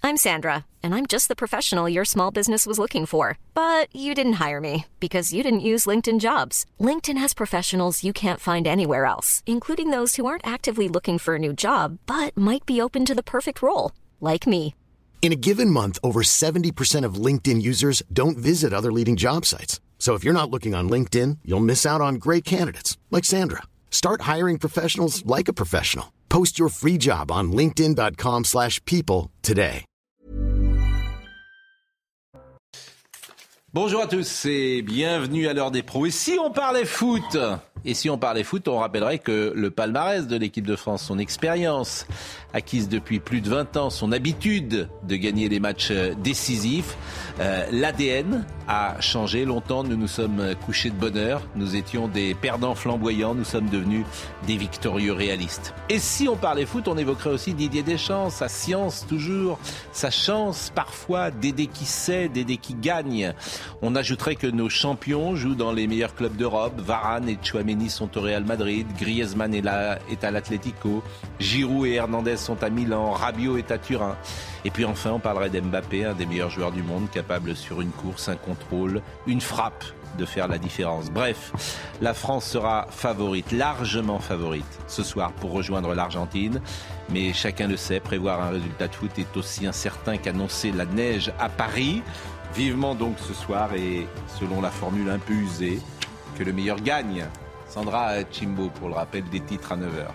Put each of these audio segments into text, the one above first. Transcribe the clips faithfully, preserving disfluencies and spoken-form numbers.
I'm Sandra, and I'm just the professional your small business was looking for. But you didn't hire me because you didn't use LinkedIn Jobs. LinkedIn has professionals you can't find anywhere else, including those who aren't actively looking for a new job, but might be open to the perfect role, like me. In a given month, over seventy percent of LinkedIn users don't visit other leading job sites. So if you're not looking on LinkedIn, you'll miss out on great candidates like Sandra. Start hiring professionals like a professional. Post your free job on linkedin.com slash people today. Bonjour à tous et bienvenue à l'heure des pros. Et si on parlait foot ? Et si on parlait foot, on rappellerait que le palmarès de l'équipe de France, son expérience acquise depuis plus de vingt ans, son habitude de gagner des matchs décisifs, euh, l'A D N a changé. Longtemps, nous nous sommes couchés de bonne heure. Nous étions des perdants flamboyants. Nous sommes devenus des victorieux réalistes. Et si on parlait foot, on évoquerait aussi Didier Deschamps, sa science toujours, sa chance parfois, Dédé qui sait, Dédé qui gagne. On ajouterait que nos champions jouent dans les meilleurs clubs d'Europe. Varane et Tchouaméni sont au Real Madrid, Griezmann est, là, est à l'Atlético, Giroud et Hernandez sont à Milan, Rabiot est à Turin. Et puis enfin, on parlerait d'Mbappé, un des meilleurs joueurs du monde, capable sur une course, un contrôle, une frappe de faire la différence. Bref, la France sera favorite, largement favorite, ce soir pour rejoindre l'Argentine. Mais chacun le sait, prévoir un résultat de foot est aussi incertain qu'annoncer la neige à Paris. Vivement donc ce soir et selon la formule un peu usée, que le meilleur gagne. Sandra Chimbo pour le rappel des titres à neuf heures.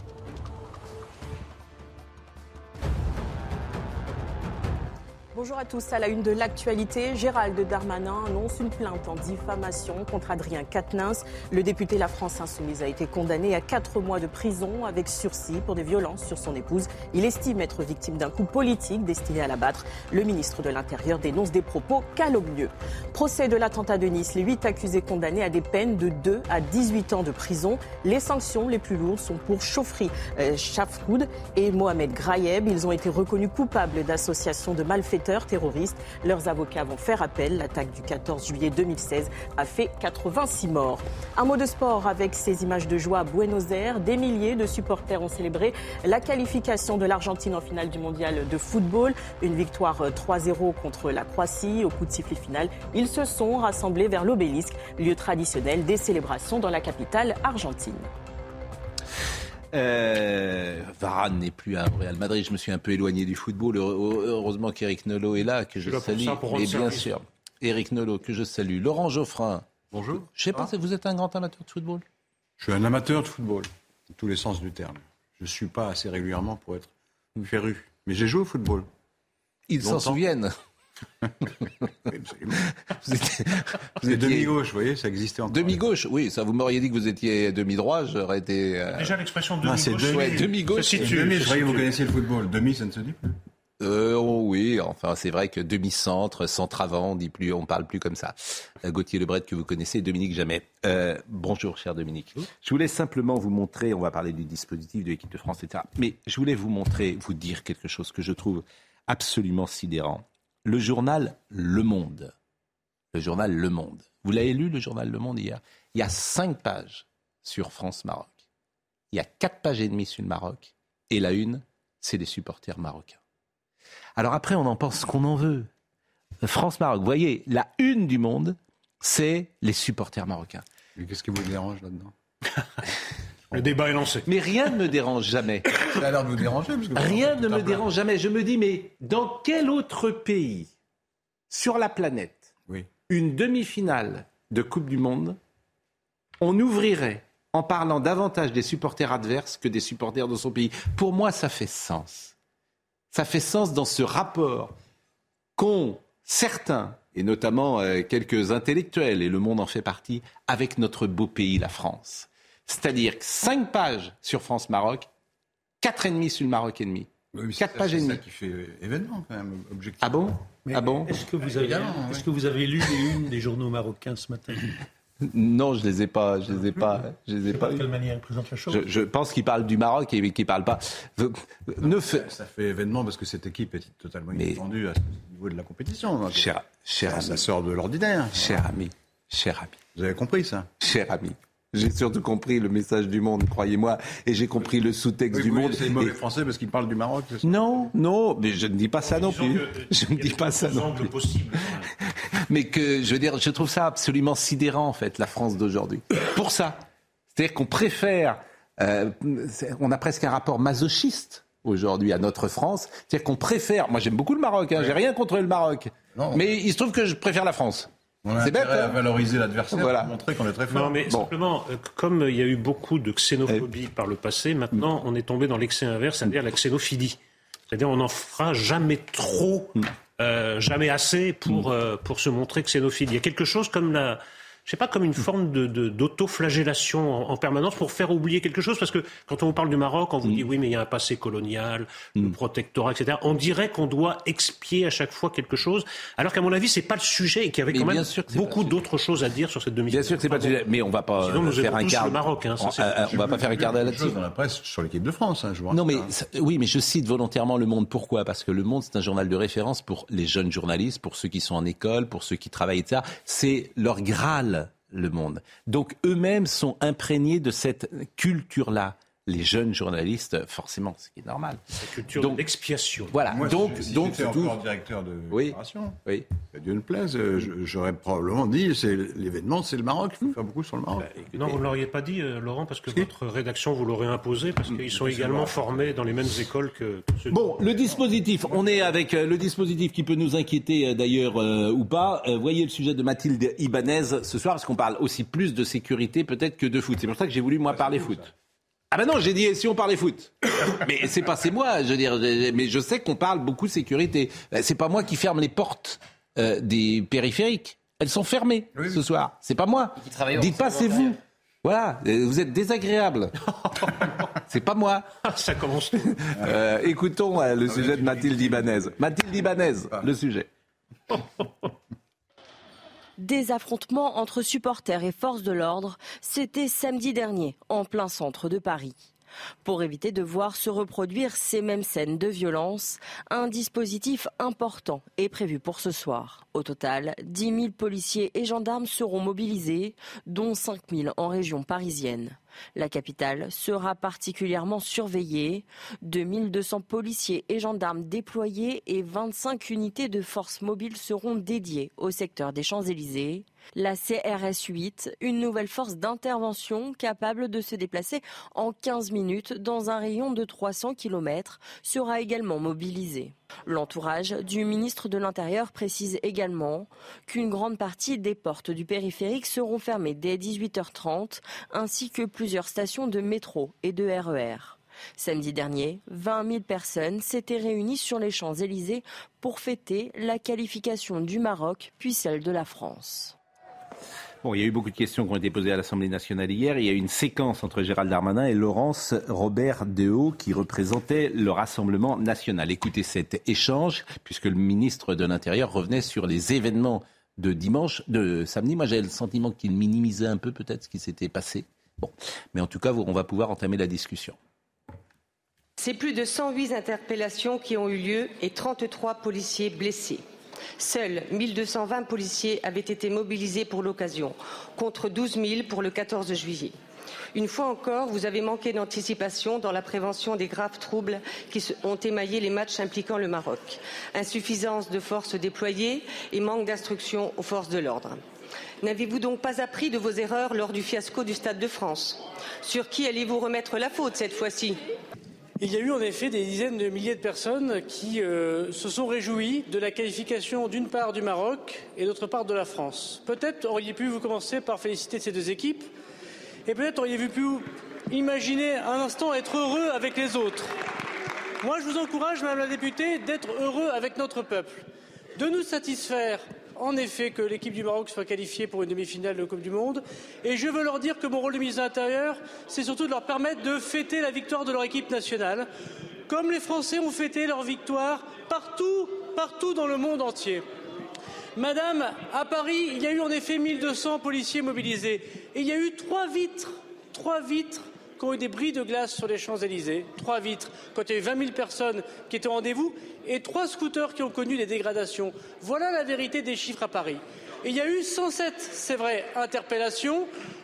Bonjour à tous. À la une de l'actualité, Gérald Darmanin annonce une plainte en diffamation contre Adrien Quatennens. Le député La France Insoumise a été condamné à quatre mois de prison avec sursis pour des violences sur son épouse. Il estime être victime d'un coup politique destiné à l'abattre. Le ministre de l'Intérieur dénonce des propos calomnieux. Procès de l'attentat de Nice. Les huit accusés condamnés à des peines de deux à dix-huit ans de prison. Les sanctions les plus lourdes sont pour Chofri euh, Chafkoud et Mohamed Grayeb. Ils ont été reconnus coupables d'association de malfaiteurs terroristes. Leurs avocats vont faire appel. L'attaque du quatorze juillet deux mille seize a fait quatre-vingt-six morts. Un mot de sport avec ces images de joie à Buenos Aires. Des milliers de supporters ont célébré la qualification de l'Argentine en finale du mondial de football. Une victoire trois zéro contre la Croatie. Au coup de sifflet final, ils se sont rassemblés vers l'obélisque, lieu traditionnel des célébrations dans la capitale argentine. Euh, Varane n'est plus à Real Madrid. Je me suis un peu éloigné du football. Heureusement qu'Éric Nolot est là, que je, je salue. Mais bien sûr, Éric Nolot, que je salue. Laurent Geoffrin. Bonjour. Je sais pas, ah. Vous êtes un grand amateur de football ? Je suis un amateur de football, dans tous les sens du terme. Je ne suis pas assez régulièrement pour être féru. Mais j'ai joué au football. Ils s'en souviennent. vous étiez, vous étiez demi-gauche, vous voyez, ça existait encore. Demi-gauche, oui, ça vous m'auriez dit que vous étiez demi-droit, j'aurais été... Euh... Déjà l'expression demi-gauche, non, c'est ouais, demi-gauche. Demi, demi, je croyais que vous connaissiez le football. Demi, ça ne se dit plus. Euh, oh oui, enfin c'est vrai que demi-centre, centre avant, on dit plus, on parle plus comme ça. Euh, Gauthier Lebret que vous connaissez, Dominique Jamais. Euh, bonjour cher Dominique. Bonjour. Je voulais simplement vous montrer, on va parler du dispositif de l'équipe de France, et cetera. Mais je voulais vous montrer, vous dire quelque chose que je trouve absolument sidérant. Le journal Le Monde. Le journal Le Monde. Vous l'avez lu, le journal Le Monde, hier ? Il y a cinq pages sur France-Maroc. Il y a quatre pages et demie sur le Maroc. Et la une, c'est des supporters marocains. Alors après, on en pense ce qu'on en veut. France-Maroc, vous voyez, la une du Monde, c'est les supporters marocains. Mais qu'est-ce qui vous dérange là-dedans ? Le débat est lancé. Mais rien ne me dérange jamais. Ça a l'air de vous déranger. Parce que rien ne me dérange jamais. Je me dis, mais dans quel autre pays sur la planète, oui. une demi-finale de Coupe du Monde, on ouvrirait en parlant davantage des supporters adverses que des supporters de son pays ? Pour moi, ça fait sens. Ça fait sens dans ce rapport qu'ont certains, et notamment euh, quelques intellectuels, et Le Monde en fait partie, avec notre beau pays, la France. C'est-à-dire que cinq pages sur France-Maroc, quatre et demi sur le Maroc et demi. Oui, quatre pages et demie. C'est ça qui fait événement quand même, objectivement. Ah bon ? Mais ah bon Est-ce que vous avez, est-ce oui. que vous avez lu les unes des journaux marocains ce matin ? Non, je les ai pas, je les ai pas, je les ai pas. De quelle manière ils présentent la chose ? Je, je pense qu'ils parlent du Maroc et qu'ils parlent pas. Non, ne ça, fait... ça fait événement parce que cette équipe est totalement Mais... inattendue à ce niveau de la compétition. Donc, cher, cher ça, ami, ça sort de l'ordinaire. Cher ami, cher ami. Vous avez compris ça ? Cher ami, J'ai surtout compris le message du monde, croyez-moi, et j'ai compris le sous-texte oui, du oui, monde. C'est mauvais et... français parce qu'il parle du Maroc. C'est ça? Non, non, mais je ne dis pas ça non plus. Que, je ne dis pas ça non plus. Possible. Mais que, je veux dire, je trouve ça absolument sidérant, en fait, la France d'aujourd'hui. Pour ça. C'est-à-dire qu'on préfère, euh, on a presque un rapport masochiste aujourd'hui à notre France. C'est-à-dire qu'on préfère, moi j'aime beaucoup le Maroc, hein, oui. J'ai rien contre le Maroc, non, mais il se trouve que je préfère la France. On a c'est bête, à hein. valoriser l'adversaire, voilà. Pour montrer qu'on est très fort. Non, mais bon. Simplement, euh, comme il y a eu beaucoup de xénophobie par le passé, maintenant mmh. on est tombé dans l'excès inverse, c'est-à-dire la xénophilie. C'est-à-dire on n'en fera jamais trop, mmh. euh, jamais assez pour, mmh. euh, pour se montrer xénophile. Il y a quelque chose comme la... Je sais pas, comme une forme de, de, d'auto-flagellation en, en permanence pour faire oublier quelque chose. Parce que quand on vous parle du Maroc, on vous mmh. dit oui, mais il y a un passé colonial, mmh. le protectorat, et cetera. On dirait qu'on doit expier à chaque fois quelque chose. Alors qu'à mon avis, c'est pas le sujet et qu'il y avait mais quand même beaucoup d'autres choses à dire sur cette demi-finale. Bien sûr que c'est pas le sujet, mais on va pas Sinon, nous faire un quart. Le Maroc, hein, ça, on, euh, on va pas faire un quart d'heure là-dessus. Dans la presse sur l'équipe de France, hein, je vois. Non, mais ça, oui, mais je cite volontairement Le Monde. Pourquoi ? Parce que Le Monde, c'est un journal de référence pour les jeunes journalistes, pour ceux qui sont en école, pour ceux qui travaillent, et cetera. C'est leur Graal. Le Monde. Donc eux-mêmes sont imprégnés de cette culture-là. Les jeunes journalistes, forcément, ce qui est normal. La culture donc, de l'expiation. Voilà. Moi, donc, si donc, j'étais tout... encore directeur de oui. Libération, oui. que Dieu ne plaise, j'aurais probablement dit, c'est l'événement, c'est le Maroc. Il faut faire beaucoup sur le Maroc. Bah, non, vous ne l'auriez pas dit, euh, Laurent, parce que si. Votre rédaction vous l'aurait imposé, parce qu'ils sont également formés dans les mêmes écoles que ceux. Bon, le dispositif, on est avec euh, le dispositif qui peut nous inquiéter euh, d'ailleurs euh, ou pas. Euh, voyez le sujet de Mathilde Ibanez ce soir, parce qu'on parle aussi plus de sécurité peut-être que de foot. C'est pour ça que j'ai voulu moi parler foot. Ça. Ah ben non, j'ai dit si on parlait foot. Mais c'est pas c'est moi, je veux dire, mais je sais qu'on parle beaucoup sécurité. C'est pas moi qui ferme les portes euh, des périphériques. Elles sont fermées oui, ce oui. soir. C'est pas moi. Dites pas c'est vous. Voilà, vous êtes désagréable. C'est pas moi. Ça commence. euh, écoutons euh, le ah, sujet de Mathilde Ibanez. Mathilde Ibanez, ah. le sujet. Des affrontements entre supporters et forces de l'ordre, c'était samedi dernier, en plein centre de Paris. Pour éviter de voir se reproduire ces mêmes scènes de violence, un dispositif important est prévu pour ce soir. Au total, dix mille policiers et gendarmes seront mobilisés, dont cinq mille en région parisienne. La capitale sera particulièrement surveillée. deux mille deux cents policiers et gendarmes déployés et vingt-cinq unités de forces mobiles seront dédiées au secteur des Champs-Élysées. La C R S huit, une nouvelle force d'intervention capable de se déplacer en quinze minutes dans un rayon de trois cents kilomètres, sera également mobilisée. L'entourage du ministre de l'Intérieur précise également qu'une grande partie des portes du périphérique seront fermées dès dix-huit heures trente, ainsi que plusieurs stations de métro et de R E R. Samedi dernier, vingt mille personnes s'étaient réunies sur les Champs-Élysées pour fêter la qualification du Maroc, puis celle de la France. Bon, il y a eu beaucoup de questions qui ont été posées à l'Assemblée nationale hier. Il y a eu une séquence entre Gérald Darmanin et Laurence Robert-Dehaut qui représentait le Rassemblement national. Écoutez cet échange, puisque le ministre de l'Intérieur revenait sur les événements de dimanche, de samedi. Moi, j'avais le sentiment qu'il minimisait un peu peut-être ce qui s'était passé. Bon, mais en tout cas, on va pouvoir entamer la discussion. C'est plus de cent huit interpellations qui ont eu lieu et trente-trois policiers blessés. Seuls mille deux cent vingt policiers avaient été mobilisés pour l'occasion, contre douze mille pour le quatorze juillet. Une fois encore, vous avez manqué d'anticipation dans la prévention des graves troubles qui ont émaillé les matchs impliquant le Maroc. Insuffisance de forces déployées et manque d'instruction aux forces de l'ordre. N'avez-vous donc pas appris de vos erreurs lors du fiasco du Stade de France ? Sur qui allez-vous remettre la faute cette fois-ci ? Il y a eu en effet des dizaines de milliers de personnes qui euh, se sont réjouies de la qualification d'une part du Maroc et d'autre part de la France. Peut-être auriez-vous pu commencer par féliciter ces deux équipes et peut-être auriez-vous pu imaginer un instant être heureux avec les autres. Moi, je vous encourage, Madame la députée, d'être heureux avec notre peuple, de nous satisfaire en effet que l'équipe du Maroc soit qualifiée pour une demi-finale de Coupe du Monde. Et je veux leur dire que mon rôle de ministre de l'Intérieur, c'est surtout de leur permettre de fêter la victoire de leur équipe nationale, comme les Français ont fêté leur victoire partout, partout dans le monde entier. Madame, à Paris, il y a eu en effet mille deux cents policiers mobilisés. Et il y a eu trois vitres, trois vitres qui ont eu des bris de glace sur les Champs-Élysées, trois vitres, quand il y a eu vingt mille personnes qui étaient au rendez-vous, et trois scooters qui ont connu des dégradations. Voilà la vérité des chiffres à Paris. Et il y a eu cent sept, c'est vrai, interpellations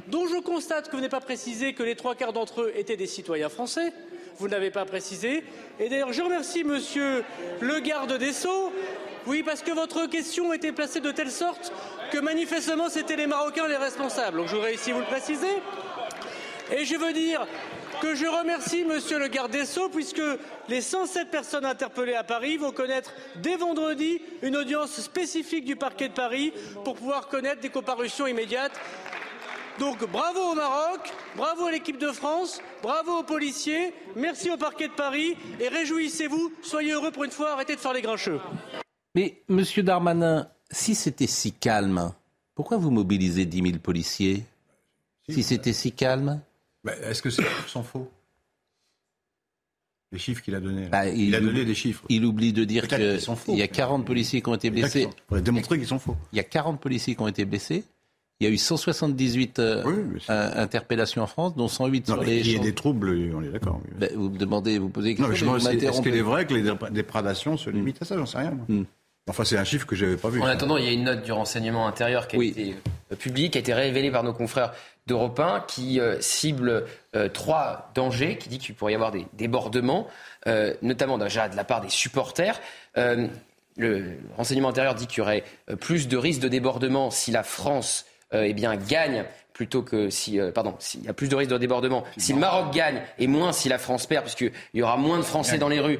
dont je constate que vous n'avez pas précisé que les trois quarts d'entre eux étaient des citoyens français. Vous ne l'avez pas précisé. Et d'ailleurs, je remercie monsieur le garde des Sceaux. Oui, parce que votre question était placée de telle sorte que manifestement c'était les Marocains les responsables. Donc je voudrais ici vous le préciser. Et je veux dire que je remercie monsieur le garde des Sceaux puisque les cent sept personnes interpellées à Paris vont connaître dès vendredi une audience spécifique du parquet de Paris pour pouvoir connaître des comparutions immédiates. Donc bravo au Maroc, bravo à l'équipe de France, bravo aux policiers, merci au parquet de Paris et réjouissez-vous, soyez heureux pour une fois, arrêtez de faire les grincheux. Mais monsieur Darmanin, si c'était si calme, pourquoi vous mobilisez dix mille policiers ? Si, si c'était si calme ? Bah, est-ce que ces chiffres sont faux ? Les chiffres qu'il a donnés. Bah, il, il a donné oublie, des chiffres. Il oublie de dire qu'il y a quarante policiers qui ont été blessés. Il faudrait démontrer qu'ils sont faux. Il y a quarante policiers qui ont été blessés. Il y a eu cent soixante-dix-huit euh, oui, euh, interpellations en France, dont cent huit non, sur les... Il y a des troubles, on est d'accord. Oui. Ben, vous me demandez, vous posez des questions. Non, mais je me est-ce qu'il est vrai que les dégradations se limitent à ça ? J'en sais rien. Mm. Enfin, c'est un chiffre que je n'avais pas vu. En attendant, il y a une note du renseignement intérieur qui a oui. été euh, publique, qui a été révélée par nos confrères d'Europe un, qui euh, cible euh, trois dangers, qui dit qu'il pourrait y avoir des débordements, euh, notamment déjà de la part des supporters. Euh, le renseignement intérieur dit qu'il y aurait euh, plus de risques de débordement si la France euh, eh bien, gagne plutôt que si... Euh, pardon, s'il y a plus de risques de débordement si le Maroc gagne et moins si la France perd, puisqu'il y aura moins de Français dans les rues.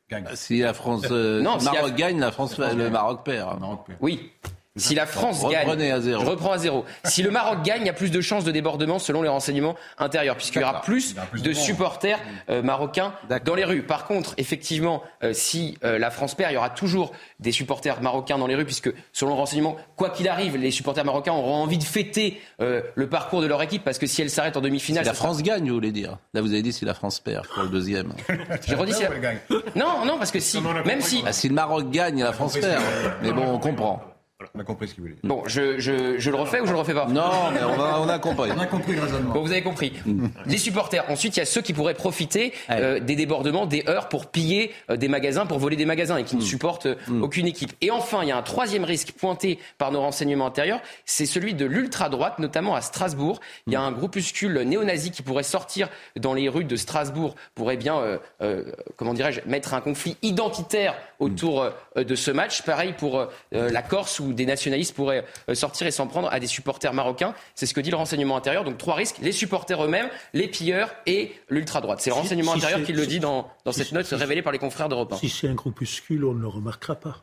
Si la France, euh, non, si le Maroc si la... gagne, la France, le Maroc perd. Oui. Si la France gagne, à zéro. je reprends à zéro. Si le Maroc gagne, il y a plus de chances de débordement selon les renseignements intérieurs, puisqu'il y aura plus, plus de, de supporters euh, marocains D'accord. dans les rues. Par contre, effectivement, euh, si euh, la France perd, il y aura toujours des supporters marocains dans les rues, puisque selon le renseignement, quoi qu'il arrive, les supporters marocains auront envie de fêter euh, le parcours de leur équipe, parce que si elle s'arrête en demi-finale... Si la France sera... gagne, vous voulez dire. Là, vous avez dit si la France perd pour le deuxième. J'ai redit si la... Non, non, parce que si, même si... Ah, si le Maroc gagne, la France perd. Mais bon, on comprend. On a compris ce qu'il voulait dire. Bon, je, je, je le refais ou je le refais pas ? Non, mais on a, on a compris. On a compris le raisonnement. Bon, vous avez compris. Mm. Les supporters. Ensuite, il y a ceux qui pourraient profiter euh, des débordements, des heurts pour piller euh, des magasins, pour voler des magasins et qui mm. ne supportent euh, mm. aucune équipe. Et enfin, il y a un troisième risque pointé par nos renseignements intérieurs, c'est celui de l'ultra-droite, notamment à Strasbourg. Mm. Il y a un groupuscule néo-nazi qui pourrait sortir dans les rues de Strasbourg, pourrait bien, euh, euh, comment dirais-je, mettre un conflit identitaire autour euh, de ce match. Pareil pour euh, la Corse, où des nationalistes pourraient sortir et s'en prendre à des supporters marocains. C'est ce que dit le renseignement intérieur. Donc trois risques, les supporters eux-mêmes, les pilleurs et l'ultra-droite. C'est le si, renseignement si intérieur qui le dit dans, dans si, cette note si, révélée par les confrères d'Europe un. Si c'est un groupuscule, on ne le remarquera pas.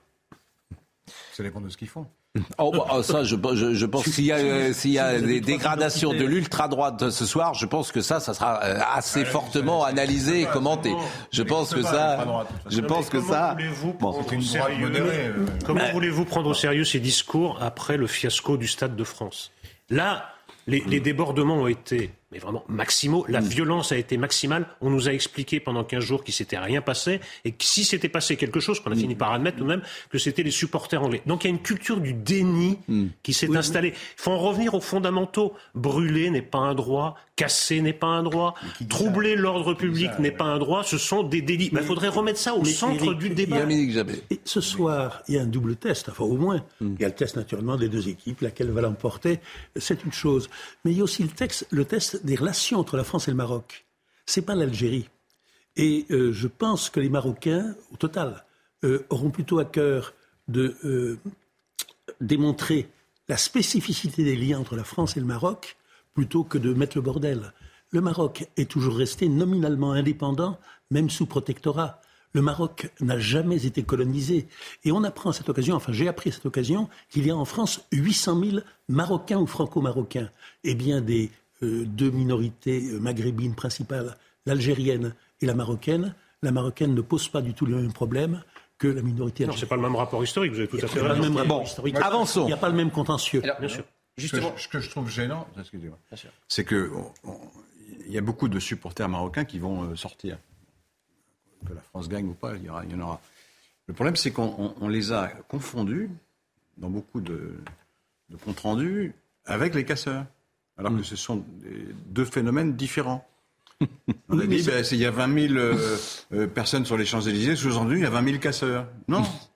Ça dépend de ce qu'ils font. Oh, bah, oh, ça, je, je, je pense que s'il y a, euh, s'il y a des dégradations de l'ultra-droite ce soir, je pense que ça, ça sera euh, assez ouais, fortement c'est, analysé c'est et commenté. Je pense que ça, je pense que ça. Bon. Une droite modérée, euh... Comment ouais. voulez-vous prendre au sérieux ces discours après le fiasco du Stade de France ? Là, les, les débordements ont été, mais vraiment maximaux. La mmh. violence a été maximale. On nous a expliqué pendant quinze jours qu'il s'était rien passé et que si s'était passé quelque chose, qu'on a mmh. fini par admettre tout de même, que c'était les supporters anglais. Donc il y a une culture du déni mmh. qui s'est oui, installée. Il faut en revenir aux fondamentaux. Brûler n'est pas un droit. Casser n'est pas un droit. Troubler ça, l'ordre public ça, n'est ouais. pas un droit. Ce sont des délits. Il bah, faudrait remettre ça au mais, centre Eric, du débat. Et ce soir, il y a un double test. Enfin, au moins, mmh. il y a le test naturellement des deux équipes. Laquelle va l'emporter, c'est une chose. Mais il y a aussi le, texte, le test des relations entre la France et le Maroc. C'est pas l'Algérie. Et euh, je pense que les Marocains, au total, euh, auront plutôt à cœur de euh, démontrer la spécificité des liens entre la France et le Maroc plutôt que de mettre le bordel. Le Maroc est toujours resté nominalement indépendant, même sous protectorat. Le Maroc n'a jamais été colonisé. Et on apprend à cette occasion, enfin j'ai appris à cette occasion, qu'il y a en France huit cent mille Marocains ou Franco-Marocains. Eh bien, des euh, deux minorités maghrébines principales, l'algérienne et la marocaine, la marocaine ne pose pas du tout le même problème que la minorité algérienne. Non, c'est pas le même rapport historique, vous avez tout à fait raison. Bon, avançons. Il n'y a pas le même contentieux. Alors, bien sûr. Justement. Ce que, je, ce que je trouve gênant, excusez-moi, c'est qu'il y a beaucoup de supporters marocains qui vont euh, sortir. Que la France gagne ou pas, il y, aura, il y en aura. Le problème, c'est qu'on on, on les a confondus dans beaucoup de, de comptes rendus avec les casseurs, alors mmh. que ce sont des, deux phénomènes différents. On oui, a dit, ben, il y a vingt mille euh, euh, personnes sur les Champs-Élysées, sous-entendu, il y a vingt mille casseurs. Non,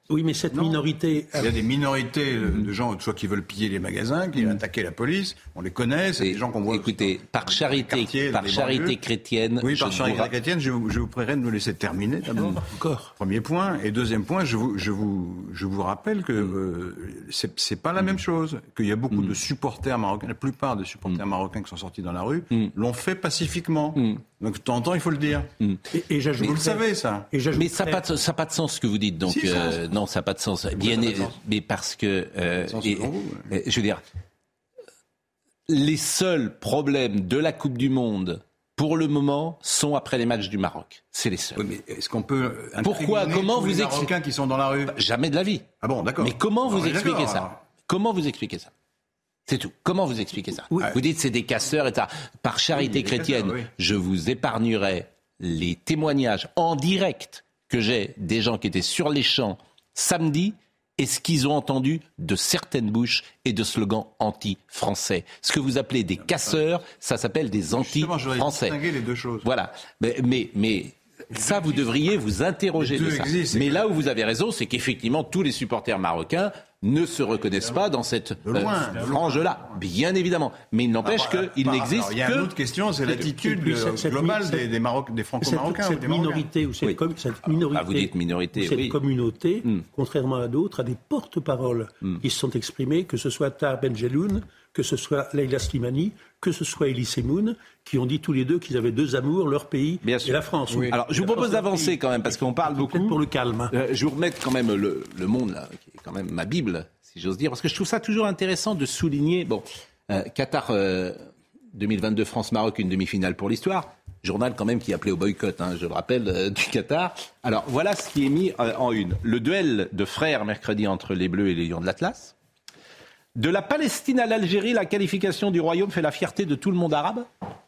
Oui, mais cette non. minorité... Il y a des minorités de gens, soit qui veulent piller les magasins, qui veulent mmh. attaquer la police. On les connaît, c'est des gens qu'on voit... Écoutez, par charité, quartiers, par charité chrétienne... Oui, par charité vous... chrétienne, je vous, je vous prierai de nous laisser terminer d'abord. Mmh. Encore. Premier point. Et deuxième point, je vous, je vous, je vous rappelle que euh, c'est, c'est pas la mmh. même chose. Qu'il y a beaucoup mmh. de supporters marocains, la plupart des supporters mmh. marocains qui sont sortis dans la rue, mmh. l'ont fait pacifiquement. Mmh. Donc de temps en temps, il faut le dire. Mmh. Et, et vous le savez, ça. Et mais ça n'a pas, pas de sens ce que vous dites. Donc, si, euh, non, ça n'a pas de sens. Bien, é- mais parce que, euh, et, vous, ouais. je veux dire, les seuls problèmes de la Coupe du Monde, pour le moment, sont après les matchs du Maroc. C'est les seuls. Oui, mais est-ce qu'on peut Pourquoi Comment vous expliquez les Marocains qui sont dans la rue ? Jamais de la vie. Ah bon, d'accord. Mais comment vous ah, expliquez ça alors. Comment vous expliquez ça ? C'est tout. Comment vous expliquez ça ? oui. Vous dites c'est des casseurs et ça. Par charité oui, chrétienne, casseurs, oui. je vous épargnerai les témoignages en direct que j'ai des gens qui étaient sur les champs samedi et ce qu'ils ont entendu de certaines bouches et de slogans anti-français. Ce que vous appelez des casseurs, ça s'appelle des anti-français. Distinguer les deux choses. Voilà. Mais, mais, mais ça, vous devriez vous interroger de ça. Existent, mais là où vous avez raison, c'est qu'effectivement, tous les supporters marocains ne se reconnaissent pas dans cette euh, frange-là, bien évidemment. Mais il n'empêche ah bah, qu'il bah, n'existe que... Il y a une autre question, c'est l'attitude cette, globale cette, des, des, Maroc, des Franco-Marocains. Cette, cette minorité, ou cette, oui. com- cette minorité, ah, vous dites minorité, cette oui. communauté, mm. contrairement à d'autres, a des porte-paroles mm. qui se sont exprimés, que ce soit Tahar Benjeloun, que ce soit Leïla Slimani, que ce soit Elie Semoun, qui ont dit tous les deux qu'ils avaient deux amours, leur pays Bien et sûr. la France. Oui. Alors, je vous propose d'avancer quand même, parce qu'on parle beaucoup. Pour le calme. Euh, je vous remets quand même le, le Monde, là, qui est quand même ma Bible, si j'ose dire, parce que je trouve ça toujours intéressant de souligner, bon, euh, Qatar euh, deux mille vingt-deux, France-Maroc, une demi-finale pour l'histoire, journal quand même qui appelait au boycott, hein, je le rappelle, euh, du Qatar. Alors, voilà ce qui est mis euh, en une. Le duel de frères mercredi entre les Bleus et les Lions de l'Atlas. De la Palestine à l'Algérie, la qualification du royaume fait la fierté de tout le monde arabe.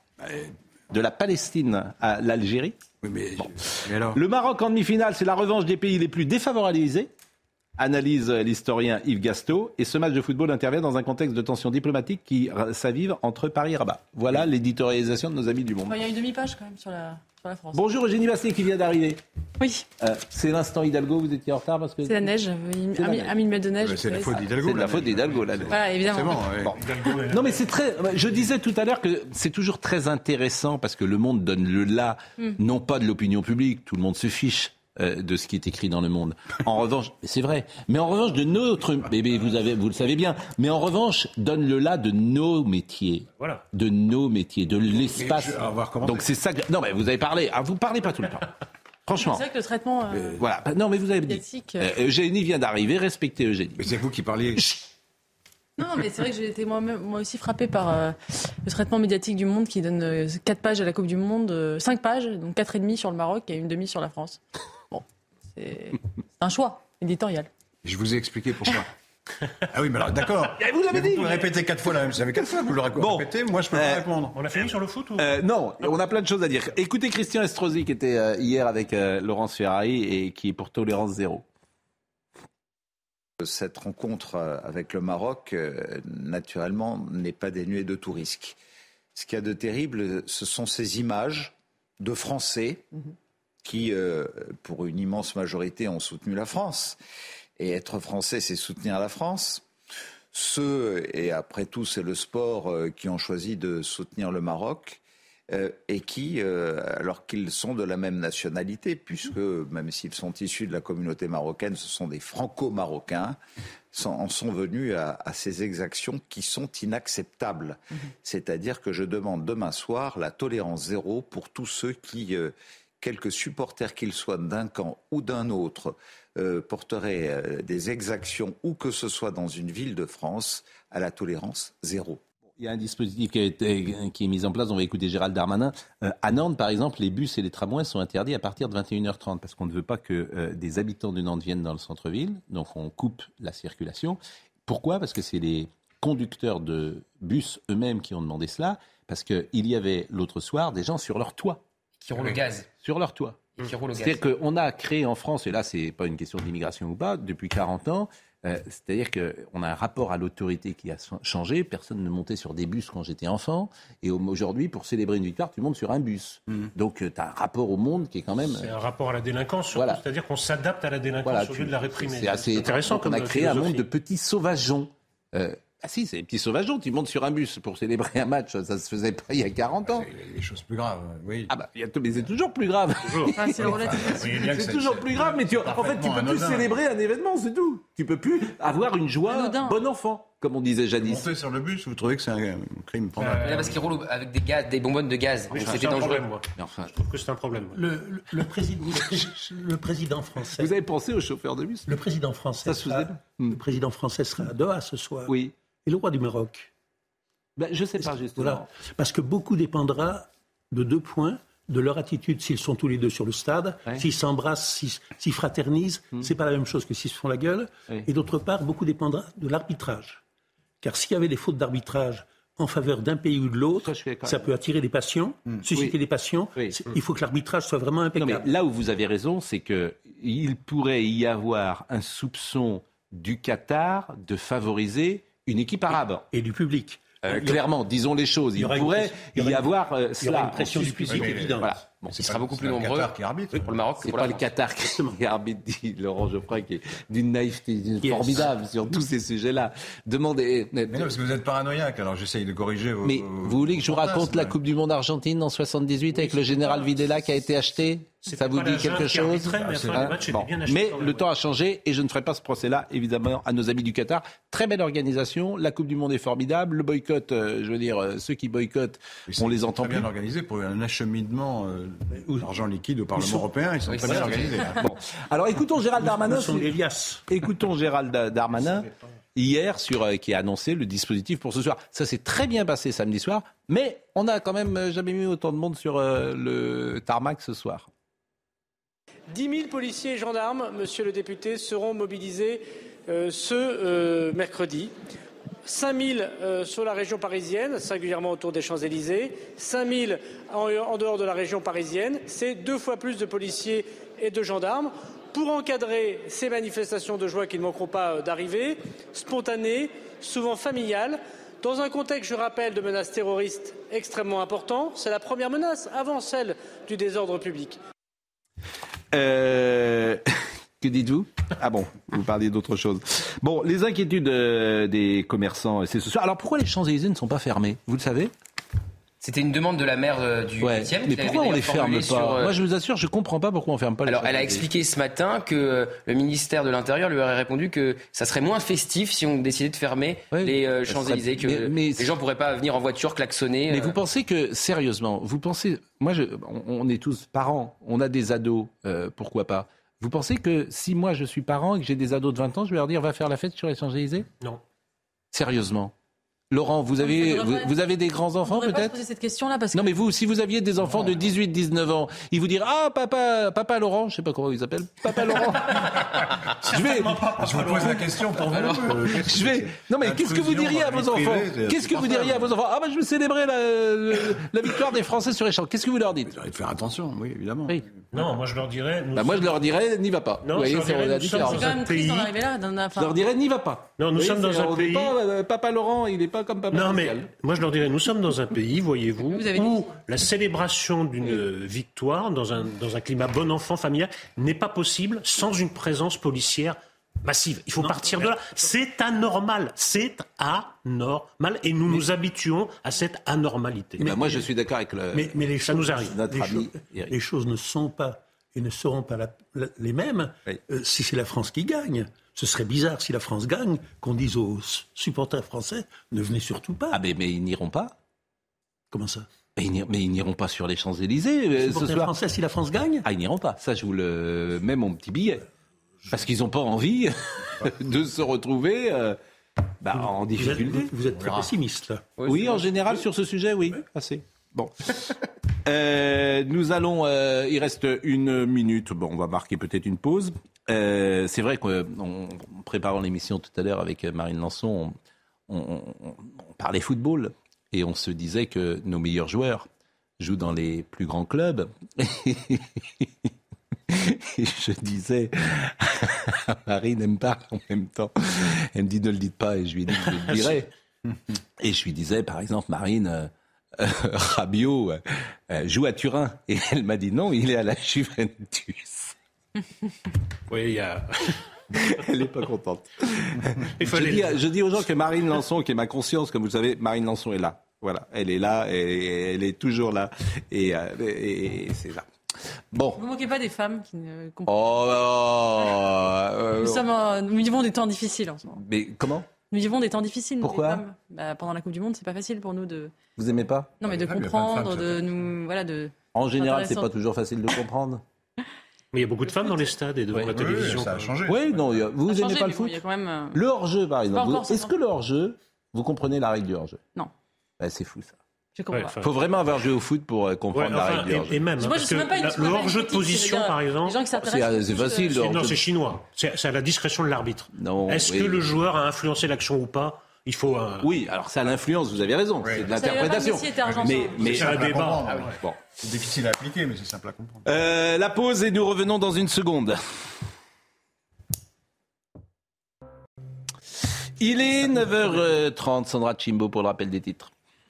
De la Palestine à l'Algérie. Oui, mais, bon. mais alors Le Maroc en demi-finale, c'est la revanche des pays les plus défavorisés, analyse l'historien Yves Gastaud. Et ce match de football intervient dans un contexte de tension diplomatique qui s'avive entre Paris et Rabat. Voilà l'éditorialisation de nos amis du Monde. Il y a une demi-page quand même sur la, sur la France. Bonjour Eugénie Bastier qui vient d'arriver. Oui. Euh, c'est l'instant Hidalgo, vous étiez en retard parce que... C'est la neige, c'est un, un millimètre de neige. Ouais, c'est la faute d'Hidalgo. C'est de la faute d'Hidalgo, là. Voilà, évidemment. C'est bon, ouais. bon. Non mais c'est très... Je disais tout à l'heure que c'est toujours très intéressant parce que le Monde donne le là, mm. non pas de l'opinion publique, tout le monde se fiche de ce qui est écrit dans le Monde. En revanche, c'est vrai, mais en revanche de notre, bébé, vous avez, vous le savez bien, mais en revanche donne le là de nos métiers, voilà. de nos métiers, de l'espace. Je, Donc c'est ça. Que, non mais vous avez parlé, ah, vous parlez pas tout le temps. Franchement. C'est vrai que le traitement. Euh, euh, voilà. Non mais vous avez dit. Euh, Eugénie vient d'arriver, respectez Eugénie. Mais c'est vous qui parliez. Non, mais c'est vrai que j'ai été moi, moi aussi frappée par euh, le traitement médiatique du Monde qui donne euh, quatre pages à la Coupe du Monde, euh, cinq pages, donc quatre et demi sur le Maroc et une demi sur la France. Bon, c'est, c'est un choix éditorial. Je vous ai expliqué pourquoi. Ah oui, mais alors d'accord. Vous l'avez dit. Vous pouvez répéter quatre fois la même chose. Ça fait quatre fois que vous l'aurez bon. répété. Moi, je peux euh, pas répondre. On a fini sur le foot ou... euh, Non, on a plein de choses à dire. Écoutez Christian Estrosi qui était euh, hier avec euh, Laurence Ferrari et qui est pour tolérance zéro. Cette rencontre avec le Maroc, euh, naturellement, n'est pas dénuée de tout risque. Ce qu'il y a de terrible, ce sont ces images de Français mmh. qui, euh, pour une immense majorité, ont soutenu la France. Et être Français, c'est soutenir la France. Ceux, et après tout, c'est le sport, euh, qui ont choisi de soutenir le Maroc. Euh, et qui, euh, alors qu'ils sont de la même nationalité, puisque même s'ils sont issus de la communauté marocaine, ce sont des franco-marocains, sont, en sont venus à, à ces exactions qui sont inacceptables. Mmh. C'est-à-dire que je demande demain soir la tolérance zéro pour tous ceux qui, euh, quelques supporters qu'ils soient d'un camp ou d'un autre, euh, porteraient euh, des exactions, où que ce soit dans une ville de France, à la tolérance zéro. Il y a un dispositif qui, a été, qui est mis en place, on va écouter Gérald Darmanin. Euh, à Nantes, par exemple, les bus et les tramways sont interdits à partir de vingt et une heures trente parce qu'on ne veut pas que euh, des habitants de Nantes viennent dans le centre-ville, donc on coupe la circulation. Pourquoi ? Parce que c'est les conducteurs de bus eux-mêmes qui ont demandé cela, parce qu'il y avait l'autre soir des gens sur leur toit. Qui roulent au gaz. Sur leur toit. Et qui roulent au gaz. C'est-à-dire qu'on a créé en France, et là c'est pas une question d'immigration ou pas, depuis quarante ans, Euh, c'est-à-dire qu'on a un rapport à l'autorité qui a changé. Personne ne montait sur des bus quand j'étais enfant. Et aujourd'hui, pour célébrer une victoire, tu montes sur un bus. Mmh. Donc, tu as un rapport au monde qui est quand même... C'est un rapport à la délinquance, surtout. Voilà. C'est-à-dire qu'on s'adapte à la délinquance voilà, au lieu de la réprimer. C'est assez intéressant. On a créé philosophie. un monde de petits sauvageons. Euh, Ah si, c'est les petits sauvageons. Tu montes sur un bus pour célébrer un match. Ça se faisait pas il y a quarante ans. C'est des choses plus graves, oui. Ah bah, mais c'est toujours plus grave. Toujours. Ah, c'est c'est, c'est toujours plus grave, mais tu, en fait, tu peux plus célébrer un événement, c'est tout. Tu peux plus avoir une joie anodin. Bon enfant, comme on disait jadis. Montez sur le bus, vous trouvez que c'est un crime euh, Là, parce qu'il roule avec des gaz, des bonbonnes de gaz. Oui, donc c'était dangereux. Problème, moi. Mais enfin, je trouve que c'est un problème. Le, le, le, président, le président français. Vous avez pensé aux chauffeurs de bus? Le président français. Ça sera, le président français sera à Doha ce soir. Oui. Et le roi du Maroc? Ben, je ne sais pas, justement. Voilà. Parce que beaucoup dépendra de deux points, de leur attitude s'ils sont tous les deux sur le stade, ouais. s'ils s'embrassent, s'ils, s'ils fraternisent. Mmh. Ce n'est pas la même chose que s'ils se font la gueule. Oui. Et d'autre part, beaucoup dépendra de l'arbitrage. Car s'il y avait des fautes d'arbitrage en faveur d'un pays ou de l'autre, ça, ça peut attirer des passions, mmh. susciter oui. des passions. Oui. Il faut que l'arbitrage soit vraiment impeccable. Non, mais là où vous avez raison, c'est qu'il pourrait y avoir un soupçon du Qatar de favoriser une équipe arabe. Et, et du public. Euh, clairement, disons les choses. Il, il pourrait y, y avoir euh, il y cela. Une pression du public évidente. Voilà. Bon, il sera beaucoup plus nombreux qui arbitre, oui, pour le Maroc. C'est pour pas la le Qatar qui arbitre, dit Laurent Geoffroy, qui est d'une naïveté yes. formidable sur tous ces sujets-là. Demandez. Mais non, parce que vous êtes paranoïaque. Alors j'essaye de corriger vos. Mais vos, vous voulez que je vous raconte la Coupe du Monde Argentine en soixante-dix-huit oui, avec le général Videla qui a été acheté? Ça vous dit quelque chose? Mais, enfin, hein bon. mais le temps a changé et je ne ferai pas ce procès-là, évidemment, à nos amis du Qatar. Très belle organisation. La Coupe du Monde est formidable. Le boycott, euh, je veux dire, euh, ceux qui boycottent, on les entend très plus. Bien organisé pour un acheminement euh, d'argent liquide au Parlement européen. Ils sont oui, très bien organisés. Bon. Alors écoutons Gérald Darmanin. Elias. Écoutons Gérald Darmanin hier sur euh, qui a annoncé le dispositif pour ce soir. Ça s'est très bien passé samedi soir, mais on n'a quand même jamais mis autant de monde sur euh, le tarmac ce soir. dix mille policiers et gendarmes, monsieur le député, seront mobilisés euh, ce euh, mercredi. cinq mille euh, sur la région parisienne, singulièrement autour des Champs-Élysées. cinq mille en, en dehors de la région parisienne. C'est deux fois plus de policiers et de gendarmes pour encadrer ces manifestations de joie qui ne manqueront pas d'arriver, spontanées, souvent familiales, dans un contexte, je rappelle, de menaces terroristes extrêmement important. C'est la première menace avant celle du désordre public. Euh... Que dites-vous? Ah bon, vous parliez d'autre chose. Bon, les inquiétudes euh, des commerçants, c'est ce soir. Alors pourquoi les Champs-Élysées ne sont pas fermés? Vous le savez? C'était une demande de la maire euh, du ouais. huitième. Mais pourquoi on les ferme pas sur, euh... Moi, je vous assure, je comprends pas pourquoi on ferme pas les Alors, Champs-Élysées. Elle a expliqué ce matin que euh, le ministère de l'Intérieur lui aurait répondu que ça serait moins festif si on décidait de fermer oui. les euh, Champs-Élysées, que mais, mais... les gens pourraient pas venir en voiture klaxonner. Mais euh... vous pensez que, sérieusement, vous pensez... Moi, je... on est tous parents, on a des ados, euh, pourquoi pas? Vous pensez que si moi je suis parent et que j'ai des ados de vingt ans, je vais leur dire va faire la fête sur les Champs-Élysées? Non. Sérieusement? Laurent, vous avez, vous, vous avez des grands-enfants peut-être? Je pas poser cette question-là parce que... Non mais vous, si vous aviez des enfants de dix-huit dix-neuf ans, ils vous diraient ah papa, papa Laurent, je sais pas comment ils s'appellent, papa Laurent. je vais, je vous pose la question pour vous. Euh, je vais. Non mais qu'est-ce que vous diriez à vos enfants? Qu'est-ce que vous diriez à vos enfants? Ah bah je vais célébrer la, la victoire des Français sur les champs. Qu'est-ce que vous leur dites? Vous allez faire attention, oui évidemment. Oui. Non, moi je leur dirais. Bah moi je leur dirais n'y va pas. Non, vous voyez, c'est la différence. C'est quand même triste d'en arriver là. Dans un... Je leur dirais n'y va pas. Non, nous sommes dans un pays. Pas, papa Laurent, il n'est pas comme papa. Non mais moi je leur dirais, nous sommes dans un pays, voyez-vous, où la célébration d'une victoire dans un dans un climat bon enfant familial n'est pas possible sans une présence policière massive. Il faut non, partir de là. C'est anormal. C'est anormal. Et nous mais, nous habituons à cette anormalité. Mais, mais moi, je suis d'accord avec le... Mais, mais les ça choses, nous arrive. Notre les, ami, cho- les choses ne sont pas et ne seront pas la, la, les mêmes oui. euh, si c'est la France qui gagne. Ce serait bizarre si la France gagne, qu'on dise aux supporters français, ne venez surtout pas. Ah mais, mais ils n'iront pas. Comment ça? Mais ils, mais ils n'iront pas sur les Champs-Élysées. Les supporters ce soir. Français, si la France gagne? Ah, ils n'iront pas. Ça, je vous le mets mon petit billet. Parce qu'ils n'ont pas envie de se retrouver euh, bah, en difficulté. Vous êtes, vous êtes très pessimiste, là. Oui, oui en général, oui. Sur ce sujet, oui. oui. Assez. Bon. euh, nous allons... Euh, il reste une minute. Bon, on va marquer peut-être une pause. Euh, c'est vrai qu'en préparant l'émission tout à l'heure avec Marine Lançon, on, on, on, on parlait football. Et on se disait que nos meilleurs joueurs jouent dans les plus grands clubs. Et je disais à Marine, elle me parle en même temps. Elle me dit ne le dites pas et je lui ai dit je le dirai. Et je lui disais par exemple, Marine, euh, euh, Rabiot euh, joue à Turin. Et elle m'a dit non, il est à la Juventus. Oui, il y a... Elle n'est pas contente. Il je, dis, je dis aux gens que Marine Lançon, qui est ma conscience, comme vous le savez, Marine Lançon est là. Voilà, elle est là et elle est toujours là. Et, et, et c'est là. Bon. Ne vous moquez pas des femmes qui ne comprennent oh, pas. Oh, euh, nous, sommes en, nous vivons des temps difficiles en ce moment. Mais comment ? Nous vivons des temps difficiles. Pourquoi ? Nous, les femmes. Bah, pendant la Coupe du Monde, c'est pas facile pour nous de. Vous aimez pas ? Non, mais de comprendre, de nous, voilà, de. En général, c'est pas toujours facile de comprendre. Mais il y a beaucoup de femmes dans les stades et devant oui. la télévision. Oui, ça a changé. Oui, non, vous n'aimez pas le foot ? Bon, quand même... Le hors-jeu, par exemple. Encore, Est-ce que le hors-jeu, vous comprenez la règle du hors-jeu ? Non. Ben, c'est fou ça. Je comprends pas. Il faut vraiment avoir joué au foot pour comprendre ouais, enfin, la règle du hors-jeu. Et, et même, moi, parce je sais que même pas une, la, le hors-jeu de position, par exemple, c'est, c'est facile. C'est, non, c'est chinois. C'est, c'est à la discrétion de l'arbitre. Non, Est-ce oui. que le joueur a influencé l'action ou pas ? Il faut un... Oui, alors ça a l'influence, vous avez raison, oui. C'est de l'interprétation. Mais, mais c'est un débat. Ah oui. Bon. C'est difficile à appliquer, mais c'est simple à comprendre. Euh, la pause et nous revenons dans une seconde. Il est neuf heures trente, Sandra Chimbo pour le rappel des titres.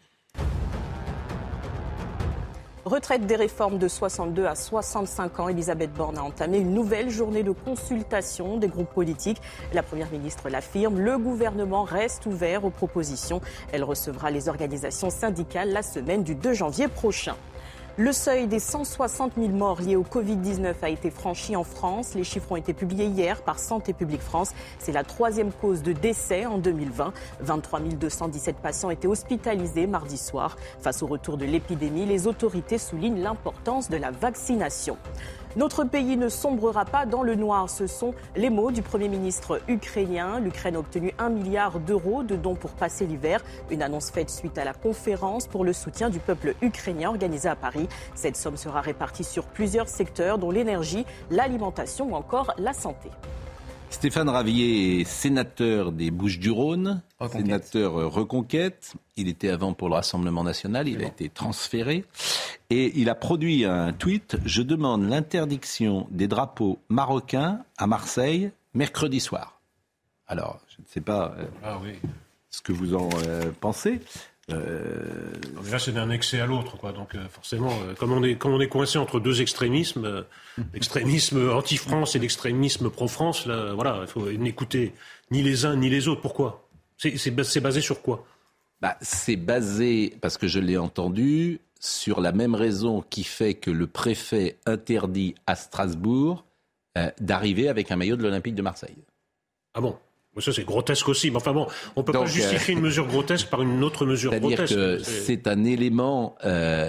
Retraite des réformes de soixante-deux à soixante-cinq ans, Elisabeth Borne a entamé une nouvelle journée de consultation des groupes politiques. La Première ministre l'affirme, le gouvernement reste ouvert aux propositions. Elle recevra les organisations syndicales la semaine du deux janvier prochain. Le seuil des cent soixante mille morts liés au covid dix-neuf a été franchi en France. Les chiffres ont été publiés hier par Santé publique France. C'est la troisième cause de décès en deux mille vingt. vingt-trois mille deux cent dix-sept patients étaient hospitalisés mardi soir. Face au retour de l'épidémie, les autorités soulignent l'importance de la vaccination. Notre pays ne sombrera pas dans le noir. Ce sont les mots du Premier ministre ukrainien. L'Ukraine a obtenu un milliard d'euros de dons pour passer l'hiver. Une annonce faite suite à la conférence pour le soutien du peuple ukrainien organisée à Paris. Cette somme sera répartie sur plusieurs secteurs, dont l'énergie, l'alimentation ou encore la santé. Stéphane Ravier est sénateur des Bouches-du-Rhône, Reconquête. sénateur Reconquête. Il était avant pour le Rassemblement national, il a été transféré. Et il a produit un tweet « Je demande l'interdiction des drapeaux marocains à Marseille mercredi soir ». Alors, je ne sais pas euh, ah, oui. ce que vous en euh, pensez. Euh... Déjà, c'est d'un excès à l'autre, quoi. Donc, euh, forcément, euh, comme on est, comme on est coincé entre deux extrémismes, euh, l'extrémisme anti-France et l'extrémisme pro-France, là, voilà, il faut n'écouter ni les uns ni les autres. Pourquoi ? c'est, c'est, c'est basé sur quoi ? Bah, c'est basé, parce que je l'ai entendu, sur la même raison qui fait que le préfet interdit à Strasbourg euh, d'arriver avec un maillot de l'Olympique de Marseille. Ah bon ? Ça, c'est grotesque aussi. Mais enfin bon, on ne peut Donc, pas justifier euh, une mesure grotesque par une autre mesure c'est-à-dire grotesque. Que c'est... c'est un élément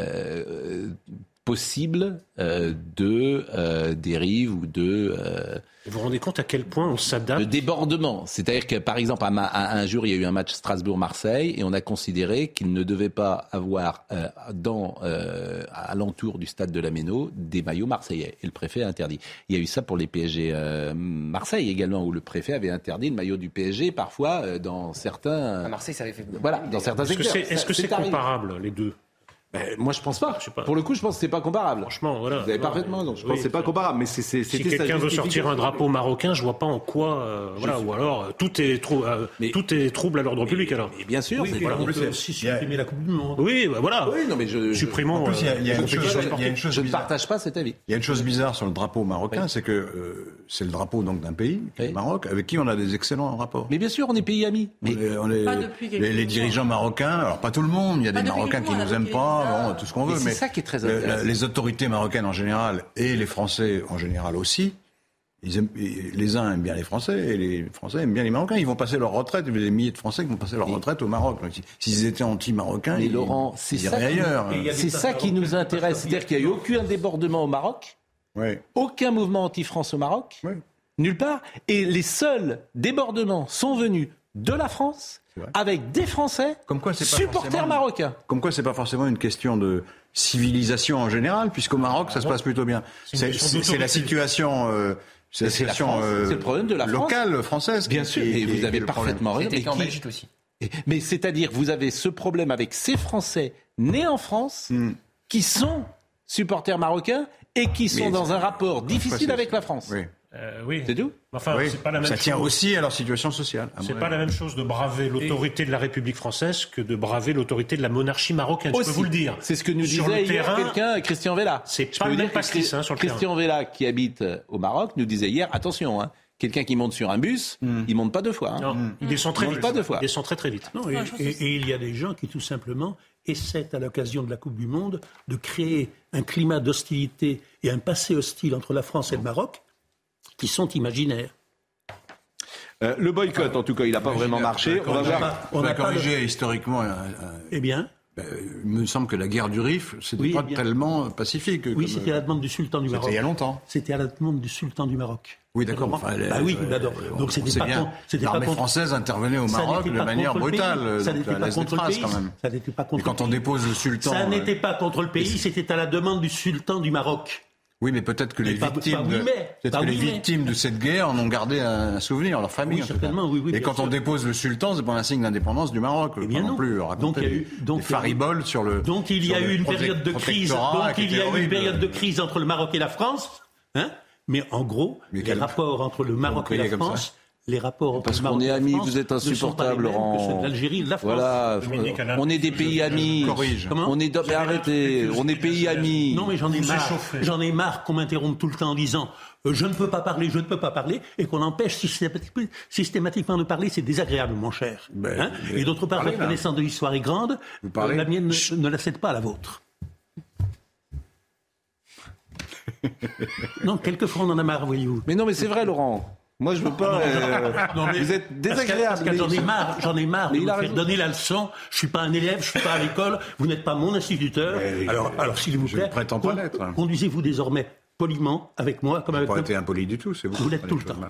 euh, possible euh, de euh, dérive ou de... Euh, vous vous rendez compte à quel point on s'adapte ? De débordement. C'est-à-dire que, par exemple, à, ma, à un jour, il y a eu un match Strasbourg-Marseille et on a considéré qu'il ne devait pas avoir euh, dans, euh, à l'entour du stade de la Méno des maillots marseillais. Et le préfet a interdit. Il y a eu ça pour les P S G euh, Marseille également, où le préfet avait interdit le maillot du P S G parfois euh, dans certains... À Marseille, ça avait fait... Voilà, dans certains est-ce secteurs. Que c'est, est-ce que c'est, c'est comparable, les deux ? Ben, moi, je pense pas. Je sais pas. Pour le coup, je pense que c'est pas comparable. Franchement, voilà. Vous avez non, parfaitement. Donc, je oui, pense que c'est pas comparable. Mais c'est, c'est, si quelqu'un veut sortir un drapeau marocain, je vois pas en quoi. Euh, voilà. Ou alors euh, tout est trou- euh, mais, tout est trouble à l'ordre mais, public. Alors. Mais bien sûr. Oui, c'est voilà. on peut aussi supprimer la Coupe du Monde. Oui, bah, voilà. Oui, non, mais je. Supprimons. En plus, il y a, il y a une chose, il y a une chose je ne bizarre. partage pas cet avis. Il y a une chose bizarre sur le drapeau marocain, oui. c'est que euh, c'est le drapeau donc d'un pays, oui. le Maroc, avec qui on a des excellents rapports. Mais bien sûr, on est pays amis. Mais on est, on est, pas depuis les, les dirigeants marocains, alors pas tout le monde. Il y a pas des Marocains qui nous aiment pas, bon, tout ce qu'on veut. Mais c'est ça qui est très intéressant. Les autorités marocaines en général et les Français en général aussi, ils aiment, les uns aiment bien les Français et les Français aiment bien les Marocains. Ils vont passer leur retraite, il y a des milliers de Français qui vont passer leur retraite au Maroc. Donc, s'ils étaient anti-marocains, ils, Laurent, c'est ils iraient ailleurs. Qui, c'est ça qui nous intéresse. C'est-à-dire qu'il n'y a eu aucun débordement au Maroc, oui. aucun mouvement anti-France au Maroc, oui. nulle part. Et les seuls débordements sont venus de la France, avec des Français, comme quoi, c'est pas supporters marocains. Comme quoi, c'est pas forcément une question de civilisation en général, puisqu'au Maroc, ça se passe plutôt bien. C'est, c'est, c'est la situation, euh, c'est la c'est situation la euh, c'est le problème de la locale France. française. Bien sûr, et vous avez parfaitement raison. C'était en Belgique aussi. Mais c'est-à-dire, vous avez ce problème avec ces Français nés en France, mm. qui sont supporters marocains et qui sont Mais dans un rapport difficile c'est- avec la France. Oui. Euh, oui. C'est tout ? Enfin, Oui. c'est pas la même Ça chose. tient aussi à leur situation sociale. à C'est mon pas avis. la même chose de braver l'autorité de la République française que de braver l'autorité de la monarchie marocaine. Je Aussi. peux vous le dire. C'est ce que nous Sur disait le hier terrain, quelqu'un, Christian Vella. C'est Je pas peux le vous même dire que pastis hein, sur le Christian Vella, qui habite euh, au Maroc, nous disait hier, attention, hein, quelqu'un qui monte sur un bus, Mm. il monte pas deux fois. Hein. terrain. Non, il descend très Il vite. monte pas deux fois. Il descend très très vite. Non, et, et- et il y a des gens qui, tout simplement, essaient, à l'occasion de la Coupe du Monde, de créer un climat d'hostilité et un passé hostile entre la France et le Maroc qui sont imaginaires. Euh, le boycott, en tout cas, il n'a pas vraiment marché. On va On n'a voir. pas- On on a n'a pas corrigé historiquement. euh, euh, Eh bien, ben, il me semble que la guerre du Rif, c'était Oui, pas bien. tellement pacifique. oui, comme- c'était à la demande du sultan du C'était Maroc. il y a longtemps. C'était à la demande du sultan du Maroc. Oui, d'accord. Enfin, bah les- oui, euh, d'accord. on- Donc on c'était sait pas, bien. con- c'était pas L'armée contre- française intervenait au ça Maroc n'était de pas manière contre le pays. brutale. Ça donc n'était elle pas laisse des contre le traces pays. quand même. Ça n'était pas contre Et quand le on pays. dépose le sultan. Ça euh, n'était pas contre le pays, c'était à la demande du sultan du Maroc. Oui, mais peut-être que Mais les pas- victimes, pas de, oui, mais. peut-être Pas que les oui, mais. victimes de cette guerre en ont gardé un souvenir, leur famille. Oui, en tout cas. certainement, oui, oui, Et bien quand on sûr. dépose le sultan, c'est pas un signe d'indépendance du Maroc. Eh bien pas non non. plus raconter Donc, il y a des- eu- donc, des fariboles sur le. Donc il y sur a le eu une prote- période de crise. protectorat Donc qui il y était a eu une horrible. période de crise entre le Maroc et la France. Hein, mais en gros, Mais les quel- rapports entre le Maroc et criez la comme ça. France, les rapports entre Parce le Maroc qu'on est et la amis, France vous êtes ne sont pas les insupportable, mêmes que ceux Laurent. de l'Algérie et de la France. Voilà, Dominique, Alain, on est des pays amis. Corrige. Comment On est do- mais arrêtez, on est pays amis. Non, mais j'en ai Vous marre. échauffez. J'en ai marre qu'on m'interrompe tout le temps en disant euh, je ne peux pas parler, je ne peux pas parler, et qu'on empêche systématiquement, systématiquement de parler. C'est désagréable, mon cher. Ben, Hein mais et d'autre part, parlez, votre là. connaissance de l'histoire est grande. Vous parlez. Euh, la mienne ne, ne la cède pas à la vôtre. Non, quelquefois on en a marre, voyez-vous. Mais non, mais c'est vrai, Laurent. Moi, je veux pas. euh, Non, mais- vous êtes parce que- désagréable. Parce que j'en ai mais- marre, j'en ai marre Mais de il vous a faire raison. donner la leçon. Je suis pas un élève, je suis pas à l'école. Vous n'êtes pas mon instituteur. Mais alors, alors, s'il vous je ne plaît, prétends pas con- l'être. conduisez-vous désormais poliment avec moi, comme avec Pas le- été impoli du tout, c'est vous. Vous qui l'êtes prenez tout le les choses temps. mal.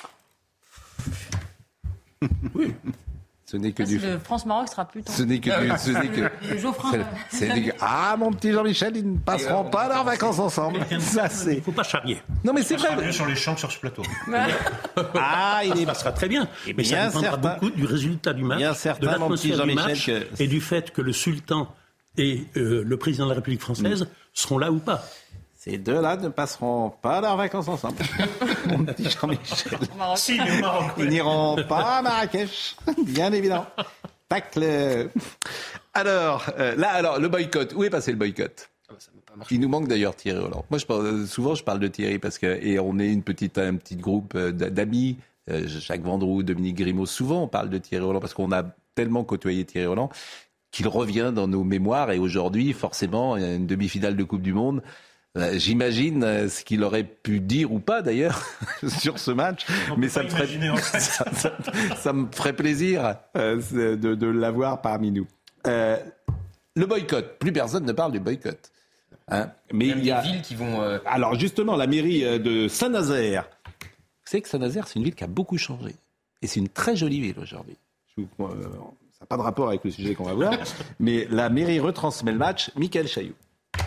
Ce n'est que Ça, du. c'est le France-Maroc sera plus Ce n'est que du. Ce n'est que. Le Geoffrin. c'est- c'est du- Ah, mon petit Jean-Michel, ils ne passeront pas leurs vacances ensemble. Ça, Il c'est. ne faut pas charrier. Non, mais c'est On sera vrai. mieux sur les champs que sur ce plateau. Ah, il est. Ça sera très bien. Mais ça bien dépendra certain. beaucoup du résultat du match, Bien de certain, mon l'atmosphère petit du Jean-Michel, match que- et du fait que le sultan et euh, le président de la République française Mm. seront là ou pas. Ces deux-là ne passeront pas leurs vacances ensemble. Mon petit Jean-Michel. Si, mais au Maroc. Ils n'iront pas à Marrakech, bien évidemment. Tacle. Alors, euh, là, alors, le boycott. Où est passé le boycott ? Il nous manque d'ailleurs Thierry Roland. Moi, je parle, souvent, je parle de Thierry parce que et on est une petite, un petit groupe euh, d'amis. Euh, Jacques Vendroux, Dominique Grimaud. Souvent, on parle de Thierry Roland parce qu'on a tellement côtoyé Thierry Roland qu'il revient dans nos mémoires. Et aujourd'hui, forcément, il y a une demi-finale de Coupe du Monde. Euh, J'imagine euh, ce qu'il aurait pu dire ou pas d'ailleurs sur ce match, On mais peut ça pas me, ferait, imaginer, en fait. ça, ça- ça me ferait plaisir euh, de, de l'avoir parmi nous. Euh, le boycott, plus personne ne parle du boycott. Hein, mais Même il y a... des villes qui vont. euh, Alors justement, la mairie euh, de Saint-Nazaire. Vous savez que Saint-Nazaire, c'est une ville qui a beaucoup changé. Et c'est une très jolie ville aujourd'hui. Je vous- euh, ça n'a pas de rapport avec le sujet qu'on va voir. Mais la mairie retransmet le match. Michael Chailloux.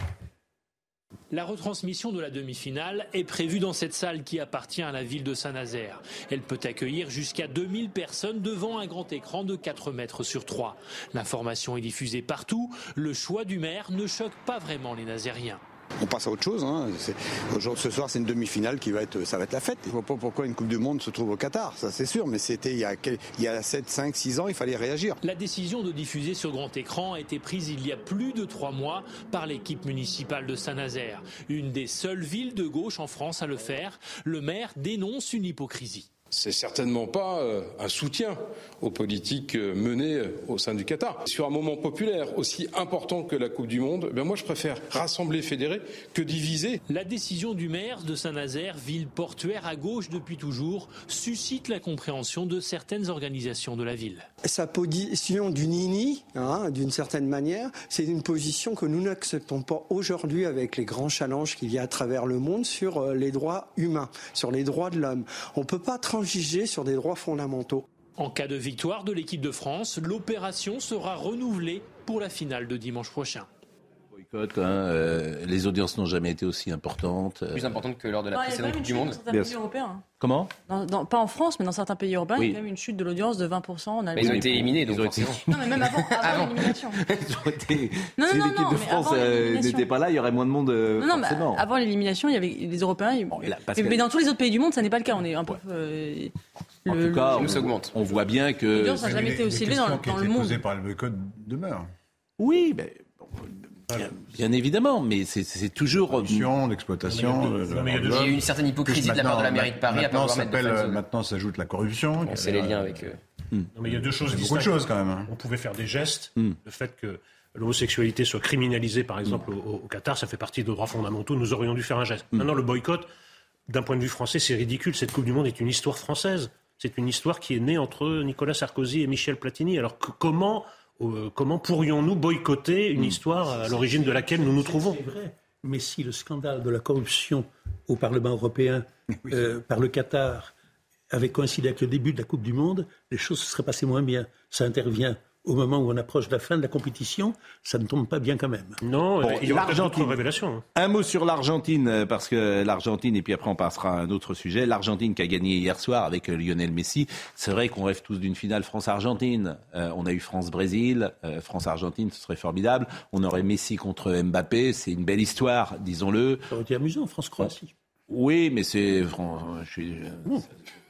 La retransmission de la demi-finale est prévue dans cette salle qui appartient à la ville de Saint-Nazaire. Elle peut accueillir jusqu'à deux mille personnes devant un grand écran de quatre mètres sur trois. L'information est diffusée partout. Le choix du maire ne choque pas vraiment les Nazériens. On passe à autre chose. Hein. C'est- Aujourd'hui, ce soir, c'est une demi-finale qui va être, ça va être la fête. Je vois pas pourquoi une Coupe du Monde se trouve au Qatar, ça c'est sûr. Mais c'était il y a, quel- il y a sept, cinq, six ans, il fallait réagir. La décision de diffuser sur grand écran a été prise il y a plus de trois mois par l'équipe municipale de Saint-Nazaire. Une des seules villes de gauche en France à le faire. Le maire dénonce une hypocrisie. C'est certainement pas euh, un soutien aux politiques euh, menées euh, au sein du Qatar. Sur un moment populaire aussi important que la Coupe du Monde, ben moi je préfère rassembler, fédérer que diviser. La décision du maire de Saint-Nazaire, ville portuaire à gauche depuis toujours, suscite la compréhension de certaines organisations de la ville. Sa position du nini, hein, d'une certaine manière, c'est une position que nous n'acceptons pas aujourd'hui avec les grands challenges qu'il y a à travers le monde sur euh, les droits humains, sur les droits de l'homme. On ne peut pas transiger sur des droits fondamentaux. En cas de victoire de l'équipe de France, l'opération sera renouvelée pour la finale de dimanche prochain. boycott, hein, euh, les audiences n'ont jamais été aussi importantes. Plus importantes que lors de la Non, précédente Coupe du dans Monde. certains pays européens. Comment dans, dans, Pas en France, mais dans certains pays européens, oui. il y a quand même une chute de l'audience de vingt pour cent. En Allemagne. Ils ont été éliminés, donc été... Non, mais même avant, avant, avant. l'élimination. été... Non, non, si non, l'équipe non, de mais France avant euh, n'était pas là, il y aurait moins de monde euh, non, non, forcément. Mais avant l'élimination, il y avait les Européens. Ils... Bon, là, mais, mais dans tous les autres pays du monde, ça n'est pas le cas. On est un peu... Ouais. Euh, en le, tout cas, le... on, on voit bien que... L'audience n'a jamais été aussi élevée dans, dans le monde. Posées par le boycott demeurent. Oui, mais... Bien, bien évidemment, mais c'est, c'est toujours... Corruption, l'exploitation... Il y a eu une certaine hypocrisie de la part de la mairie de Paris à pas vouloir mettre de fan zone. Maintenant s'ajoute la corruption. On sait les liens avec... Euh... Non, mais il y a deux choses distinctes. Beaucoup de choses quand même. Hein. On pouvait faire des gestes. Mm. Le fait que l'homosexualité soit criminalisée, par exemple, mm. au, au Qatar, ça fait partie de nos droits fondamentaux. Nous aurions dû faire un geste. Mm. Maintenant, le boycott, d'un point de vue français, c'est ridicule. Cette Coupe du Monde est une histoire française. C'est une histoire qui est née entre Nicolas Sarkozy et Michel Platini. Alors que, comment... Euh, comment pourrions-nous boycotter une mmh. histoire à l'origine de laquelle nous nous trouvons ? C'est vrai. Mais si le scandale de la corruption au Parlement européen oui. euh, par le Qatar avait coïncidé avec le début de la Coupe du Monde, les choses se seraient passées moins bien. Ça intervient au moment où on approche de la fin de la compétition, ça ne tombe pas bien quand même. Non, bon, il y a d'autres révélations. Un mot sur l'Argentine, parce que l'Argentine, et puis après on passera à un autre sujet, l'Argentine qui a gagné hier soir avec Lionel Messi, c'est vrai qu'on rêve tous d'une finale France-Argentine. Euh, on a eu France-Brésil, euh, France-Argentine, ce serait formidable. On aurait Messi contre Mbappé, c'est une belle histoire, disons-le. Ça aurait été amusant, France-Croatie. Oui, mais c'est... Je suis... Mmh.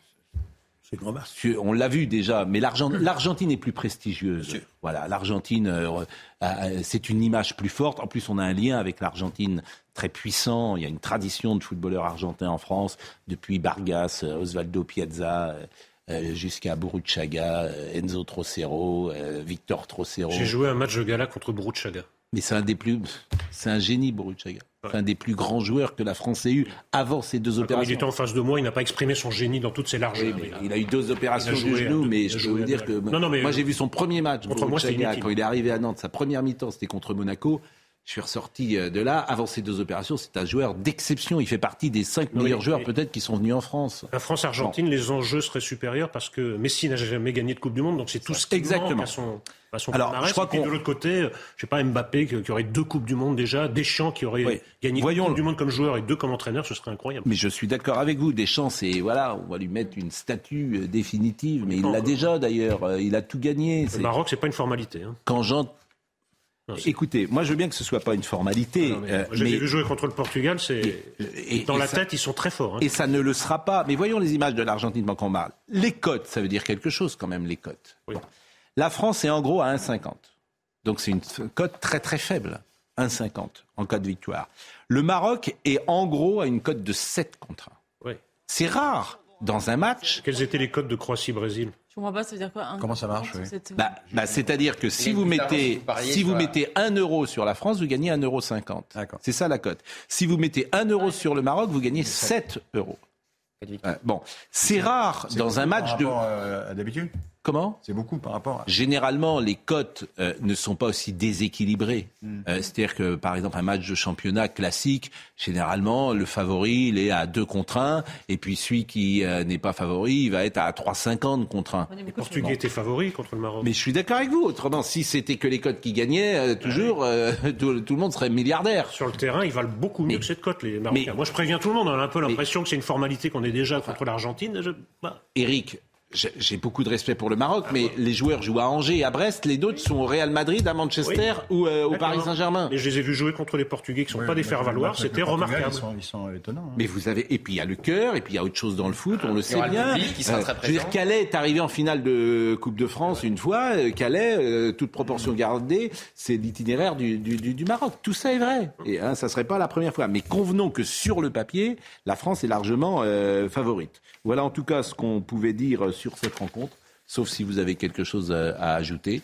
C'est grand match. On l'a vu déjà, mais l'Argent... l'Argentine est plus prestigieuse. Voilà, l'Argentine, euh, euh, c'est une image plus forte. En plus, on a un lien avec l'Argentine très puissant. Il y a une tradition de footballeurs argentins en France, depuis Vargas, Osvaldo Piazza, euh, jusqu'à Burruchaga, Enzo Trocero, euh, Victor Trocero. J'ai joué un match de gala contre Burruchaga. Mais c'est un des plus, c'est un génie, Burruchaga. C'est un des plus grands joueurs que la France ait eu avant ces deux opérations. Quand il était en face de moi, il n'a pas exprimé son génie dans toutes ses largeurs. Oui, il a eu deux opérations du genou, deux, mais je peux vous dire que non, non, mais moi j'ai vu son premier match contre moi, quand il est arrivé à Nantes. Sa première mi-temps, c'était contre Monaco. Je suis ressorti de là. Avant ces deux opérations, c'est un joueur d'exception. Il fait partie des cinq non, meilleurs mais, joueurs peut-être qui sont venus en France. La France-Argentine, bon. Les enjeux seraient supérieurs parce que Messi n'a jamais gagné de Coupe du Monde, donc c'est tout ce qui Exactement. manque à son, à son Alors, palmarès. Je crois et puis de l'autre côté, je sais pas, Mbappé qui, qui aurait deux Coupes du Monde déjà, Deschamps qui aurait oui. gagné Voyons une Coupe du Monde comme joueur et deux comme entraîneur, ce serait incroyable. Mais je suis d'accord avec vous. Deschamps, c'est voilà, on va lui mettre une statue euh, définitive, mais il l'a déjà d'ailleurs. Euh, il a tout gagné. Le c'est... Maroc, c'est pas une formalité. Hein. Quand j'entends Non, Écoutez, moi je veux bien que ce soit pas une formalité. Non, mais euh, J'avais mais... vu jouer contre le Portugal, c'est et, et, dans et la ça... tête ils sont très forts. Hein. Et ça ne le sera pas. Mais voyons les images de l'Argentine quand on parle. Les cotes, ça veut dire quelque chose quand même les cotes. Oui. Bon. La France est en gros à un virgule cinquante. Donc c'est une cote très très faible, un virgule cinquante en cas de victoire. Le Maroc est en gros à une cote de sept contre un. Oui. C'est rare dans un match. Quelles étaient les cotes de Croatie-Brésil ? Je comprends pas, ça veut dire quoi un Comment ça marche oui. cette... bah, bah, c'est-à-dire que si vous mettez, si vous mettez un euro sur la France, vous gagnez un euro cinquante. D'accord. C'est ça la cote. Si vous mettez un euro sur le Maroc, vous gagnez sept euros. Euh, bon, c'est rare c'est dans un match par de. Euh, à d'habitude. Comment ? C'est beaucoup par rapport à... Généralement, les cotes euh, ne sont pas aussi déséquilibrées. Mm. Euh, c'est-à-dire que, par exemple, un match de championnat classique, généralement, le favori, il est à deux contre un, et puis celui qui euh, n'est pas favori, il va être à trois virgule cinquante contre un. Les Portugais étaient favoris contre le Maroc. Mais je suis d'accord avec vous. Autrement, si c'était que les cotes qui gagnaient, euh, toujours, euh, tout, tout le monde serait milliardaire. Sur le terrain, ils valent beaucoup mieux mais, que cette cote, les Marocains. Mais, moi, je préviens tout le monde, on a un peu l'impression mais, que c'est une formalité qu'on est déjà contre l'Argentine. Je... Bah. Éric, j'ai beaucoup de respect pour le Maroc, mais les joueurs jouent à Angers et à Brest. Les d'autres sont au Real Madrid, à Manchester oui. ou euh, au Paris Saint-Germain. Et je les ai vus jouer contre les Portugais qui ne sont oui, pas des faire-valoir. C'était remarquable. Ils sont, ils sont étonnants. Hein. Mais vous avez et puis il y a le cœur et puis il y a autre chose dans le foot. On le sait bien. Le qui sera euh, très je veux dire, Calais est arrivé en finale de Coupe de France ouais. une fois. Calais, euh, toute proportion gardée, c'est l'itinéraire du, du, du, du Maroc. Tout ça est vrai. Et hein, ça serait pas la première fois. Mais convenons que sur le papier, la France est largement euh, favorite. Voilà en tout cas ce qu'on pouvait dire sur cette rencontre. Sauf si vous avez quelque chose à, à ajouter.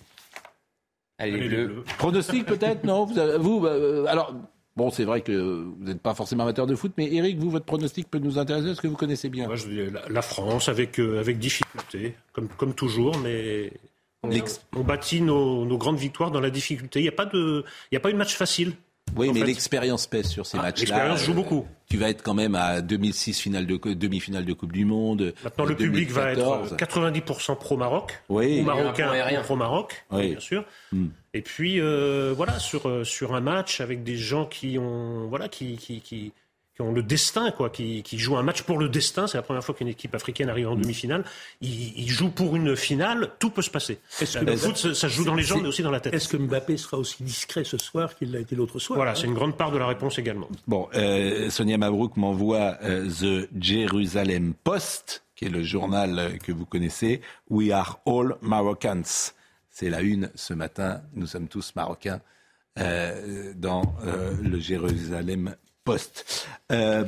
Allez, les bleus. Pronostic peut-être, non vous, avez, vous euh, alors, bon, c'est vrai que vous n'êtes pas forcément amateur de foot, mais Éric, vous, votre pronostic peut nous intéresser, est-ce que vous connaissez bien ? Moi, je dis la, la France, avec, euh, avec difficulté, comme, comme toujours, mais on, on bâtit nos, nos grandes victoires dans la difficulté. Il n'y a pas de, il n'y a pas eu de match facile. Oui, en mais fait. l'expérience pèse sur ces Ah, matchs-là. l'expérience joue beaucoup. Tu vas être quand même à deux mille six finale de, demi-finale de Coupe du Monde. Maintenant, le public va être quatre-vingt-dix pour cent pro-Maroc, oui. ou marocain ou pro-Maroc, oui. bien sûr. Mm. Et puis, euh, voilà, sur, sur un match avec des gens qui ont, voilà, qui, qui, qui, qui ont le destin, quoi, qui, qui jouent un match pour le destin. C'est la première fois qu'une équipe africaine arrive en demi-finale. Ils, ils jouent pour une finale, tout peut se passer. Est-ce que le foot, ça, ça se joue dans les jambes, mais aussi dans la tête. Est-ce que Mbappé sera aussi discret ce soir qu'il l'a été l'autre soir? Voilà, c'est une grande part de la réponse également. Bon, euh, Sonia Mabrouk m'envoie euh, The Jerusalem Post, qui est le journal que vous connaissez. We are all Moroccans. C'est la une ce matin. Nous sommes tous Marocains euh, dans euh, le Jerusalem Post. Euh,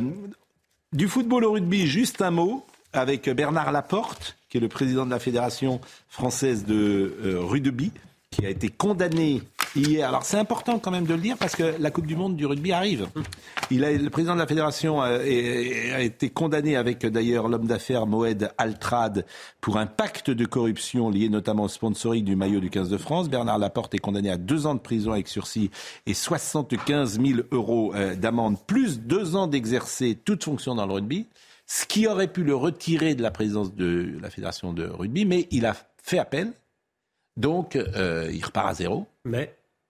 du football au rugby, juste un mot avec Bernard Laporte, qui est le président de la Fédération française de euh, rugby, qui a été condamné hier. Alors c'est important quand même de le dire parce que la Coupe du Monde du rugby arrive. Il a, le président de la fédération a, a été condamné avec d'ailleurs l'homme d'affaires Moed Altrad pour un pacte de corruption lié notamment au sponsoring du maillot du quinze de France. Bernard Laporte est condamné à deux ans de prison avec sursis et soixante-quinze mille euros d'amende, plus deux ans d'exercer toute fonction dans le rugby, ce qui aurait pu le retirer de la présidence de la fédération de rugby, mais il a fait appel. Donc, euh, il repart à zéro. Mais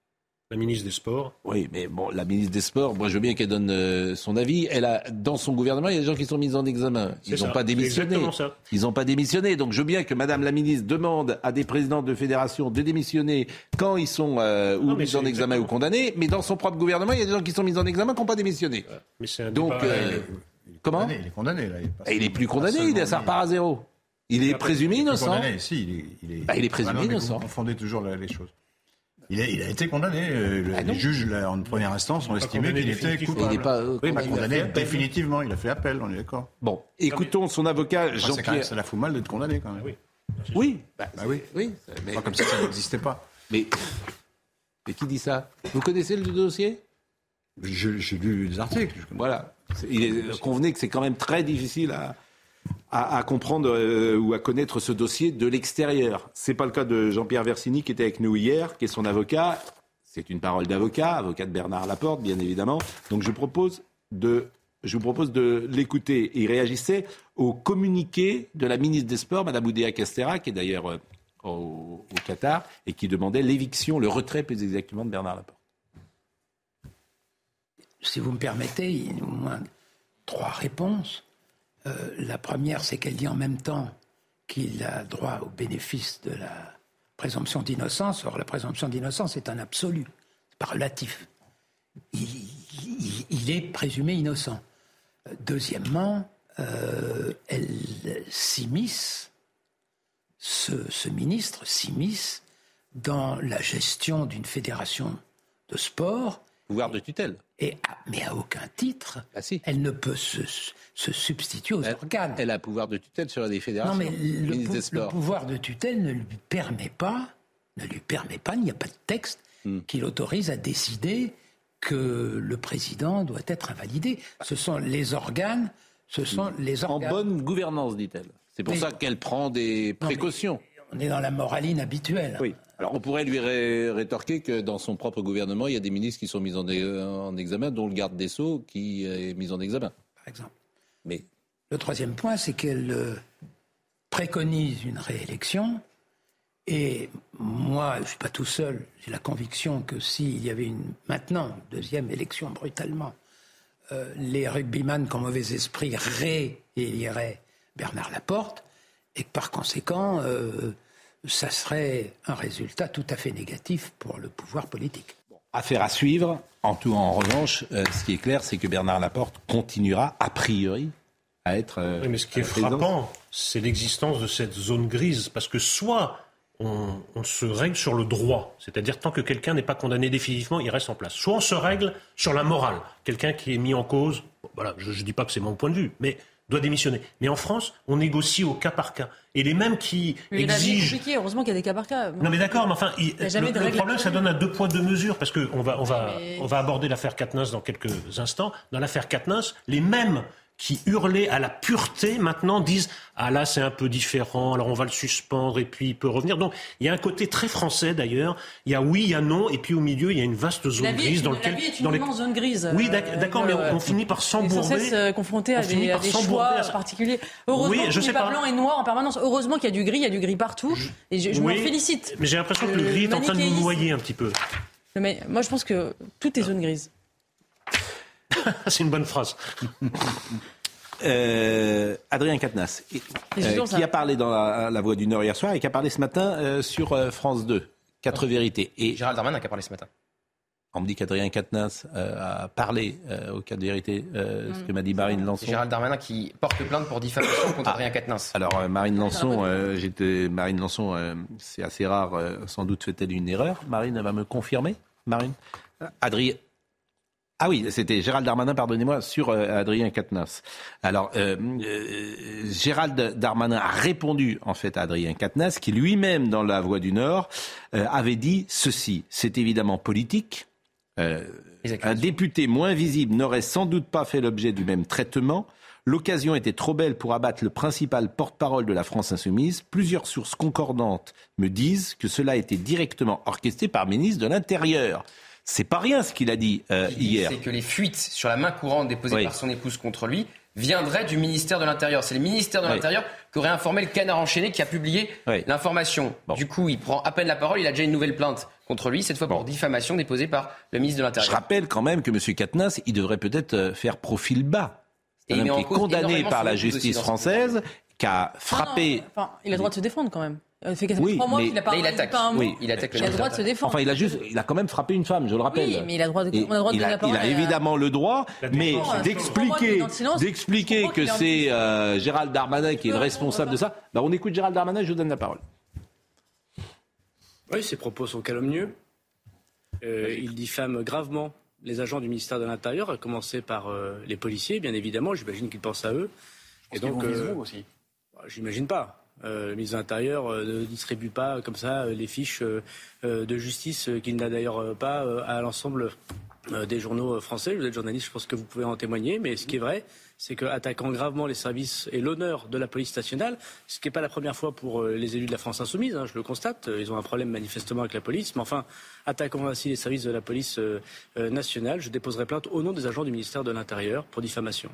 la ministre des Sports... Oui, mais bon, la ministre des Sports, moi je veux bien qu'elle donne euh, son avis. Elle a, dans son gouvernement, il y a des gens qui sont mis en examen. Ils n'ont pas démissionné. Ils n'ont pas démissionné. Donc je veux bien que Madame la ministre demande à des présidents de fédération de démissionner quand ils sont euh, ou non, mis en examen exactement. ou condamnés. Mais dans son propre gouvernement, il y a des gens qui sont mis en examen qui n'ont pas démissionné. Ouais, mais c'est un Donc, débat, euh, il est, il est comment Il est condamné. Là. Il, est Et il est plus condamné, il est, ça repart à zéro. Il est présumé innocent. Condamné, si, il est, il est, bah, il est présumé ah non, innocent. Vous confondez toujours les choses. Il a, il a été condamné. Euh, ah les juges, là, en première instance, ont estimé qu'il était coupable. Il n'est pas euh, oui, mais condamné définitivement. Il a fait appel, on est d'accord. Bon, écoutons son avocat enfin, Jean-Pierre. Ça la fout mal d'être condamné quand même. Oui. Oui. Bah, bah oui. oui. Mais... Pas comme si ça n'existait pas. Mais, mais qui dit ça? Vous connaissez le dossier? J'ai lu des articles. Voilà. Il est, convenez que c'est quand même très difficile à. À, à comprendre euh, ou à connaître ce dossier de l'extérieur. C'est pas le cas de Jean-Pierre Versini qui était avec nous hier, qui est son avocat. C'est une parole d'avocat, avocat de Bernard Laporte, bien évidemment. Donc je propose de, je vous propose de l'écouter. Il réagissait au communiqué de la ministre des Sports, Mme Oudéa Castéra, qui est d'ailleurs euh, au, au Qatar, et qui demandait l'éviction, le retrait plus exactement de Bernard Laporte. Si vous me permettez, il y a au moins trois réponses. Euh, la première, c'est qu'elle dit en même temps qu'il a droit au bénéfice de la présomption d'innocence. Or, la présomption d'innocence est un absolu, c'est pas relatif. Il, il, il est présumé innocent. Deuxièmement, euh, elle s'immisce, ce, ce ministre s'immisce dans la gestion d'une fédération de sport. Pouvoir de tutelle. Et, mais à aucun titre, ah, si. elle ne peut se, se substituer aux elle, organes. Elle a pouvoir de tutelle sur des fédérations. Non, mais le, pou, le pouvoir de tutelle ne lui permet pas, ne lui permet pas, il n'y a pas de texte hmm. qui l'autorise à décider que le président doit être invalidé. Ce sont les organes, ce sont hmm. les organes. En bonne gouvernance, dit-elle. C'est pour mais, ça qu'elle prend des précautions. Non, on est dans la moraline habituelle. Oui. Alors on pourrait lui ré- rétorquer que dans son propre gouvernement, il y a des ministres qui sont mis en, é- en examen, dont le garde des Sceaux qui est mis en examen. Par exemple. Mais le troisième point, c'est qu'elle euh, préconise une réélection. Et moi, je ne suis pas tout seul. J'ai la conviction que s'il y avait une, maintenant une deuxième élection brutalement, euh, les rugbyman qui ont mauvais esprit rééliraient Bernard Laporte et que par conséquent... Euh, ça serait un résultat tout à fait négatif pour le pouvoir politique. Bon, affaire à suivre. En tout, en revanche, euh, ce qui est clair, c'est que Bernard Laporte continuera, a priori, à être euh, oui, mais ce qui est frappant, c'est l'existence de cette zone grise. Parce que soit on, on se règle sur le droit, c'est-à-dire tant que quelqu'un n'est pas condamné définitivement, il reste en place. Soit on se règle sur la morale. Quelqu'un qui est mis en cause, bon, voilà, je ne dis pas que c'est mon point de vue, mais... doit démissionner. Mais en France, on négocie au cas par cas. Et les mêmes qui mais exigent... C'est compliqué, heureusement qu'il y a des cas par cas. Non mais d'accord, mais enfin, il, il le, le problème, ça donne un deux poids, deux mesures, parce qu'on va, on va, mais... on va aborder l'affaire Quatennens dans quelques instants. Dans l'affaire Quatennens, les mêmes qui hurlaient à la pureté, maintenant disent « Ah là, c'est un peu différent, alors on va le suspendre et puis il peut revenir ». Donc, il y a un côté très français d'ailleurs. Il y a oui, il y a non, et puis au milieu, il y a une vaste zone la vie grise. Est, dans la lequel, vie est une dans les... immense zone grise. Oui, d'accord, euh, mais on, on finit par s'embourber. On est sans cesse euh, confronté à des, à des choix particuliers. Heureusement oui, qu'il n'est pas, pas blanc et noir en permanence. Heureusement qu'il y a du gris, il y a du gris partout. Je... Et je, je oui, m'en félicite. Mais j'ai l'impression que le gris est en train de nous noyer un petit peu. Mais moi, je pense que tout est zone grise. C'est une bonne phrase. Euh, Adrien Quatennens, euh, qui a parlé dans la, la Voix du Nord hier soir et qui a parlé ce matin euh, sur euh, France deux. Quatre oh. vérités. Et Gérald Darmanin qui a parlé ce matin. On me dit qu'Adrien Quatennens euh, a parlé euh, aux quatre vérités, euh, mmh. ce que m'a dit Marine Lançon. C'est Gérald Darmanin qui porte plainte pour diffamation contre ah. Adrien Quatennens. Alors euh, Marine Lançon, euh, j'étais Marine Lançon, euh, c'est assez rare. Euh, sans doute fait-elle une erreur. Marine, elle va me confirmer. Marine, Adrien. Ah oui, c'était Gérald Darmanin, pardonnez-moi, sur euh, Adrien Quatennens. Alors, euh, euh, Gérald Darmanin a répondu en fait à Adrien Quatennens, qui lui-même, dans La Voix du Nord, euh, avait dit ceci. C'est évidemment politique. Euh, un député moins visible n'aurait sans doute pas fait l'objet du même traitement. L'occasion était trop belle pour abattre le principal porte-parole de la France insoumise. Plusieurs sources concordantes me disent que cela a été directement orchestré par le ministre de l'Intérieur. C'est pas rien ce qu'il a dit euh, il hier. C'est que les fuites sur la main courante déposées oui. par son épouse contre lui viendraient du ministère de l'Intérieur. C'est le ministère de oui. l'Intérieur qui aurait informé le Canard enchaîné qui a publié oui. l'information. Bon. Du coup, il prend à peine la parole, il a déjà une nouvelle plainte contre lui, cette fois bon. pour diffamation déposée par le ministre de l'Intérieur. Je rappelle quand même que M. Quatennens, il devrait peut-être faire profil bas. C'est un homme qui est condamné par la justice française, qui a frappé... Non, non, enfin, il a le droit de se défendre quand même. Il fait quasiment oui, trois mois qu'il a parlé, il attaque. Pas un mot. Oui, il attaque. Il a le droit de se défendre. Enfin, il a juste, il a quand même frappé une femme, je le rappelle. Oui, mais il a le droit de, on a le droit de il a, la parole. Il a évidemment le droit, mais non, d'expliquer, d'expliquer que c'est euh, Gérald Darmanin qui est le responsable de ça. Bah, on écoute Gérald Darmanin, je vous donne la parole. Oui, ses propos sont calomnieux. Euh, il diffame gravement les agents du ministère de l'Intérieur, à commencer par euh, les policiers, bien évidemment. J'imagine qu'il pense à eux. Et donc, euh, aussi. Bah, j'imagine pas. Euh, le ministre de l'Intérieur euh, ne distribue pas comme ça euh, les fiches euh, de justice euh, qu'il n'a d'ailleurs euh, pas euh, à l'ensemble euh, des journaux français. Vous êtes journaliste, je pense que vous pouvez en témoigner. Mais ce qui est vrai, c'est qu'attaquant gravement les services et l'honneur de la police nationale, ce qui n'est pas la première fois pour euh, les élus de la France insoumise, hein, je le constate, euh, ils ont un problème manifestement avec la police, mais enfin, attaquant ainsi les services de la police euh, euh, nationale, je déposerai plainte au nom des agents du ministère de l'Intérieur pour diffamation.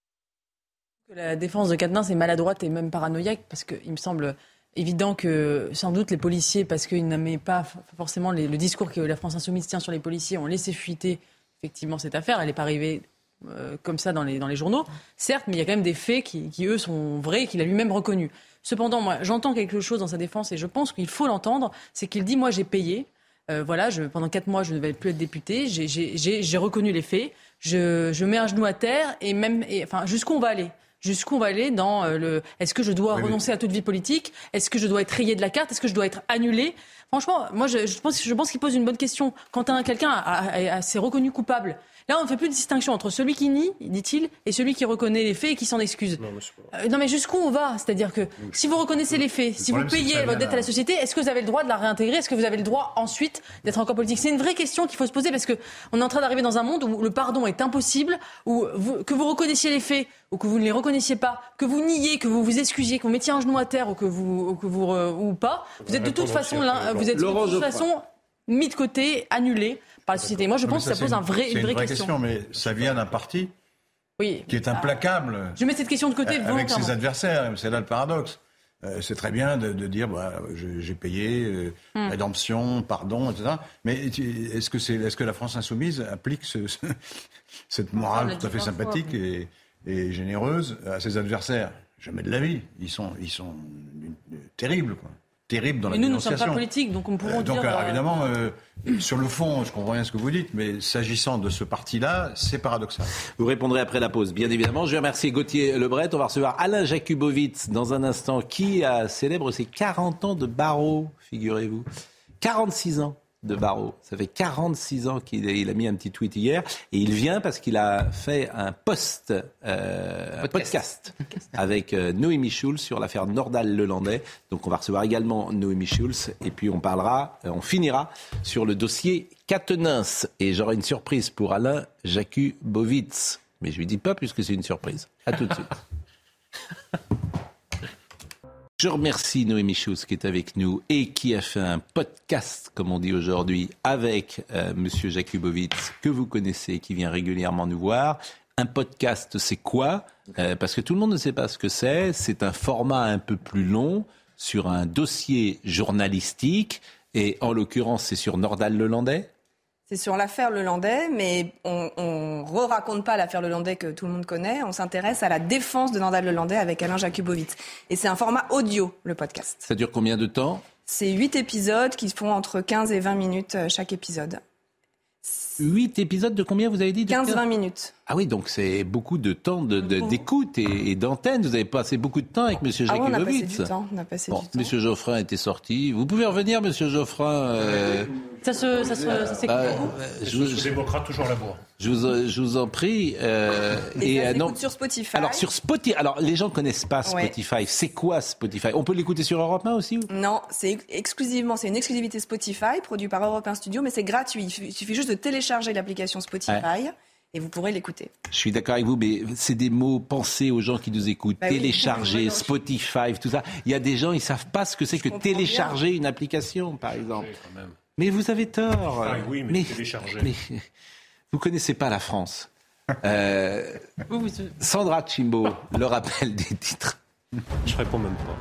La défense de Quatennens est maladroite et même paranoïaque parce qu'il me semble évident que sans doute les policiers, parce qu'ils n'aimaient pas forcément les, le discours que la France insoumise tient sur les policiers, ont laissé fuiter effectivement cette affaire. Elle n'est pas arrivée euh, comme ça dans les, dans les journaux, certes, mais il y a quand même des faits qui, qui eux, sont vrais et qu'il a lui-même reconnus. Cependant, moi, j'entends quelque chose dans sa défense et je pense qu'il faut l'entendre, c'est qu'il dit « moi, j'ai payé ». Euh, voilà, je, pendant quatre mois, je ne vais plus être député. J'ai, j'ai, j'ai, j'ai reconnu les faits. Je, je mets un genou à terre et même, et, enfin, jusqu'où on va aller ? Jusqu'où on va aller dans le... Est-ce que je dois oui, renoncer mais... à toute vie politique ? Est-ce que je dois être rayé de la carte ? Est-ce que je dois être annulé ? Franchement, moi, je, je, pense, je pense qu'il pose une bonne question. Quand un, quelqu'un a, a, a, s'est reconnu coupable, là, on ne fait plus de distinction entre celui qui nie, dit-il, et celui qui reconnaît les faits et qui s'en excuse. Non, mais, euh, non, mais jusqu'où on va ? C'est-à-dire que si vous reconnaissez les faits, si vous payez votre dette à la société, est-ce que vous avez le droit de la réintégrer ? Est-ce que vous avez le droit ensuite d'être encore politique ? C'est une vraie question qu'il faut se poser parce qu'on est en train d'arriver dans un monde où le pardon est impossible, où vous, que vous reconnaissiez les faits ou que vous ne les reconnaissiez pas, que vous niez, que vous vous excusiez, que vous mettiez un genou à terre ou que vous, ou, que vous euh, ou pas, vous êtes de toute façon là, vous êtes de toute façon mis de côté, annulé par la société. Moi, je pense que ça pose un vrai, une, vraie, une vraie question. question. Mais ça vient d'un parti oui. qui est implacable. Je mets cette question de côté avec ses adversaires. C'est là le paradoxe. Euh, c'est très bien de, de dire bah, j'ai payé, euh, hum. rédemption, pardon, et cetera. Mais est-ce que, c'est, est-ce que la France insoumise applique ce, ce, cette morale tout à fait sympathique fois, et, et généreuse à ses adversaires ? Jamais de la vie. Ils sont, ils sont terribles, quoi. Terribles dans mais la nous, dénonciation. nous ne sommes pas politiques, donc on pourrait euh, donc, dire... Alors, évidemment, euh, sur le fond, je comprends bien ce que vous dites, mais s'agissant de ce parti-là, c'est paradoxal. Vous répondrez après la pause, bien évidemment. Je vais remercier Gauthier Lebret. On va recevoir Alain Jakubowicz dans un instant, qui a, célèbre ses quarante ans de barreau, figurez-vous. quarante-six ans de barreau. Ça fait quarante-six ans qu'il a, il a mis un petit tweet hier. Et il vient parce qu'il a fait un post, euh, un podcast, podcast avec euh, Noémie Schulz sur l'affaire Nordal-Lelandais. Donc on va recevoir également Noémie Schulz. Et puis on parlera, euh, on finira sur le dossier Quatennens. Et j'aurai une surprise pour Alain Jakubowicz. Mais je lui dis pas puisque c'est une surprise. À tout de suite. Je remercie Noémie Schulz qui est avec nous et qui a fait un podcast, comme on dit aujourd'hui, avec euh, Monsieur Jakubowicz, que vous connaissez, qui vient régulièrement nous voir. Un podcast, c'est quoi ? euh, Parce que tout le monde ne sait pas ce que c'est. C'est un format un peu plus long sur un dossier journalistique. Et en l'occurrence, c'est sur Nordal-Lelandais ? C'est sur l'affaire Lelandais, mais on ne re-raconte pas l'affaire Lelandais que tout le monde connaît. On s'intéresse à la défense de Nordal-Lelandais avec Alain Jakubowicz. Et c'est un format audio, le podcast. Ça dure combien de temps ? C'est huit épisodes qui font entre quinze et vingt minutes chaque épisode. Huit épisodes de combien vous avez dit ? quinze à vingt minutes. Ah oui, donc c'est beaucoup de temps de, de, d'écoute et, et d'antenne. Vous avez passé beaucoup de temps avec M. Jakubowicz. Ah oui, on a passé du temps. On a passé bon, du temps. M. Geoffrin était sorti. Vous pouvez revenir, M. Geoffrin euh... Ça se, ça se, ça s'écoute. Euh, je vous évoquera toujours la voix. Je vous, je vous en prie. Euh, et et ça euh, s'écoute non. sur Spotify. Alors sur Spotify. Alors les gens connaissent pas Spotify. Ouais. C'est quoi Spotify ? On peut l'écouter sur Europe un aussi ou ? Non, c'est exclusivement, c'est une exclusivité Spotify, produit par Europe un Studio, mais c'est gratuit. Il suffit juste de télécharger l'application Spotify. Ouais. Et vous pourrez l'écouter. Je suis d'accord avec vous, mais c'est des mots pensés aux gens qui nous écoutent. Bah télécharger, oui, Spotify, tout ça. Il y a des gens, ils ne savent pas ce que c'est je que télécharger bien. Une application, par exemple. Oui, quand même. Mais vous avez tort. Ah, oui, mais, mais télécharger. Mais, vous ne connaissez pas la France. Euh, Sandra Chimbo, le rappel des titres. Je réponds même pas.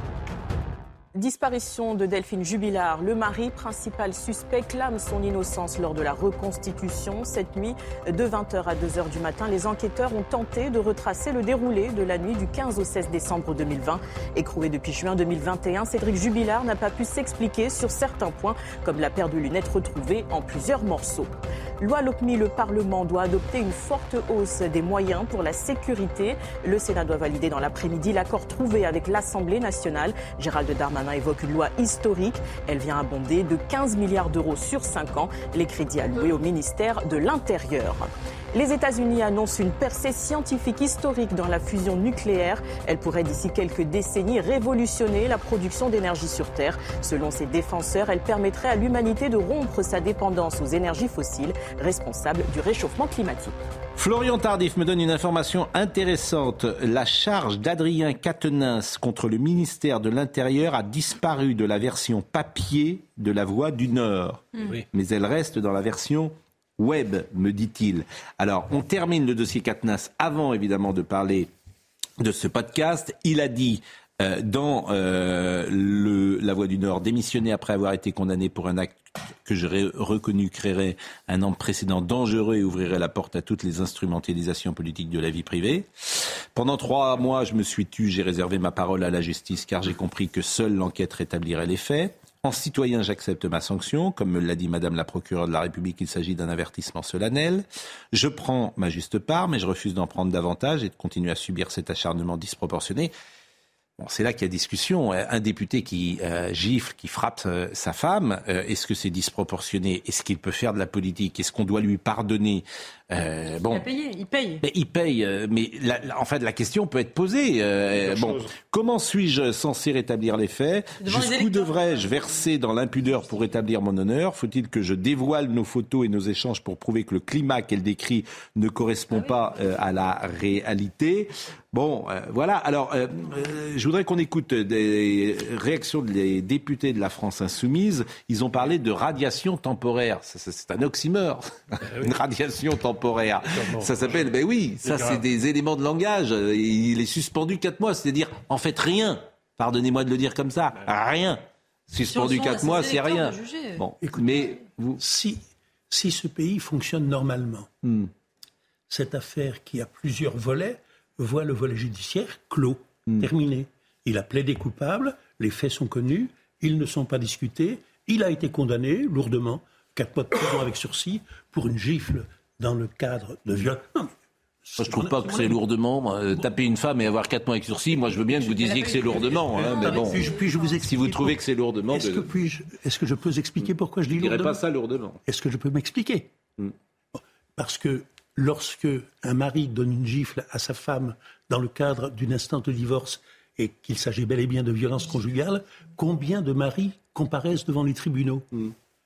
Disparition de Delphine Jubilard. Le mari principal suspect clame son innocence lors de la reconstitution. Cette nuit, de vingt heures à deux heures du matin, les enquêteurs ont tenté de retracer le déroulé de la nuit du quinze au seize décembre deux mille vingt. Écroué depuis juin deux mille vingt et un, Cédric Jubilard n'a pas pu s'expliquer sur certains points, comme la paire de lunettes retrouvée en plusieurs morceaux. Loi Lopmi, le Parlement doit adopter une forte hausse des moyens pour la sécurité. Le Sénat doit valider dans l'après-midi l'accord trouvé avec l'Assemblée nationale. Gérald Darmanin évoque une loi historique. Elle vient abonder de quinze milliards d'euros sur cinq ans les crédits alloués au ministère de l'Intérieur. Les États-Unis annoncent une percée scientifique historique dans la fusion nucléaire. Elle pourrait d'ici quelques décennies révolutionner la production d'énergie sur Terre. Selon ses défenseurs, elle permettrait à l'humanité de rompre sa dépendance aux énergies fossiles, responsables du réchauffement climatique. Florian Tardif me donne une information intéressante. La charge d'Adrien Quatennens contre le ministère de l'Intérieur a disparu de la version papier de La Voix du Nord. Oui. Mais elle reste dans la version web, me dit-il. Alors, on termine le dossier Quatennens avant, évidemment, de parler de ce podcast. Il a dit euh, dans euh, le, La Voix du Nord, démissionner après avoir été condamné pour un acte que j'aurais reconnu créerait un antécédent dangereux et ouvrirait la porte à toutes les instrumentalisations politiques de la vie privée. Pendant trois mois, je me suis tu, j'ai réservé ma parole à la justice car j'ai compris que seule l'enquête rétablirait les faits. En citoyen, j'accepte ma sanction. Comme me l'a dit Madame la procureure de la République, il s'agit d'un avertissement solennel. Je prends ma juste part, mais je refuse d'en prendre davantage et de continuer à subir cet acharnement disproportionné. Bon, c'est là qu'il y a discussion. Un député qui euh, gifle, qui frappe euh, sa femme, euh, est-ce que c'est disproportionné ? Est-ce qu'il peut faire de la politique ? Est-ce qu'on doit lui pardonner ? euh, bon, Il a payé, il paye. Mais il paye, euh, mais la, la, en fait la question peut être posée. Euh, bon, comment suis-je censé rétablir les faits ? Jusqu'où devrais-je verser dans l'impudeur pour rétablir mon honneur ? Faut-il que je dévoile nos photos et nos échanges pour prouver que le climat qu'elle décrit ne correspond ah oui. pas euh, à la réalité ? Bon, euh, voilà. Alors, euh, euh, je voudrais qu'on écoute des réactions des députés de la France Insoumise. Ils ont parlé de radiation temporaire. Ça, ça, c'est un oxymore. Ben oui. Une radiation temporaire. Ça s'appelle, ben oui, ça c'est, c'est des éléments de langage. Il est suspendu quatre mois. C'est-à-dire, en fait, rien. Pardonnez-moi de le dire comme ça. Rien. Suspendu si quatre mois, c'est rien. Bon, écoute, mais vous... si, si ce pays fonctionne normalement, hmm. cette affaire qui a plusieurs volets, voit le volet judiciaire clos, mmh. terminé. Il a plaidé coupable, les faits sont connus, ils ne sont pas discutés, il a été condamné lourdement, quatre mois de prison avec sursis, pour une gifle dans le cadre de viol. Non, mais moi, je trouve pas que c'est lourdement. Euh, taper une femme et avoir quatre mois avec sursis, moi je veux bien que vous disiez que c'est lourdement. Hein, mais bon, puis-je, puis-je vous si vous trouvez que c'est lourdement... Est-ce, de... que, puis-je, est-ce que je peux expliquer pourquoi je dis lourdement ? Je ne dirais pas ça lourdement. Est-ce que je peux m'expliquer ? mm. Parce que lorsque un mari donne une gifle à sa femme dans le cadre d'une instance de divorce et qu'il s'agit bel et bien de violence conjugale, combien de maris comparaissent devant les tribunaux ? mmh.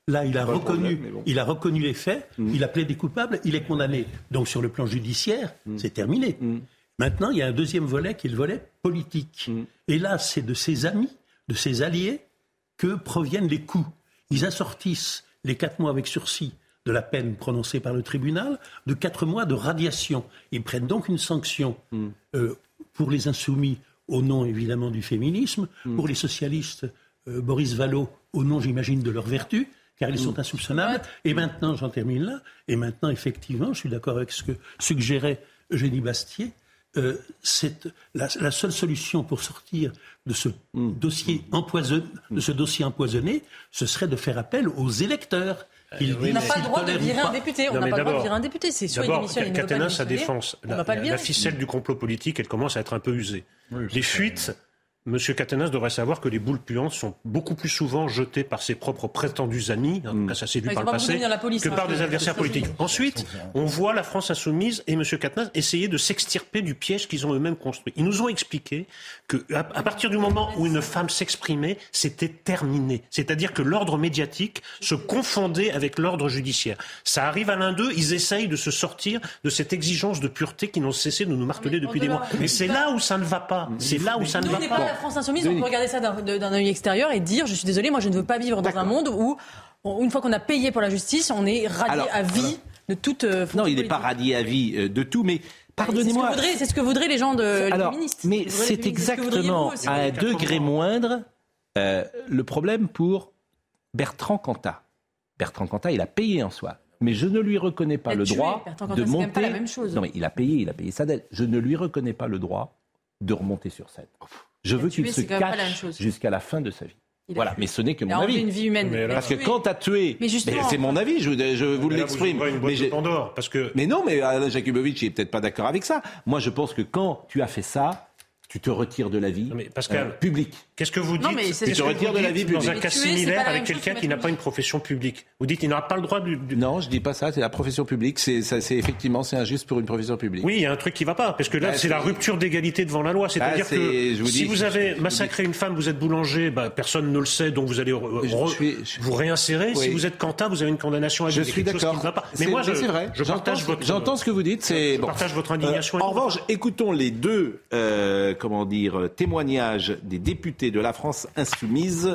Là, il a, reconnu, problème, bon. il a reconnu les faits, mmh. il a plaidé coupable, il est condamné. Donc sur le plan judiciaire, mmh. c'est terminé. Mmh. Maintenant, il y a un deuxième volet qui est le volet politique. Mmh. Et là, c'est de ses amis, de ses alliés, que proviennent les coups. Ils assortissent les quatre mois avec sursis de la peine prononcée par le tribunal de quatre mois de radiation. Ils prennent donc une sanction mmh. euh, pour les insoumis au nom évidemment du féminisme, mmh. pour les socialistes, euh, Boris Vallaud, au nom j'imagine de leur vertu, car ils sont insoupçonnables. Et maintenant, j'en termine là, et maintenant effectivement, je suis d'accord avec ce que suggérait Eugénie Bastier, euh, c'est la, la seule solution pour sortir de ce, mmh. dossier empoisonné, de ce dossier empoisonné, ce serait de faire appel aux électeurs. Euh, on n'a pas le droit de virer un député. On n'a pas le droit de virer un député. C'est soit il démissionne, il ne veut pas sa défense. La, la, la ficelle du complot politique, elle commence à être un peu usée. Oui, les fuites. M. Caténins devrait savoir que les boules puantes sont beaucoup plus souvent jetées par ses propres prétendus amis, en tout cas ça s'est vu par le passé, que par des adversaires politiques. Ensuite, on voit la France insoumise et M. Caténins essayer de s'extirper du piège qu'ils ont eux-mêmes construit. Ils nous ont expliqué qu'à à partir du moment où une femme s'exprimait, c'était terminé. C'est-à-dire que l'ordre médiatique se confondait avec l'ordre judiciaire. Ça arrive à l'un d'eux, ils essayent de se sortir de cette exigence de pureté qui n'ont cessé de nous marteler depuis des mois. Mais c'est là où ça ne va pas. C'est là où ça ne va pas. La France insoumise, on peut regarder ça d'un, d'un œil extérieur et dire, je suis désolé, moi je ne veux pas vivre dans D'accord. un monde où, une fois qu'on a payé pour la justice, on est radié Alors, à vie voilà. de toute euh, Non, il n'est pas radié à vie euh, de tout, mais pardonnez-moi. C'est ce que voudraient, c'est ce que voudraient les gens de Alors, les féministes. Mais c'est exactement à un degré moindre euh, le problème pour Bertrand Cantat. Bertrand Cantat, il a payé en soi. Mais je ne lui reconnais pas le tué, droit Cantat, de monter. C'est même pas la même chose. Non, mais il a payé, il a payé sa dette. Je ne lui reconnais pas le droit de remonter sur scène. Je veux tué, qu'il se cache jusqu'à la fin de sa vie. Il voilà, mais ce n'est que mon avis. Une vie humaine. Mais parce que quand tu as tué, mais mais c'est mon avis, je, je vous mais l'exprime. Là, vous une boîte mais, de Pandore, parce que... mais non, mais Alain Jakubowicz, il n'est peut-être pas d'accord avec ça. Moi, je pense que quand tu as fait ça, tu te retires de la vie non, mais Pascal, euh, publique. Qu'est-ce que vous dites non, mais Tu te retires de la vie publique. Dans un cas tuer, similaire avec quelqu'un qui n'a pas une profession publique. Vous dites qu'il n'aura pas le droit du... du... Non, je dis pas ça. C'est la profession publique. C'est, ça, c'est effectivement, c'est injuste pour une profession publique. Oui, il y a un truc qui va pas. Parce que là, ah, c'est, c'est la rupture d'égalité devant la loi. C'est-à-dire ah, que vous si dis, vous avez massacré une femme, vous êtes boulanger, bah, personne ne le sait, donc vous allez re, je suis, je... vous réinsérer. Oui. Si vous êtes Cantat, vous avez une condamnation à vie. Je suis d'accord. Qui va pas. Mais moi, je, c'est vrai. je partage votre... J'entends ce que vous dites. Je partage votre indignation. En revanche, écoutons les deux, comment dire, témoignages des députés de la France insoumise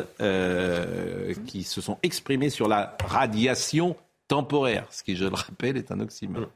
euh, qui se sont exprimés sur la radiation temporaire, ce qui, je le rappelle, est un oxymore.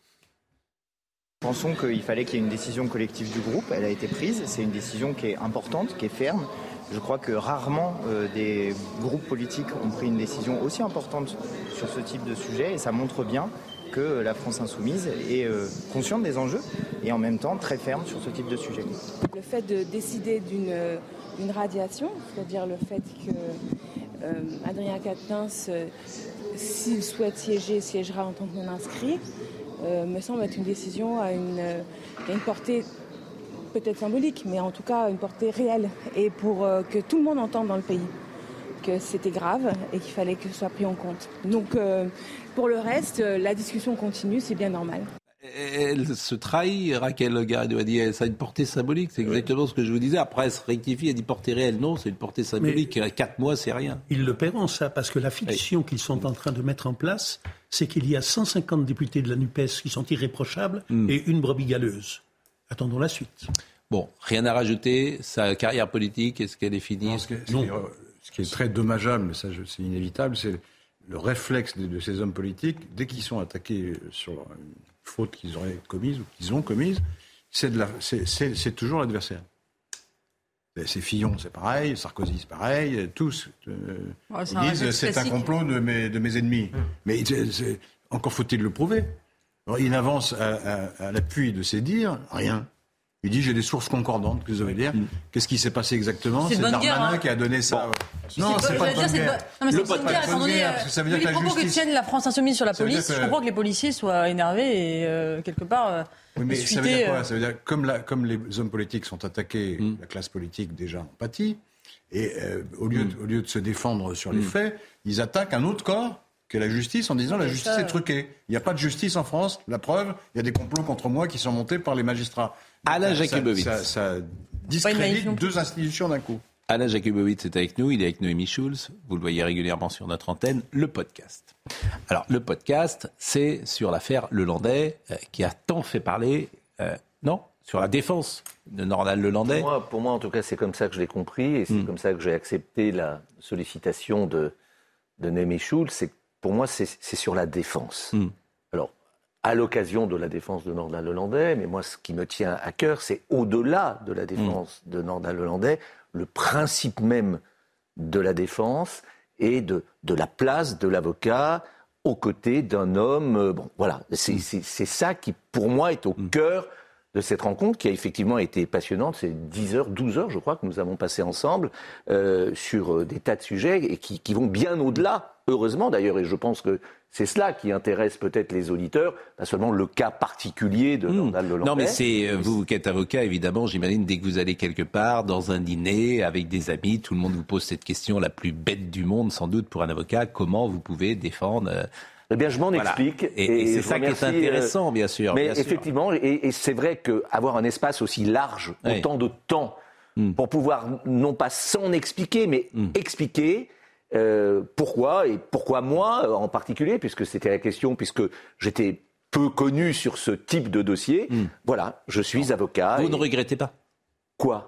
Nous pensons qu'il fallait qu'il y ait une décision collective du groupe. Elle a été prise. C'est une décision qui est importante, qui est ferme. Je crois que rarement euh, des groupes politiques ont pris une décision aussi importante sur ce type de sujet, et ça montre bien que la France insoumise est euh, consciente des enjeux et en même temps très ferme sur ce type de sujet. Le fait de décider d'une, d'une radiation, c'est-à-dire le fait que euh, Adrien Quatennens, euh, s'il souhaite siéger, siégera en tant que non-inscrit, euh, me semble être une décision à une, euh, à une portée peut-être symbolique, mais en tout cas une portée réelle, et pour euh, que tout le monde entende dans le pays que c'était grave et qu'il fallait que ce soit pris en compte. Donc euh, pour le reste, la discussion continue, c'est bien normal. Elle se trahit, Raquel Garrido a dit, ça a une portée symbolique, c'est exactement oui. ce que je vous disais. Après, elle se rectifie, elle dit portée réelle. Non, c'est une portée symbolique. Mais quatre mois, c'est rien. Ils le paieront, ça, parce que la fiction oui. qu'ils sont en train de mettre en place, c'est qu'il y a cent cinquante députés de la NUPES qui sont irréprochables mm. et une brebis galeuse. Attendons la suite. Bon, rien à rajouter. Sa carrière politique, est-ce qu'elle est finie? Non, ce, que, non. Ce qui est très dommageable, mais ça c'est inévitable, c'est le réflexe de, de ces hommes politiques, dès qu'ils sont attaqués sur une faute qu'ils auraient commise ou qu'ils ont commise, c'est, de la, c'est, c'est, c'est toujours l'adversaire. C'est Fillon, c'est pareil, Sarkozy, c'est pareil, tous euh, ouais, c'est disent c'est classique. Un complot de mes, de mes ennemis. Mmh. Mais c'est, c'est, encore faut-il le prouver. Alors, il avance à, à, à l'appui de ses dires, rien. Il dit j'ai des sources concordantes, que ça veut dire. Mmh. Qu'est-ce qui s'est passé exactement? C'est, c'est Darmanin guerre, hein. qui a donné ça. Bon. Non, c'est, c'est pas de bonne guerre. Non, mais c'est, c'est une guerre. Attendez, ça veut dire que la justice... que tienne la France insoumise sur la police, que... je comprends que les policiers soient énervés et euh, quelque part... Euh, oui, mais ça veut dire quoi? Ça veut dire comme, la, comme les hommes politiques sont attaqués, mmh. la classe politique déjà en pâtit, et euh, au, lieu de, mmh. au lieu de se défendre sur les mmh. faits, ils attaquent un autre corps que la justice en disant la justice ça, est truquée. Il n'y a pas de justice en France. La preuve, il y a des complots contre moi qui sont montés par les magistrats. Alain Jakubowicz. Ça, ça, ça discrédite deux institutions d'un coup. Alain Jakubowicz est avec nous, il est avec Noémie Schulz, vous le voyez régulièrement sur notre antenne, le podcast. Alors, le podcast, c'est sur l'affaire Lelandais, euh, qui a tant fait parler, euh, non ? Sur la défense de Nordal Lelandais. Pour moi, pour moi, en tout cas, c'est comme ça que je l'ai compris, et c'est mmh. comme ça que j'ai accepté la sollicitation de, de Noémie Schulz. C'est, pour moi, c'est, c'est sur la défense. Mmh. Alors, à l'occasion de la défense de Nordal Lelandais, mais moi, ce qui me tient à cœur, c'est au-delà de la défense mmh. de Nordal Lelandais, le principe même de la défense et de, de la place de l'avocat aux côtés d'un homme. Euh, bon, voilà, c'est, c'est, c'est ça qui, pour moi, est au cœur de cette rencontre qui a effectivement été passionnante. C'est dix heures, douze heures, je crois, que nous avons passé ensemble euh, sur des tas de sujets et qui, qui vont bien au-delà, heureusement d'ailleurs, et je pense que c'est cela qui intéresse peut-être les auditeurs, pas seulement le cas particulier de Nordal Lelandais. Non, mais c'est vous qui êtes avocat, évidemment, j'imagine, dès que vous allez quelque part, dans un dîner, avec des amis, tout le monde vous pose cette question la plus bête du monde, sans doute, pour un avocat, comment vous pouvez défendre... Euh, Eh bien, je m'en voilà. explique. Et, et, et c'est ça remercie, qui est intéressant, bien sûr. Mais bien effectivement, sûr. Et, et c'est vrai qu'avoir un espace aussi large, oui. autant de temps, mm. pour pouvoir, non pas s'en expliquer, mais mm. expliquer euh, pourquoi, et pourquoi moi en particulier, puisque c'était la question, puisque j'étais peu connu sur ce type de dossier. Mm. Voilà, je suis non. avocat. Vous et... ne regrettez pas ? Quoi ?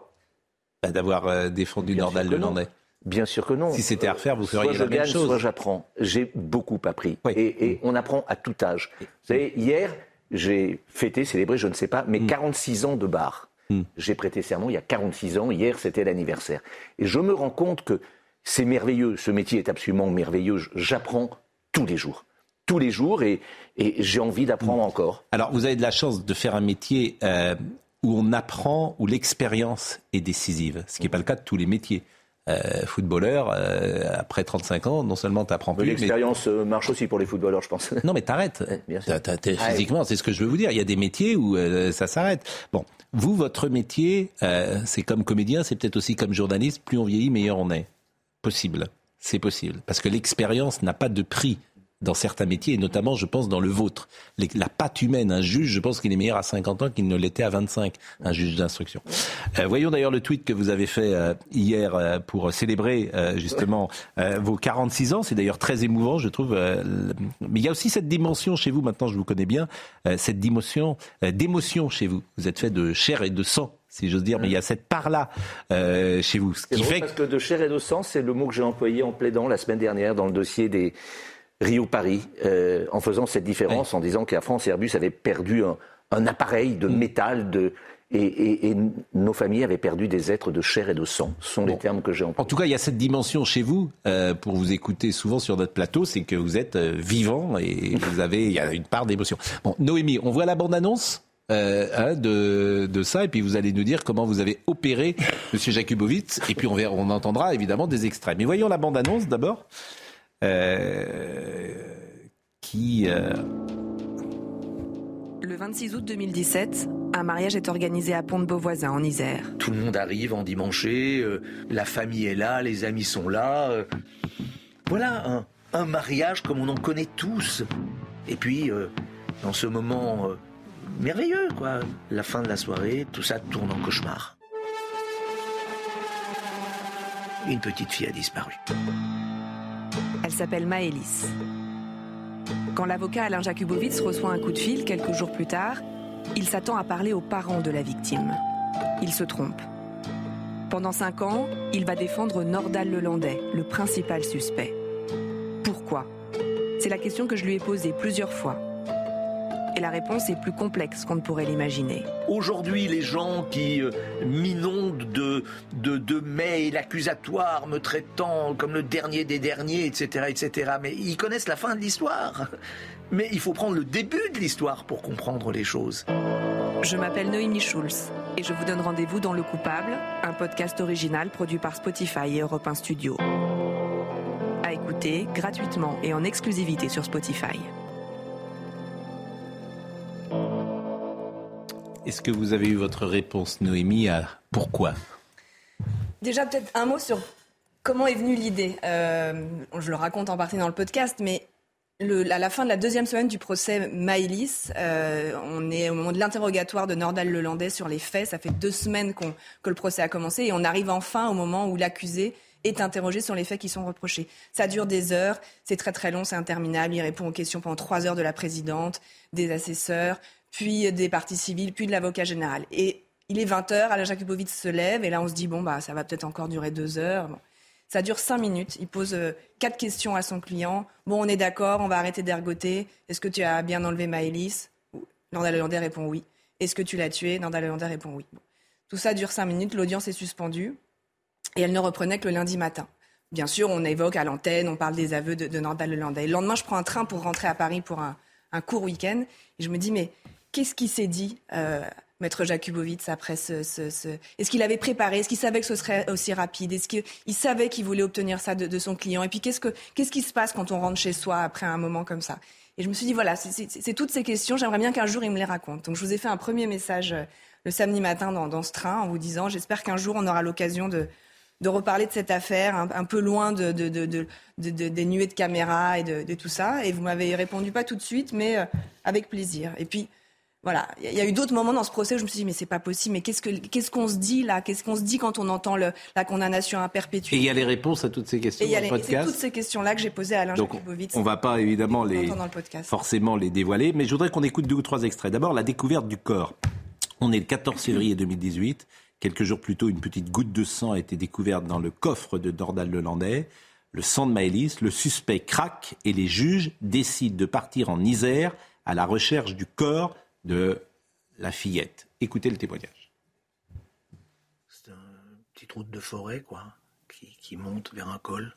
bah, D'avoir euh, défendu bien Nordal Lelandais. Bien sûr que non. Si c'était à refaire, vous feriez soit la même gagne, chose. Soit j'apprends. J'ai beaucoup appris. Oui. Et, et on apprend à tout âge. Vous savez, hier, j'ai fêté, célébré, je ne sais pas, mes mm. quarante-six ans de bar. Mm. J'ai prêté serment il y a quarante-six ans. Hier, c'était l'anniversaire. Et je me rends compte que c'est merveilleux. Ce métier est absolument merveilleux. J'apprends tous les jours. Tous les jours. Et, et j'ai envie d'apprendre mm. encore. Alors, vous avez de la chance de faire un métier euh, où on apprend, où l'expérience est décisive. Ce qui n'est pas le cas de tous les métiers. Euh, footballeur, euh, après trente-cinq ans, non seulement tu apprends plus... L'expérience mais... marche aussi pour les footballeurs, je pense. Non, mais t'arrêtes. Ouais, bien sûr. T'as, t'as, ah, physiquement, c'est ce que je veux vous dire. Il y a des métiers où euh, ça s'arrête. Bon, vous, votre métier, euh, c'est comme comédien, c'est peut-être aussi comme journaliste. Plus on vieillit, meilleur on est. Possible. C'est possible. Parce que l'expérience n'a pas de prix dans certains métiers, et notamment, je pense, dans le vôtre. Les, la patte humaine, un juge, je pense qu'il est meilleur à cinquante ans qu'il ne l'était à vingt-cinq, un juge d'instruction. Euh, voyons d'ailleurs le tweet que vous avez fait euh, hier euh, pour célébrer euh, justement euh, vos quarante-six ans. C'est d'ailleurs très émouvant, je trouve. Euh, mais il y a aussi cette dimension chez vous, maintenant je vous connais bien, euh, cette dimension euh, d'émotion chez vous. Vous êtes fait de chair et de sang, si j'ose dire, mais il y a cette part-là euh, chez vous. Ce qui c'est fait parce que de chair et de sang, c'est le mot que j'ai employé en plaidant la semaine dernière dans le dossier des Rio-Paris, euh, en faisant cette différence, oui. en disant qu'Air France et Airbus avaient perdu un, un appareil de mmh. métal, de, et, et, et nos familles avaient perdu des êtres de chair et de sang. Ce sont bon. les termes que j'ai employés. En tout cas, il y a cette dimension chez vous, euh, pour vous écouter souvent sur notre plateau, c'est que vous êtes euh, vivant et vous avez, il y a une part d'émotion. Bon, Noémie, on voit la bande-annonce Euh, hein, de, de ça, et puis vous allez nous dire comment vous avez opéré M. Jakubowicz, et puis on, verra, on entendra évidemment des extraits. Mais voyons la bande-annonce d'abord, euh, qui... Euh... Le vingt-six août deux mille dix-sept, un mariage est organisé à Pont-de-Beauvoisin, en Isère. Tout le monde arrive en dimanché, euh, la famille est là, les amis sont là. Euh, voilà, un, un mariage comme on en connaît tous. Et puis, euh, dans ce moment... Euh, merveilleux, quoi. La fin de la soirée, tout ça tourne en cauchemar. Une petite fille a disparu. Elle s'appelle Maëlys. Quand l'avocat Alain Jakubowicz reçoit un coup de fil quelques jours plus tard, il s'attend à parler aux parents de la victime. Il se trompe. Pendant cinq ans, il va défendre Nordal Lelandais, le principal suspect. Pourquoi ? C'est la question que je lui ai posée plusieurs fois. Et la réponse est plus complexe qu'on ne pourrait l'imaginer. Aujourd'hui, les gens qui euh, m'inondent de, de, de mails accusatoires, me traitant comme le dernier des derniers, et cetera, et cetera, mais ils connaissent la fin de l'histoire. Mais il faut prendre le début de l'histoire pour comprendre les choses. Je m'appelle Noémie Schulz et je vous donne rendez-vous dans Le Coupable, un podcast original produit par Spotify et Europe un Studio. À écouter gratuitement et en exclusivité sur Spotify. Est-ce que vous avez eu votre réponse, Noémie, à pourquoi ? Déjà, peut-être un mot sur comment est venue l'idée. Euh, je le raconte en partie dans le podcast, mais Le, à la fin de la deuxième semaine du procès Maëlys, euh, on est au moment de l'interrogatoire de Nordal Lelandais sur les faits. Ça fait deux semaines qu'on, que le procès a commencé et on arrive enfin au moment où l'accusé est interrogé sur les faits qui sont reprochés. Ça dure des heures, c'est très très long, c'est interminable. Il répond aux questions pendant trois heures de la présidente, des assesseurs, puis des parties civiles, puis de l'avocat général. Et il est vingt heures, Alain Jakubowicz se lève et là on se dit bon bah ça va peut-être encore durer deux heures. Bon. Ça dure cinq minutes. Il pose euh, quatre questions à son client. Bon, on est d'accord, on va arrêter d'ergoter. Est-ce que tu as bien enlevé Maëlys ? Nordal Lelandais répond oui. Est-ce que tu l'as tué ? Nordal Lelandais répond oui. Bon. Tout ça dure cinq minutes. L'audience est suspendue et elle ne reprenait que le lundi matin. Bien sûr, on évoque à l'antenne, on parle des aveux de, de Nordal Lelandais. Le lendemain, je prends un train pour rentrer à Paris pour un, un court week-end et je me dis mais qu'est-ce qui s'est dit euh, Maître Jakubowicz, après ce, ce, ce... Est-ce qu'il avait préparé ? Est-ce qu'il savait que ce serait aussi rapide ? Est-ce qu'il savait qu'il voulait obtenir ça de, de son client ? Et puis, qu'est-ce, que, qu'est-ce qui se passe quand on rentre chez soi après un moment comme ça ? Et je me suis dit, voilà, c'est, c'est, c'est toutes ces questions. J'aimerais bien qu'un jour, il me les raconte. Donc, je vous ai fait un premier message euh, le samedi matin dans, dans ce train en vous disant, j'espère qu'un jour, on aura l'occasion de, de reparler de cette affaire, un, un peu loin de, de, de, de, de, de, des nuées de caméras et de, de tout ça. Et vous m'avez répondu pas tout de suite, mais euh, avec plaisir. Et puis, voilà, il y a eu d'autres moments dans ce procès où je me suis dit mais c'est pas possible, mais qu'est-ce, que, qu'est-ce qu'on se dit là ? Qu'est-ce qu'on se dit quand on entend le, la condamnation à perpétuité ? Et il y a les réponses à toutes ces questions et dans les, le podcast. Et c'est toutes ces questions-là que j'ai posées à Alain Jakubowicz. On ne va pas évidemment les, forcément les dévoiler, mais je voudrais qu'on écoute deux ou trois extraits. D'abord, la découverte du corps. On est le quatorze février deux mille dix-huit. Quelques jours plus tôt, une petite goutte de sang a été découverte dans le coffre de Nordal Lelandais. Le sang de Maëlys, le suspect craque et les juges décident de partir en Isère à la recherche du corps de la fillette. Écoutez le témoignage. C'est une petite route de forêt, quoi, qui, qui monte vers un col.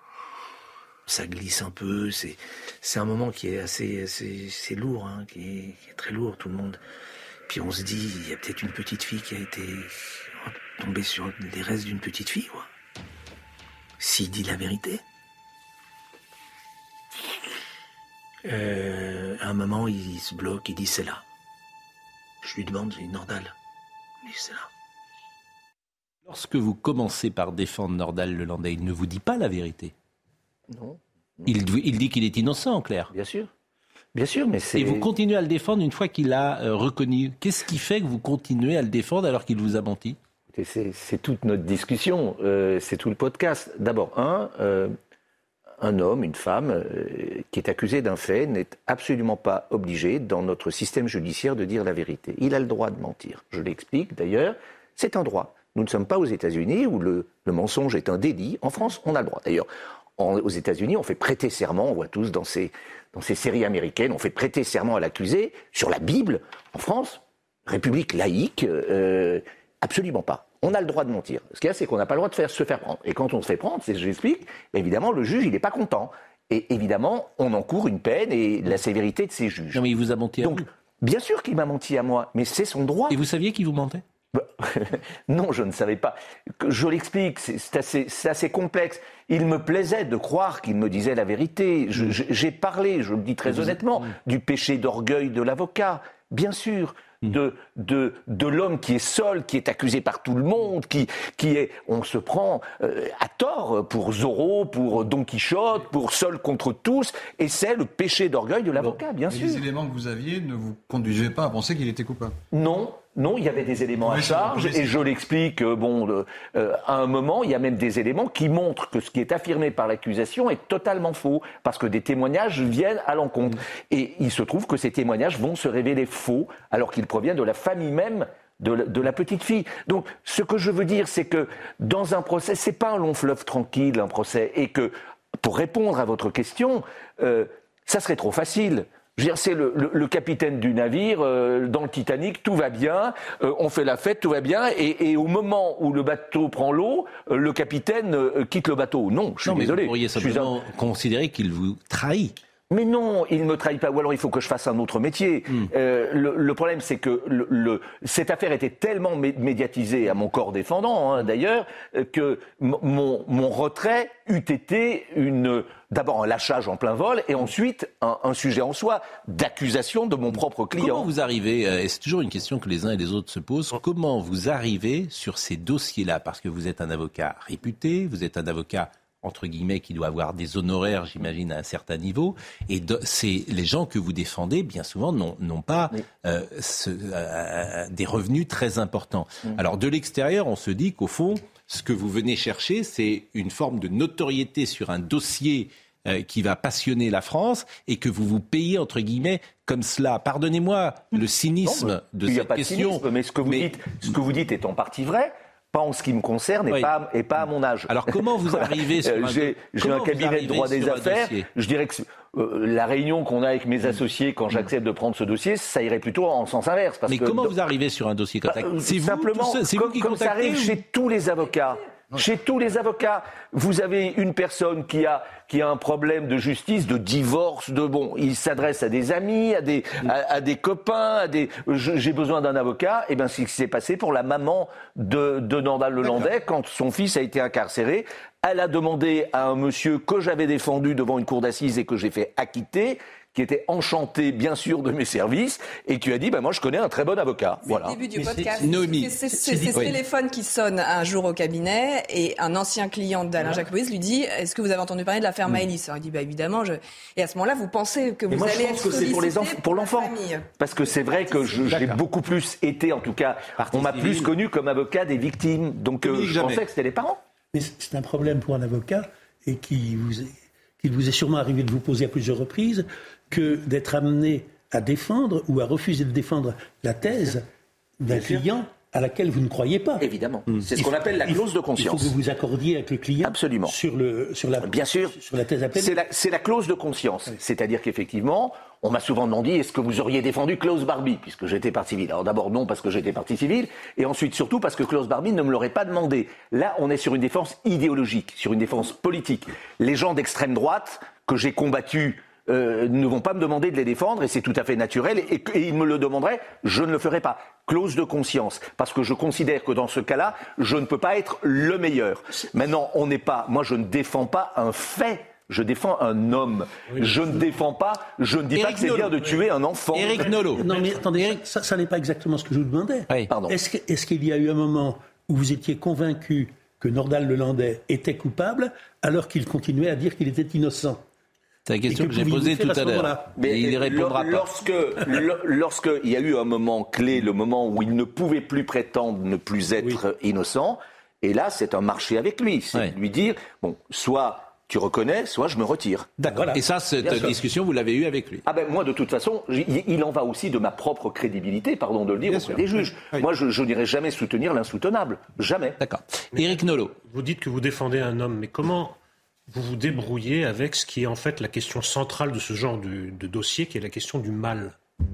Ça glisse un peu. C'est, c'est un moment qui est assez, assez c'est lourd, hein, qui, est, qui est très lourd, tout le monde. Puis on se dit, il y a peut-être une petite fille qui a été tombée sur les restes d'une petite fille, quoi. S'il dit la vérité. Euh, à un moment, il se bloque, il dit c'est là. Je lui demande, j'ai Nordal. Il dit c'est là. Lorsque vous commencez par défendre Nordal Lelandais, il ne vous dit pas la vérité. Non. non. Il, il dit qu'il est innocent, en clair. Bien sûr. Bien sûr, mais c'est... Et vous continuez à le défendre une fois qu'il a euh, reconnu. Qu'est-ce qui fait que vous continuez à le défendre alors qu'il vous a menti ? c'est, c'est toute notre discussion, euh, c'est tout le podcast. D'abord, un... Euh... Un homme, une femme euh, qui est accusé d'un fait n'est absolument pas obligé dans notre système judiciaire de dire la vérité. Il a le droit de mentir. Je l'explique d'ailleurs, c'est un droit. Nous ne sommes pas aux États-Unis où le, le mensonge est un délit. En France, on a le droit. D'ailleurs, en, aux États-Unis, on fait prêter serment, on voit tous dans ces, dans ces séries américaines, on fait prêter serment à l'accusé sur la Bible. En France, république laïque, euh, absolument pas. On a le droit de mentir. Ce qu'il y a, c'est qu'on n'a pas le droit de faire, se faire prendre. Et quand on se fait prendre, c'est ce que j'explique, évidemment, le juge, il n'est pas content. Et évidemment, on encourt une peine et la sévérité de ces juges. Non, mais il vous a menti à Donc, vous. Bien sûr qu'il m'a menti à moi, mais c'est son droit. Et vous saviez qu'il vous mentait ? Non, je ne savais pas. Je l'explique, c'est, c'est, assez, c'est assez complexe. Il me plaisait de croire qu'il me disait la vérité. Je, je, j'ai parlé, je le dis très honnêtement, du péché d'orgueil de l'avocat, bien sûr. De, de, de l'homme qui est seul, qui est accusé par tout le monde, qui, qui est, on se prend euh, à tort pour Zorro, pour Don Quichotte, pour Seul contre tous, et c'est le péché d'orgueil de l'avocat, bien Mais sûr. Les éléments que vous aviez ne vous conduisaient pas à penser qu'il était coupable ? Non. Non, il y avait des éléments oui, à charge, et je l'explique, euh, bon, euh, euh, à un moment, il y a même des éléments qui montrent que ce qui est affirmé par l'accusation est totalement faux, parce que des témoignages viennent à l'encontre. Et il se trouve que ces témoignages vont se révéler faux, alors qu'ils proviennent de la famille même de la, de la petite fille. Donc, ce que je veux dire, c'est que dans un procès, c'est pas un long fleuve tranquille, un procès, et que, pour répondre à votre question, euh, ça serait trop facile. Je veux dire, c'est le, le, le capitaine du navire, euh, dans le Titanic, tout va bien, euh, on fait la fête, tout va bien, et, et au moment où le bateau prend l'eau, euh, le capitaine euh, quitte le bateau. Non, je suis non, mais désolé. Vous pourriez simplement un... considérer qu'il vous trahit. Mais non, il ne me trahit pas, ou alors il faut que je fasse un autre métier. Mm. Euh, le, le problème, c'est que le, le, cette affaire était tellement médiatisée, à mon corps défendant, hein, d'ailleurs, que m- mon, mon retrait eût été une... D'abord un lâchage en plein vol, et ensuite un, un sujet en soi d'accusation de mon propre client. Comment vous arrivez, et c'est toujours une question que les uns et les autres se posent, comment vous arrivez sur ces dossiers-là ? Parce que vous êtes un avocat réputé, vous êtes un avocat entre guillemets, qui doit avoir des honoraires, j'imagine, à un certain niveau. Et de, c'est les gens que vous défendez, bien souvent, n'ont, n'ont pas oui. euh, ce, euh, des revenus très importants. Mmh. Alors, de l'extérieur, on se dit qu'au fond, ce que vous venez chercher, c'est une forme de notoriété sur un dossier euh, qui va passionner la France et que vous vous payez, entre guillemets, comme cela. Pardonnez-moi le cynisme non, de cette y a pas question. De cynisme, mais ce que vous mais... dites, ce que vous dites est en partie vrai. Pas en ce qui me concerne et, oui. pas, et pas à mon âge. Alors comment vous arrivez sur un, j'ai, j'ai un cabinet de droit des affaires. Je dirais que euh, la réunion qu'on a avec mes associés quand j'accepte de prendre ce dossier, ça irait plutôt en sens inverse. Parce Mais que comment de... vous arrivez sur un dossier comme ça ? C'est vous, simplement, tout ça, c'est comme, vous qui comme ça arrive ou... chez tous les avocats. Chez tous les avocats, vous avez une personne qui a qui a un problème de justice, de divorce, de bon, il s'adresse à des amis, à des à, à des copains, à des. Je, j'ai besoin d'un avocat. Et ben, c'est ce qui s'est passé pour la maman de de Nordal-Lelandais quand son fils a été incarcéré. Elle a demandé à un monsieur que j'avais défendu devant une cour d'assises et que j'ai fait acquitter, qui était enchanté, bien sûr, de mes services, et qui a dit, ben, moi, je connais un très bon avocat. C'est voilà. le début du Mais podcast. C'est, Noémie. C'est, c'est, c'est ce oui. téléphone qui sonne un jour au cabinet, et un ancien client d'Alain Jacobowitz lui dit, est-ce que vous avez entendu parler de l'affaire mmh. Maëlys ? Alors, il dit, bah, évidemment, je... et à ce moment-là, vous pensez que vous moi, allez je pense être que c'est pour, les enf- pour l'enfant. Famille. Parce que c'est vrai que je, j'ai beaucoup plus été, en tout cas, Partie on m'a civile. plus connu comme avocat des victimes. Donc, euh, je pensais que c'était les parents. Mais c'est un problème pour un avocat, et qui vous est, qu'il vous est sûrement arrivé de vous poser à plusieurs reprises, que d'être amené à défendre ou à refuser de défendre la thèse d'un client à laquelle vous ne croyez pas. Évidemment. Mmh. C'est ce il qu'on faut, appelle la clause de conscience. Il faut que vous vous accordiez avec le client Absolument. Sur, le, sur, la, Bien sûr. sur la thèse appelée. C'est la, c'est la clause de conscience. Oui. C'est-à-dire qu'effectivement, on m'a souvent demandé est-ce que vous auriez défendu Klaus Barbie, puisque j'étais partie civile. Alors d'abord non, parce que j'étais partie civile, et ensuite surtout parce que Klaus Barbie ne me l'aurait pas demandé. Là, on est sur une défense idéologique, sur une défense politique. Les gens d'extrême droite que j'ai combattus Euh, ne vont pas me demander de les défendre et c'est tout à fait naturel et, et, et ils me le demanderaient, je ne le ferai pas. Clause de conscience, parce que je considère que dans ce cas-là, je ne peux pas être le meilleur. Maintenant, on n'est pas, moi je ne défends pas un fait, je défends un homme. Oui, je ne défends pas, je ne dis Éric pas que c'est Nolot. bien de tuer un enfant. Éric Nolot. Non mais attendez, ça, ça n'est pas exactement ce que je vous demandais. Oui. Pardon. Est-ce, que, est-ce qu'il y a eu un moment où vous étiez convaincu que Nordal-Lelandais était coupable alors qu'il continuait à dire qu'il était innocent ? C'est la question que, que j'ai posée tout à l'heure. Mais il répondra lorsque, pas. Lorsque il y a eu un moment clé, le moment où il ne pouvait plus prétendre ne plus être oui. innocent, et là, c'est un marché avec lui. C'est ouais. lui dire, bon, soit tu reconnais, soit je me retire. D'accord. Voilà. Et ça, cette Bien discussion, sûr. vous l'avez eue avec lui. Ah ben moi, de toute façon, il en va aussi de ma propre crédibilité, pardon de le dire, Bien auprès sûr. des juges. Oui. Moi, je, je n'irai jamais soutenir l'insoutenable. Jamais. D'accord. Éric Nolot. Vous dites que vous défendez un homme, mais comment vous vous débrouillez avec ce qui est en fait la question centrale de ce genre de, de dossier, qui est la question du mal.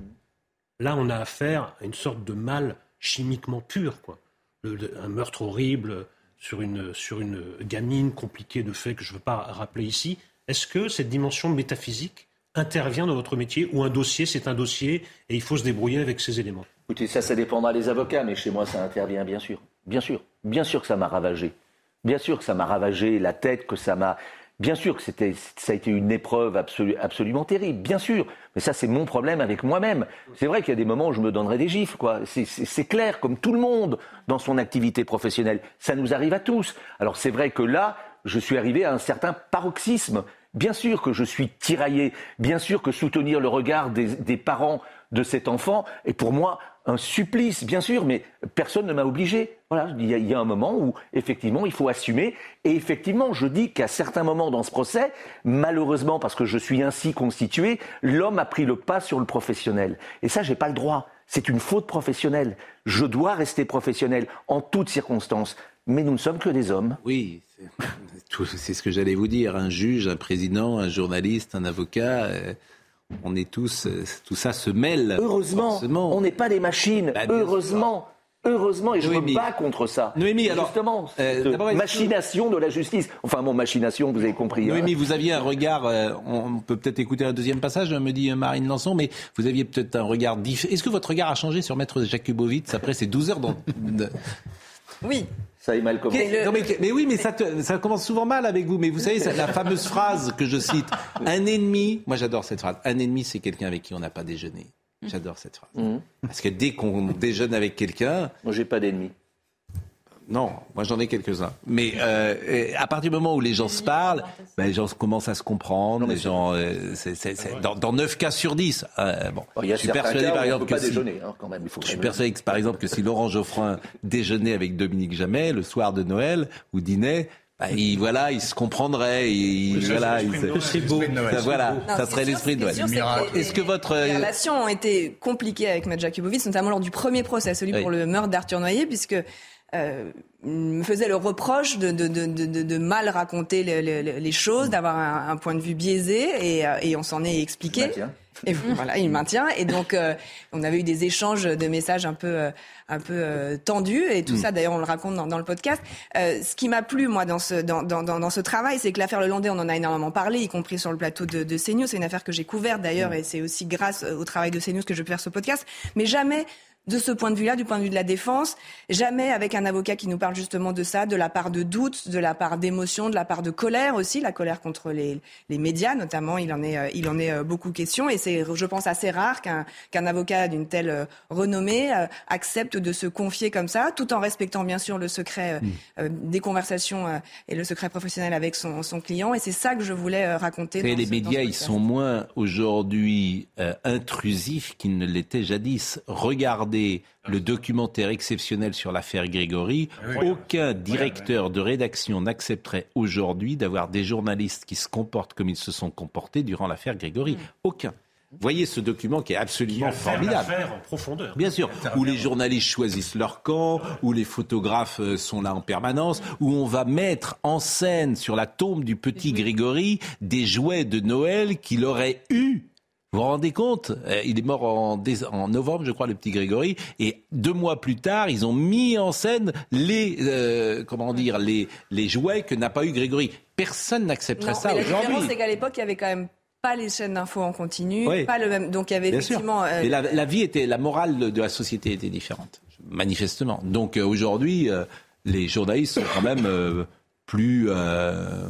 Là, on a affaire à une sorte de mal chimiquement pur, quoi. Le, le, un meurtre horrible sur une, sur une gamine compliquée de faits que je ne veux pas rappeler ici. Est-ce que cette dimension métaphysique intervient dans votre métier, ou un dossier, c'est un dossier et il faut se débrouiller avec ces éléments ? Écoutez, ça, ça dépendra des avocats, mais chez moi, ça intervient, bien sûr. Bien sûr. Bien sûr que ça m'a ravagé. Bien sûr que ça m'a ravagé la tête, que ça m'a... Bien sûr que c'était, ça a été une épreuve absolu, absolument terrible, bien sûr. Mais ça, c'est mon problème avec moi-même. C'est vrai qu'il y a des moments où je me donnerais des gifles, quoi. C'est, c'est, c'est clair, comme tout le monde dans son activité professionnelle. Ça nous arrive à tous. Alors c'est vrai que là, je suis arrivé à un certain paroxysme. Bien sûr que je suis tiraillé. Bien sûr que soutenir le regard des, des parents de cet enfant est pour moi un supplice, bien sûr, mais personne ne m'a obligé. Voilà, il y, a, il y a un moment où, effectivement, il faut assumer. Et effectivement, je dis qu'à certains moments dans ce procès, malheureusement, parce que je suis ainsi constitué, l'homme a pris le pas sur le professionnel. Et ça, j'ai pas le droit. C'est une faute professionnelle. Je dois rester professionnel en toutes circonstances. Mais nous ne sommes que des hommes. Oui, c'est, c'est ce que j'allais vous dire. Un juge, un président, un journaliste, un avocat... Euh... On est tous, tout ça se mêle. Heureusement, forcément. On n'est pas des machines. Bah, heureusement, heureusement, et je Noémie. me bats contre ça. Noémie, alors, justement, euh, machination de la justice. Enfin, bon, machination, vous avez compris. Noémie, hein. vous aviez un regard. Euh, on peut peut-être écouter un deuxième passage, me dit Marine Lançon, mais vous aviez peut-être un regard différent. Est-ce que votre regard a changé sur Maître Jakubowicz après ces douze heures dans... Oui. Ça est mal commencé. Mais, non, mais, mais oui, mais ça, te, ça commence souvent mal avec vous. Mais vous savez, c'est la fameuse phrase que je cite. Un ennemi, moi j'adore cette phrase. Un ennemi, c'est quelqu'un avec qui on n'a pas déjeuné. J'adore cette phrase. Mmh. Parce que dès qu'on déjeune avec quelqu'un... Moi, j'ai pas d'ennemi. Non, moi j'en ai quelques-uns. Mais euh, à partir du moment où les gens se parlent, ben, les gens commencent à se comprendre. Les gens, euh, c'est, c'est, c'est, dans, dans neuf cas sur dix. Euh, bon, il y a je suis persuadé cas par exemple que pas si, déjeuner, hein, quand même, il faut je suis persuadé que, par exemple que si Laurent Geoffrin déjeunait avec Dominique Jamais le soir de Noël ou dînait. Bah, il, voilà, il se comprendrait, il, ça, voilà, c'est il, l'esprit de c'est beau. Ça, voilà, Non, ça serait sûr, l'esprit de Noël. sûr, c'est Est-ce que votre les relations ont été compliquées avec Maître Jakubowicz, notamment lors du premier procès, celui oui. pour le meurtre d'Arthur Noyer, puisque euh, il me faisait le reproche de, de, de, de, de mal raconter les, les, les choses, d'avoir un, un point de vue biaisé, et, et on s'en est expliqué. Et voilà, il maintient. Et donc, euh, on avait eu des échanges de messages un peu, euh, un peu euh, tendus. Et tout mmh. ça, d'ailleurs, on le raconte dans, dans le podcast. Euh, ce qui m'a plu, moi, dans ce, dans, dans, dans ce travail, c'est que l'affaire Lelandais, on en a énormément parlé, y compris sur le plateau de, de CNews. C'est une affaire que j'ai couverte, d'ailleurs, mmh. et c'est aussi grâce au travail de CNews que je peux faire ce podcast. Mais jamais... de ce point de vue-là, du point de vue de la défense, jamais avec un avocat qui nous parle justement de ça, de la part de doute, de la part d'émotion, de la part de colère aussi, la colère contre les, les médias notamment, il en est, il en est beaucoup question, et c'est, je pense, assez rare qu'un, qu'un avocat d'une telle renommée euh, accepte de se confier comme ça, tout en respectant bien sûr le secret euh, mmh. des conversations euh, et le secret professionnel avec son, son client, et c'est ça que je voulais euh, raconter. Et les ce, médias, ils sont moins aujourd'hui euh, intrusifs qu'ils ne l'étaient jadis. Regardez le documentaire exceptionnel sur l'affaire Grégory. Oui. Aucun directeur de rédaction n'accepterait aujourd'hui d'avoir des journalistes qui se comportent comme ils se sont comportés durant l'affaire Grégory. Mmh. Aucun. Voyez ce document qui est absolument qui formidable. L'affaire en profondeur. Bien sûr, où les journalistes choisissent leur camp, où les photographes sont là en permanence, où on va mettre en scène sur la tombe du petit Grégory des jouets de Noël qu'il aurait eu. Vous vous rendez compte ? Il est mort en, en novembre, je crois, le petit Grégory. Et deux mois plus tard, ils ont mis en scène les, euh, comment dire, les, les jouets que n'a pas eu Grégory. Personne n'accepterait non, ça mais aujourd'hui. La différence, c'est qu'à l'époque, il y avait quand même pas les chaînes d'infos en continu, oui. pas le même. Donc il y avait Bien effectivement. Euh... Et la, la vie était, la morale de, de la société était différente, manifestement. Donc euh, aujourd'hui, euh, les journalistes sont quand même euh, plus. Euh,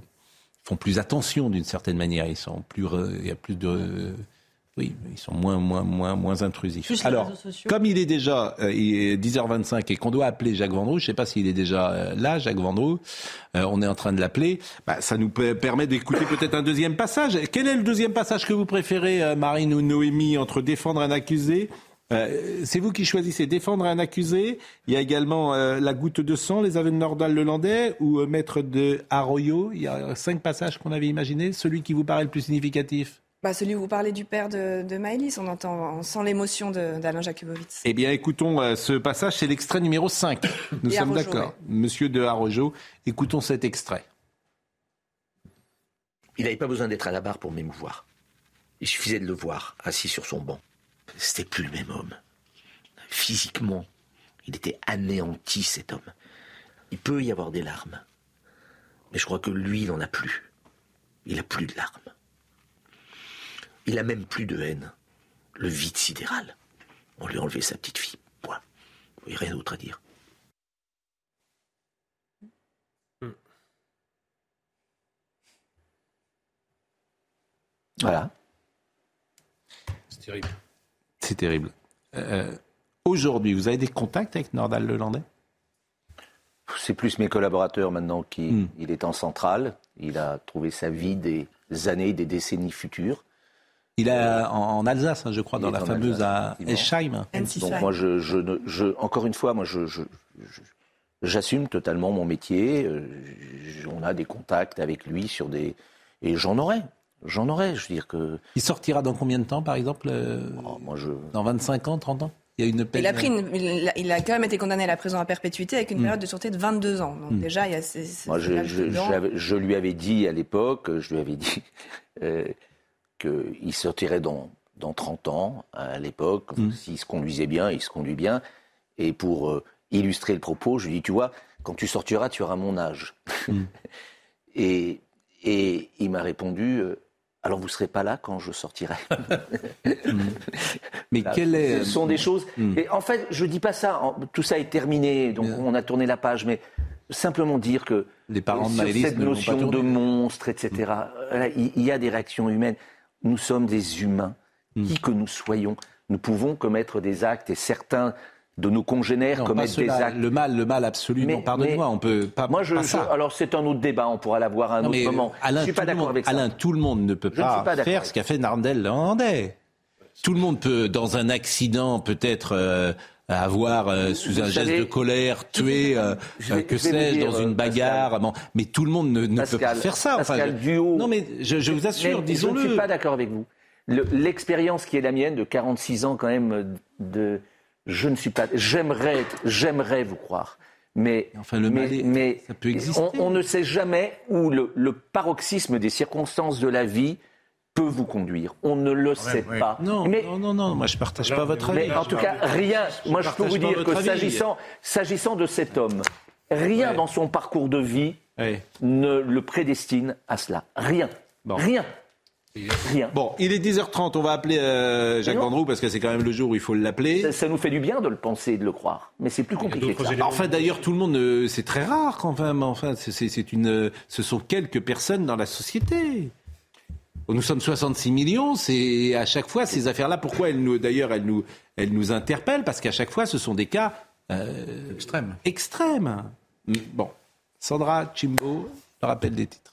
font plus attention d'une certaine manière, ils sont plus, il y a plus de, oui, ils sont moins, moins, moins, moins intrusifs. Plus Alors, comme il est déjà euh, il est dix heures vingt-cinq et qu'on doit appeler Jacques Vendroux, je ne sais pas s'il est déjà euh, là, Jacques Vendroux, euh, on est en train de l'appeler, bah, ça nous p- permet d'écouter peut-être un deuxième passage. Quel est le deuxième passage que vous préférez, euh, Marine ou Noémie, entre défendre un accusé ? Euh, c'est vous qui choisissez défendre un accusé. Il y a également euh, la goutte de sang, les aveux de Nordal-Lelandais ou euh, maître de Arroyo. Il y a cinq passages qu'on avait imaginés. Celui qui vous paraît le plus significatif ? Bah, celui où vous parlez du père de, de Maëlys, on entend, on sent l'émotion de, d'Alain Jakubowicz. Eh bien, écoutons euh, ce passage, c'est l'extrait numéro cinq. Nous sommes Arrojo, d'accord. Oui. Monsieur de Arrojo, écoutons cet extrait. Il n'avait pas besoin d'être à la barre pour m'émouvoir. Il suffisait de le voir, assis sur son banc. C'était plus le même homme. Physiquement, il était anéanti, cet homme. Il peut y avoir des larmes. Mais je crois que lui, il n'en a plus. Il n'a plus de larmes. Il n'a même plus de haine. Le vide sidéral. On lui a enlevé sa petite fille. Point. Il n'y a rien d'autre à dire. Voilà. C'est terrible. C'est terrible. Euh, aujourd'hui, vous avez des contacts avec Nordal-Lelandais ? C'est plus mes collaborateurs maintenant qui... Mm. Il est en centrale. Il a trouvé sa vie des années, des décennies futures. Il est en, en Alsace, hein, je crois, il dans la fameuse à Eschheim. Donc moi, je, je, je, encore une fois, moi, je, je, je, j'assume totalement mon métier. Je, on a des contacts avec lui sur des... Et j'en aurai. J'en aurais, je veux dire que... Il sortira dans combien de temps, par exemple euh, oh, moi je... Dans vingt-cinq ans, trente ans ? Il y a une peine... Il a, pris une, il, a, il a quand même été condamné à la prison à perpétuité avec une mmh. période de sûreté de vingt-deux ans. Donc mmh. déjà, il y a... C'est, c'est, moi, je, je, je lui avais dit à l'époque, je lui avais dit euh, qu'il sortirait dans, dans trente ans, à l'époque. Mmh. S'il se conduisait bien, il se conduit bien. Et pour euh, illustrer le propos, je lui dis, tu vois, quand tu sortiras, tu auras mon âge. Mmh. et, et il m'a répondu... Euh, alors vous ne serez pas là quand je sortirai. mmh. Mais là, quel est... Ce sont des choses... Mmh. Et en fait, je ne dis pas ça, tout ça est terminé, donc mmh. on a tourné la page, mais simplement dire que les parents de sur Maëlys cette notion de monstre, et cetera, mmh. là, il y a des réactions humaines. Nous sommes des humains, mmh. qui que nous soyons. Nous pouvons commettre des actes, et certains de nos congénères non, commettent des cela, actes. Le mal, le mal absolu. Mais, non, pardonnez-moi, mais, on peut pas. Moi, je, pas je ça. alors c'est un autre débat. On pourra l'avoir à un non, autre moment. Alain, je suis pas d'accord monde, avec ça. Alain, tout le monde ne peut pas, pas faire ce qu'a fait Nardel Lelandais. Tout le monde peut, dans un accident, peut-être. Euh, avoir euh, sous vous un savez, geste de colère, tuer, euh, vais, que sais-je, dans une bagarre. Pascal, mais tout le monde ne, ne Pascal, peut pas faire ça. Enfin, Pascal, je, du haut, non, mais je, je vous assure, disons-le. Je ne suis pas d'accord avec vous. Le, l'expérience qui est la mienne, de quarante-six ans quand même, de, je ne suis pas... J'aimerais, j'aimerais vous croire. Mais, enfin, le mais, est, mais ça peut exister. On, on ne sait jamais où le, le paroxysme des circonstances de la vie peut vous conduire. On ne le ouais, sait ouais. pas. Non, mais, non, non, non, moi je partage pas votre avis. Mais en tout cas, rien. Je moi je peux vous dire que s'agissant, s'agissant de cet homme, rien ouais. dans son parcours de vie ouais. ne le prédestine à cela. Rien. Bon. Rien. Rien. Bon, il est dix heures trente, on va appeler euh, Jacques Vendroux parce que c'est quand même le jour où il faut l'appeler. Ça, ça nous fait du bien de le penser et de le croire, mais c'est plus compliqué que ça. Enfin, d'ailleurs, tout le monde, euh, c'est très rare quand même. Enfin, c'est, c'est, c'est une, ce sont quelques personnes dans la société. Nous sommes soixante-six millions, c'est à chaque fois ces affaires-là. Pourquoi elles nous, d'ailleurs, elles nous, elles nous interpellent parce qu'à chaque fois, ce sont des cas euh, extrêmes. Extrêmes. Bon, Sandra Chimbo, le rappel des titres.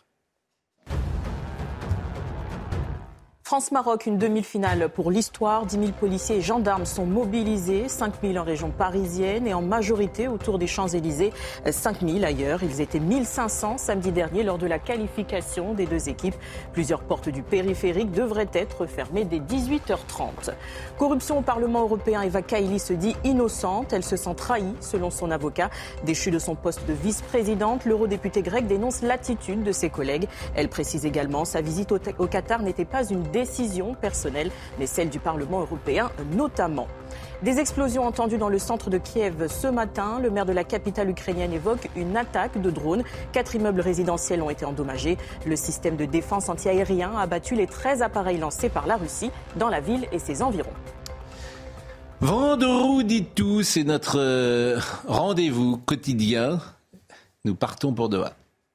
France-Maroc, une demi-finale pour l'histoire. dix mille policiers et gendarmes sont mobilisés. cinq mille en région parisienne et en majorité autour des Champs-Élysées. cinq mille ailleurs. Ils étaient mille cinq cents samedi dernier lors de la qualification des deux équipes. Plusieurs portes du périphérique devraient être fermées dès dix-huit heures trente. Corruption au Parlement européen. Eva Kaili se dit innocente. Elle se sent trahie, selon son avocat. Déchue de son poste de vice-présidente, l'eurodéputée grecque dénonce l'attitude de ses collègues. Elle précise également sa visite au, au Qatar n'était pas une décision personnelle, mais celle du Parlement européen notamment. Des explosions entendues dans le centre de Kiev ce matin. Le maire de la capitale ukrainienne évoque une attaque de drones. Quatre immeubles résidentiels ont été endommagés. Le système de défense antiaérien a abattu les treize appareils lancés par la Russie dans la ville et ses environs. Vendroux dit tout, c'est notre euh, rendez-vous quotidien. Nous partons pour Doha.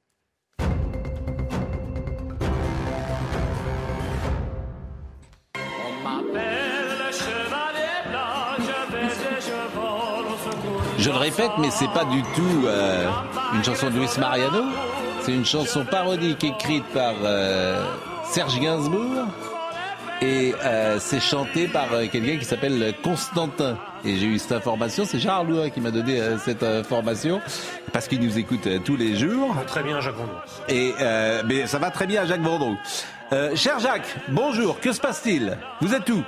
Je le répète, mais c'est pas du tout euh, une chanson de Luis Mariano. C'est une chanson parodique écrite par euh, Serge Gainsbourg. Et euh, c'est chanté par euh, quelqu'un qui s'appelle Constantin. Et j'ai eu cette information, c'est Gérard Louin qui m'a donné euh, cette information, parce qu'il nous écoute euh, tous les jours. Très bien, Jacques Vendroux. Et euh, mais ça va très bien, Jacques Vendroux. Euh, cher Jacques, bonjour, que se passe-t-il ? Vous êtes où ?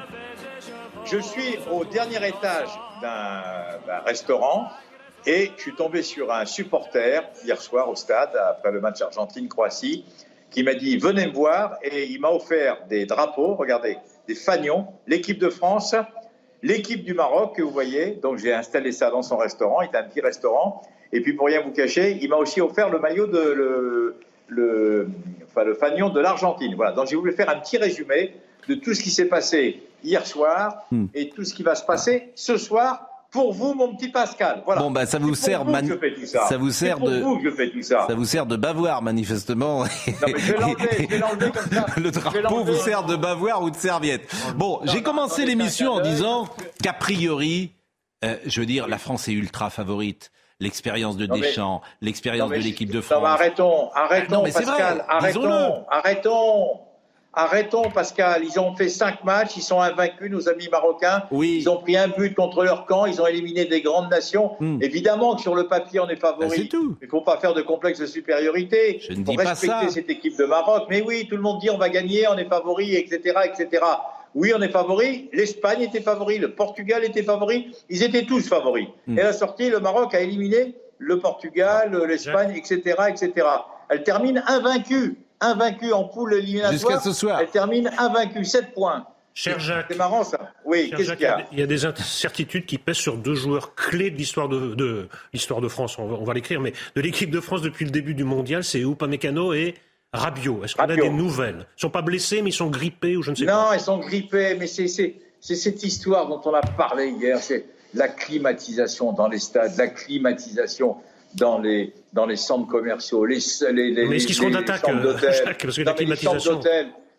Je suis au dernier étage d'un, d'un restaurant et je suis tombé sur un supporter hier soir au stade, après le match Argentine-Croatie, qui m'a dit « Venez me voir » et il m'a offert des drapeaux, regardez, des fanions, l'équipe de France, l'équipe du Maroc que vous voyez, donc j'ai installé ça dans son restaurant, il était un petit restaurant, et puis pour rien vous cacher, il m'a aussi offert le maillot de le, le, enfin, le fanion de l'Argentine. Voilà, donc j'ai voulu faire un petit résumé de tout ce qui s'est passé hier soir hmm. et tout ce qui va se passer ce soir pour vous, mon petit Pascal. Voilà. Bon, bah, ça vous sert, vous man... ça. ça vous sert pour de, vous que je fais tout ça. Ça vous sert de bavoir, manifestement. Non, mais je vais l'enlever, je vais l'enlever comme ça. Le drapeau vous sert de bavoir ou de serviette. Bon, non, j'ai commencé attendez, l'émission en disant qu'a priori, euh, je veux dire, la France est ultra favorite. L'expérience de non, Deschamps, mais... l'expérience non, de l'équipe de France. Non, mais arrêtons, arrêtons, non, mais Pascal, vrai, arrêtons, arrêtons. Arrêtons, Pascal. Ils ont fait cinq matchs, ils sont invaincus, nos amis marocains. Oui. Ils ont pris un but contre leur camp, ils ont éliminé des grandes nations. Mm. Évidemment que sur le papier, on est favori. Ben, c'est tout. Il ne faut pas faire de complexe de supériorité. Je ne Il faut dis pas respecter ça. cette équipe de Maroc. Mais oui, tout le monde dit on va gagner, on est favori, et cetera, et cetera. Oui, on est favori. L'Espagne était favori, le Portugal était favori. Ils étaient tous favoris. Mm. Et à la sortie, le Maroc a éliminé le Portugal, l'Espagne, et cetera, et cetera. Elle termine invaincue. Invaincue en poule éliminatoire. Jusqu'à ce soir. Elle termine invaincue, sept points. Cher Jacques. C'est marrant ça. Oui, Cher qu'est-ce Jacques, qu'il y a ? Il y a des incertitudes qui pèsent sur deux joueurs clés de l'histoire de, de l'histoire de France. On va, on va l'écrire, mais de l'équipe de France depuis le début du mondial, c'est Upamecano et Rabiot. Est-ce qu'on Rabiot. a des nouvelles ? Ils ne sont pas blessés, mais ils sont grippés ou je ne sais non, pas. Non, ils sont grippés, mais c'est, c'est, c'est cette histoire dont on a parlé hier. C'est la climatisation dans les stades, la climatisation dans les, dans les centres commerciaux, les, les, les, mais est-ce qu'ils seront d'attaque, Jacques, parce que non, la climatisation... les chambres d'hôtel.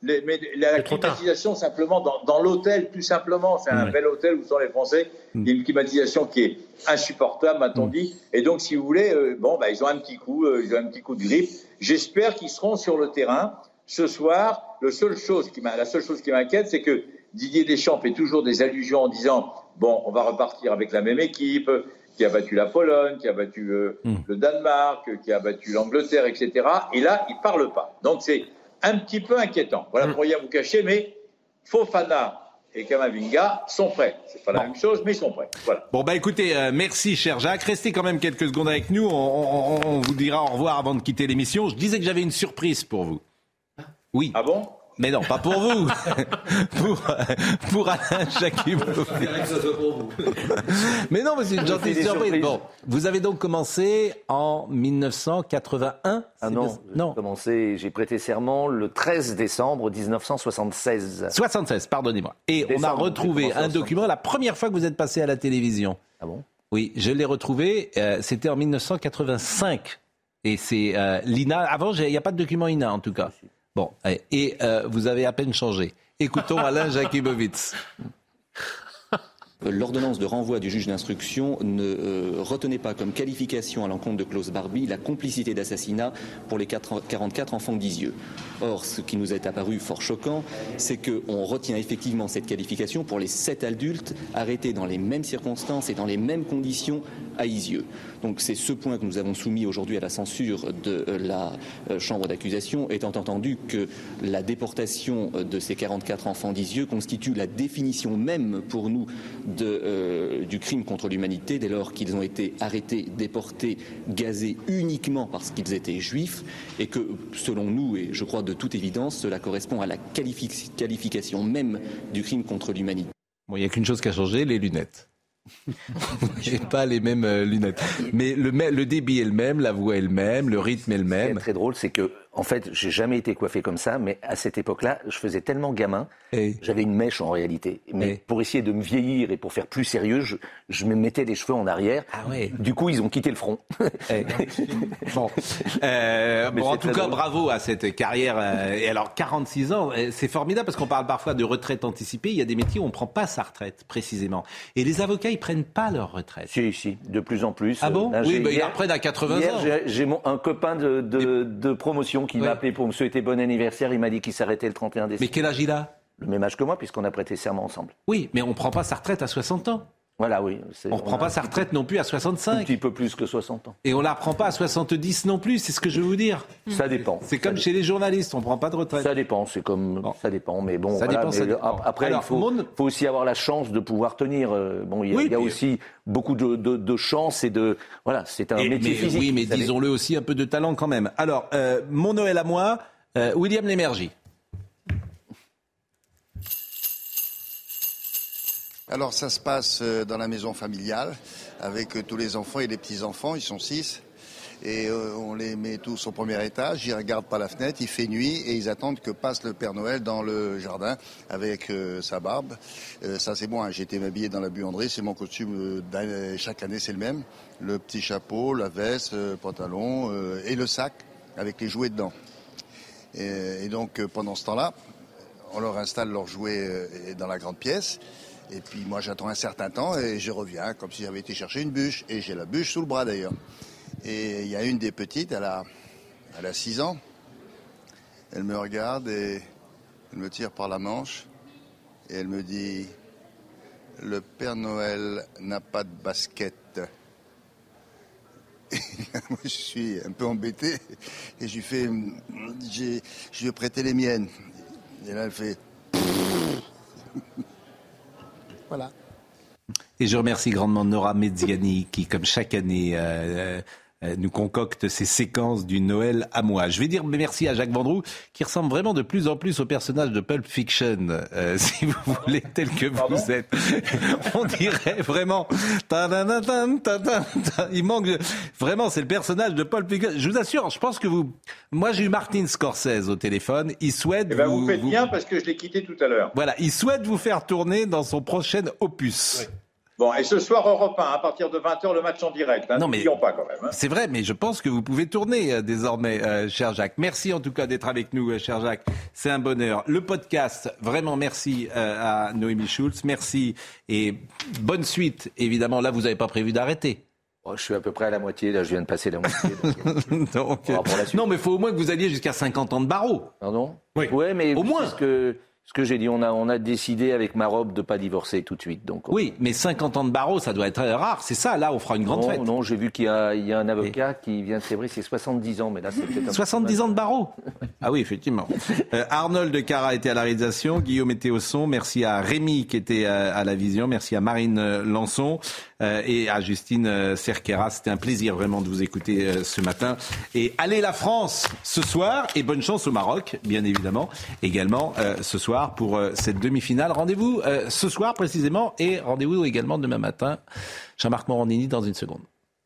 les, mais la climatisation simplement dans, dans l'hôtel, tout simplement. C'est un mmh. bel hôtel où sont les Français. Mmh. Il y a une climatisation qui est insupportable, m'a-t-on mmh. dit. Et donc, si vous voulez, euh, bon, bah, ils ont un petit coup, euh, ils ont un petit coup de grippe. J'espère qu'ils seront sur le terrain ce soir. Le seul chose qui m'a, la seule chose qui m'inquiète, c'est que Didier Deschamps fait toujours des allusions en disant bon, on va repartir avec la même équipe qui a battu la Pologne, qui a battu euh, mmh. le Danemark, qui a battu l'Angleterre, et cetera. Et là, il parle pas. Donc c'est un petit peu inquiétant. Voilà, pour rien vous cacher, mais Fofana et Kamavinga sont prêts. C'est pas bon. la même chose, mais ils sont prêts. Voilà. Bon, bah écoutez, euh, merci cher Jacques. Restez quand même quelques secondes avec nous. On, on, on vous dira au revoir avant de quitter l'émission. Je disais que j'avais une surprise pour vous. Oui. Ah bon ? Mais non, pas pour vous. pour, pour Alain Jacquibovitz. Mais non, mais c'est une gentille surprise. Bon, vous avez donc commencé en dix-neuf cent quatre-vingt-un. Ah non, non. J'ai commencé, j'ai prêté serment le treize décembre dix-neuf cent soixante-seize. soixante-seize, pardonnez-moi. Et décembre, on a retrouvé un document la première fois que vous êtes passé à la télévision. Ah bon ? Oui, je l'ai retrouvé. Euh, c'était en dix-neuf cent quatre-vingt-cinq. Et c'est euh, l'I N A. Avant, il n'y a pas de document I N A en tout cas. Bon, et euh, vous avez à peine changé. Écoutons Alain Jacquibovitz. L'ordonnance de renvoi du juge d'instruction ne euh, retenait pas comme qualification à l'encontre de Klaus Barbie la complicité d'assassinat pour les quarante-quatre enfants d'Isieux. Or, ce qui nous est apparu fort choquant, c'est qu'on retient effectivement cette qualification pour les sept adultes arrêtés dans les mêmes circonstances et dans les mêmes conditions à Isieux. Donc c'est ce point que nous avons soumis aujourd'hui à la censure de la euh, chambre d'accusation, étant entendu que la déportation de ces quarante-quatre enfants d'Isieux constitue la définition même pour nous de, euh, du crime contre l'humanité, dès lors qu'ils ont été arrêtés, déportés, gazés uniquement parce qu'ils étaient juifs, et que selon nous, et je crois de toute évidence, cela correspond à la qualifi- qualification même du crime contre l'humanité. Bon, il n'y a qu'une chose qui a changé, les lunettes. J'ai pas les mêmes euh, lunettes, mais le, le débit est le même, la voix est le même, le rythme est le même. Ce qui est très drôle, c'est que en fait, j'ai jamais été coiffé comme ça, mais à cette époque-là, je faisais tellement gamin, et... j'avais une mèche en réalité. Mais et... pour essayer de me vieillir et pour faire plus sérieux, je, je me mettais les cheveux en arrière. Ah ouais. Du coup, ils ont quitté le front. Et... bon, euh, bon en tout cas, drôle. Bravo à cette carrière. Euh, et alors, quarante-six ans, c'est formidable parce qu'on parle parfois de retraite anticipée. Il y a des métiers où on ne prend pas sa retraite précisément. Et les avocats, ils prennent pas leur retraite. Si, si, de plus en plus. Ah bon? Là, oui, bah, ils reprennent à quatre-vingts hier, ans. J'ai, j'ai mon, un copain de, de, de promotion qui ouais. m'a appelé pour me souhaiter bon anniversaire. Il m'a dit qu'il s'arrêtait le trente et un décembre. Mais quel âge il a? Le même âge que moi, puisqu'on a prêté serment ensemble. Oui, mais on ne prend pas sa retraite à soixante ans. Voilà, oui. C'est, on ne reprend pas sa retraite non plus à soixante-cinq. Un petit peu plus que soixante ans. Et on ne la reprend pas à soixante-dix non plus, c'est ce que je veux vous dire. Ça dépend. C'est comme ça chez dépend. les journalistes, on ne prend pas de retraite. Ça dépend, c'est comme... Bon. Ça dépend, mais bon... Ça voilà, dépend, mais ça le, dépend. Après, Alors, il faut, mon... faut aussi avoir la chance de pouvoir tenir. Bon, il y a, oui, il y a mais... aussi beaucoup de, de, de chance et de... Voilà, c'est un et, métier mais, physique. Oui, mais disons-le aussi, un peu de talent quand même. Alors, euh, mon Noël à moi, euh, William Lémergie. Alors ça se passe dans la maison familiale avec tous les enfants et les petits-enfants, ils sont six. Et on les met tous au premier étage, ils regardent par la fenêtre, il fait nuit et ils attendent que passe le Père Noël dans le jardin avec euh, sa barbe. Euh, ça c'est bon, hein, j'ai été m'habiller dans la buanderie, c'est mon costume, euh, chaque année c'est le même. Le petit chapeau, la veste, le pantalon euh, et le sac avec les jouets dedans. Et, et donc euh, pendant ce temps-là, on leur installe leurs jouets euh, dans la grande pièce. Et puis moi j'attends un certain temps et je reviens comme si j'avais été chercher une bûche. Et j'ai la bûche sous le bras d'ailleurs. Et il y a une des petites, elle a, elle a six ans. Elle me regarde et elle me tire par la manche. Et elle me dit, le Père Noël n'a pas de basket. Et moi je suis un peu embêté. Et je lui fais, j'ai, je lui ai prêté les miennes. Et là elle fait... Voilà. Et je remercie grandement Nora Mezziani qui, comme chaque année, euh, euh, nous concocte ces séquences du Noël à moi. Je vais dire merci à Jacques Vendroux qui ressemble vraiment de plus en plus au personnage de Pulp Fiction, euh, si vous voulez, tel que vous Pardon êtes. On dirait vraiment... Il manque... Vraiment, c'est le personnage de Pulp Fiction. Je vous assure, je pense que vous... Moi, j'ai eu Martin Scorsese au téléphone. Il souhaite... Eh ben, vous, vous faites vous... bien parce que je l'ai quitté tout à l'heure. Voilà, il souhaite vous faire tourner dans son prochain opus. Oui. Bon, et ce soir, Europe un, à partir de vingt heures, le match en direct. Hein, n'oublions pas quand même. Hein. C'est vrai, mais je pense que vous pouvez tourner euh, désormais, euh, cher Jacques. Merci en tout cas d'être avec nous, euh, cher Jacques. C'est un bonheur. Le podcast, vraiment merci euh, à Noémie Schulz. Merci et bonne suite. Évidemment, là, vous n'avez pas prévu d'arrêter. Oh, je suis à peu près à la moitié, là, je viens de passer la moitié. Donc, donc, euh, non, mais il faut au moins que vous alliez jusqu'à cinquante ans de barreau. Pardon ? Oui, ouais, mais au moins. Ce que, ce que j'ai dit, on a, on a décidé avec ma robe de ne pas divorcer tout de suite. Donc, on... Oui, mais cinquante ans de barreau, ça doit être rare. C'est ça, là, on fera une grande non, fête. Non, j'ai vu qu'il y a, il y a un avocat et... qui vient de célébrer ses soixante-dix ans, mais là, c'est peut-être un soixante-dix ans de barreau. Ah oui, effectivement. Euh, Arnold Cara était à la réalisation, Guillaume était au son. Merci à Rémi qui était à, à la vision. Merci à Marine euh, Lançon euh, et à Justine euh, Cerquera. C'était un plaisir vraiment de vous écouter euh, ce matin. Et allez la France ce soir et bonne chance au Maroc, bien évidemment. Également euh, ce soir pour euh, cette demi-finale. Rendez-vous euh, ce soir précisément et rendez-vous également demain matin. Jean-Marc Morandini dans une seconde.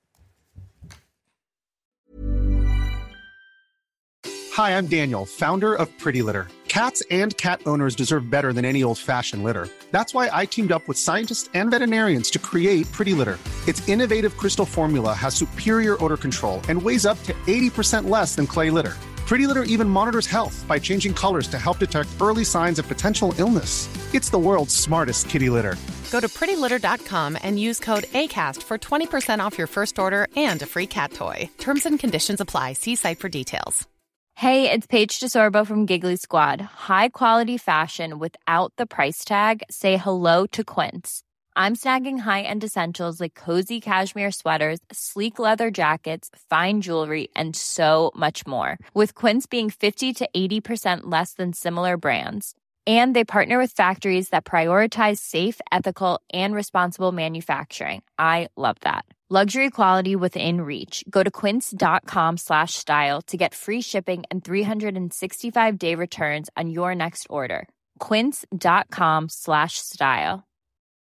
Hi, I'm Daniel, founder of Pretty Litter. Cats and cat owners deserve better than any old-fashioned litter. That's why I teamed up with scientists and veterinarians to create Pretty Litter. Its innovative crystal formula has superior odor control and weighs up to eighty percent less than clay litter. Pretty Litter even monitors health by changing colors to help detect early signs of potential illness. It's the world's smartest kitty litter. Go to pretty litter dot com and use code ACAST for twenty percent off your first order and a free cat toy. Terms and conditions apply. See site for details. Hey, it's Paige DeSorbo from Giggly Squad. High quality fashion without the price tag. Say hello to Quince. I'm snagging high-end essentials like cozy cashmere sweaters, sleek leather jackets, fine jewelry, and so much more. With Quince being fifty to eighty percent less than similar brands. And they partner with factories that prioritize safe, ethical, and responsible manufacturing. I love that. Luxury quality within reach. Go to quince.com slash style to get free shipping and three sixty-five day returns on your next order. Quince.com slash style.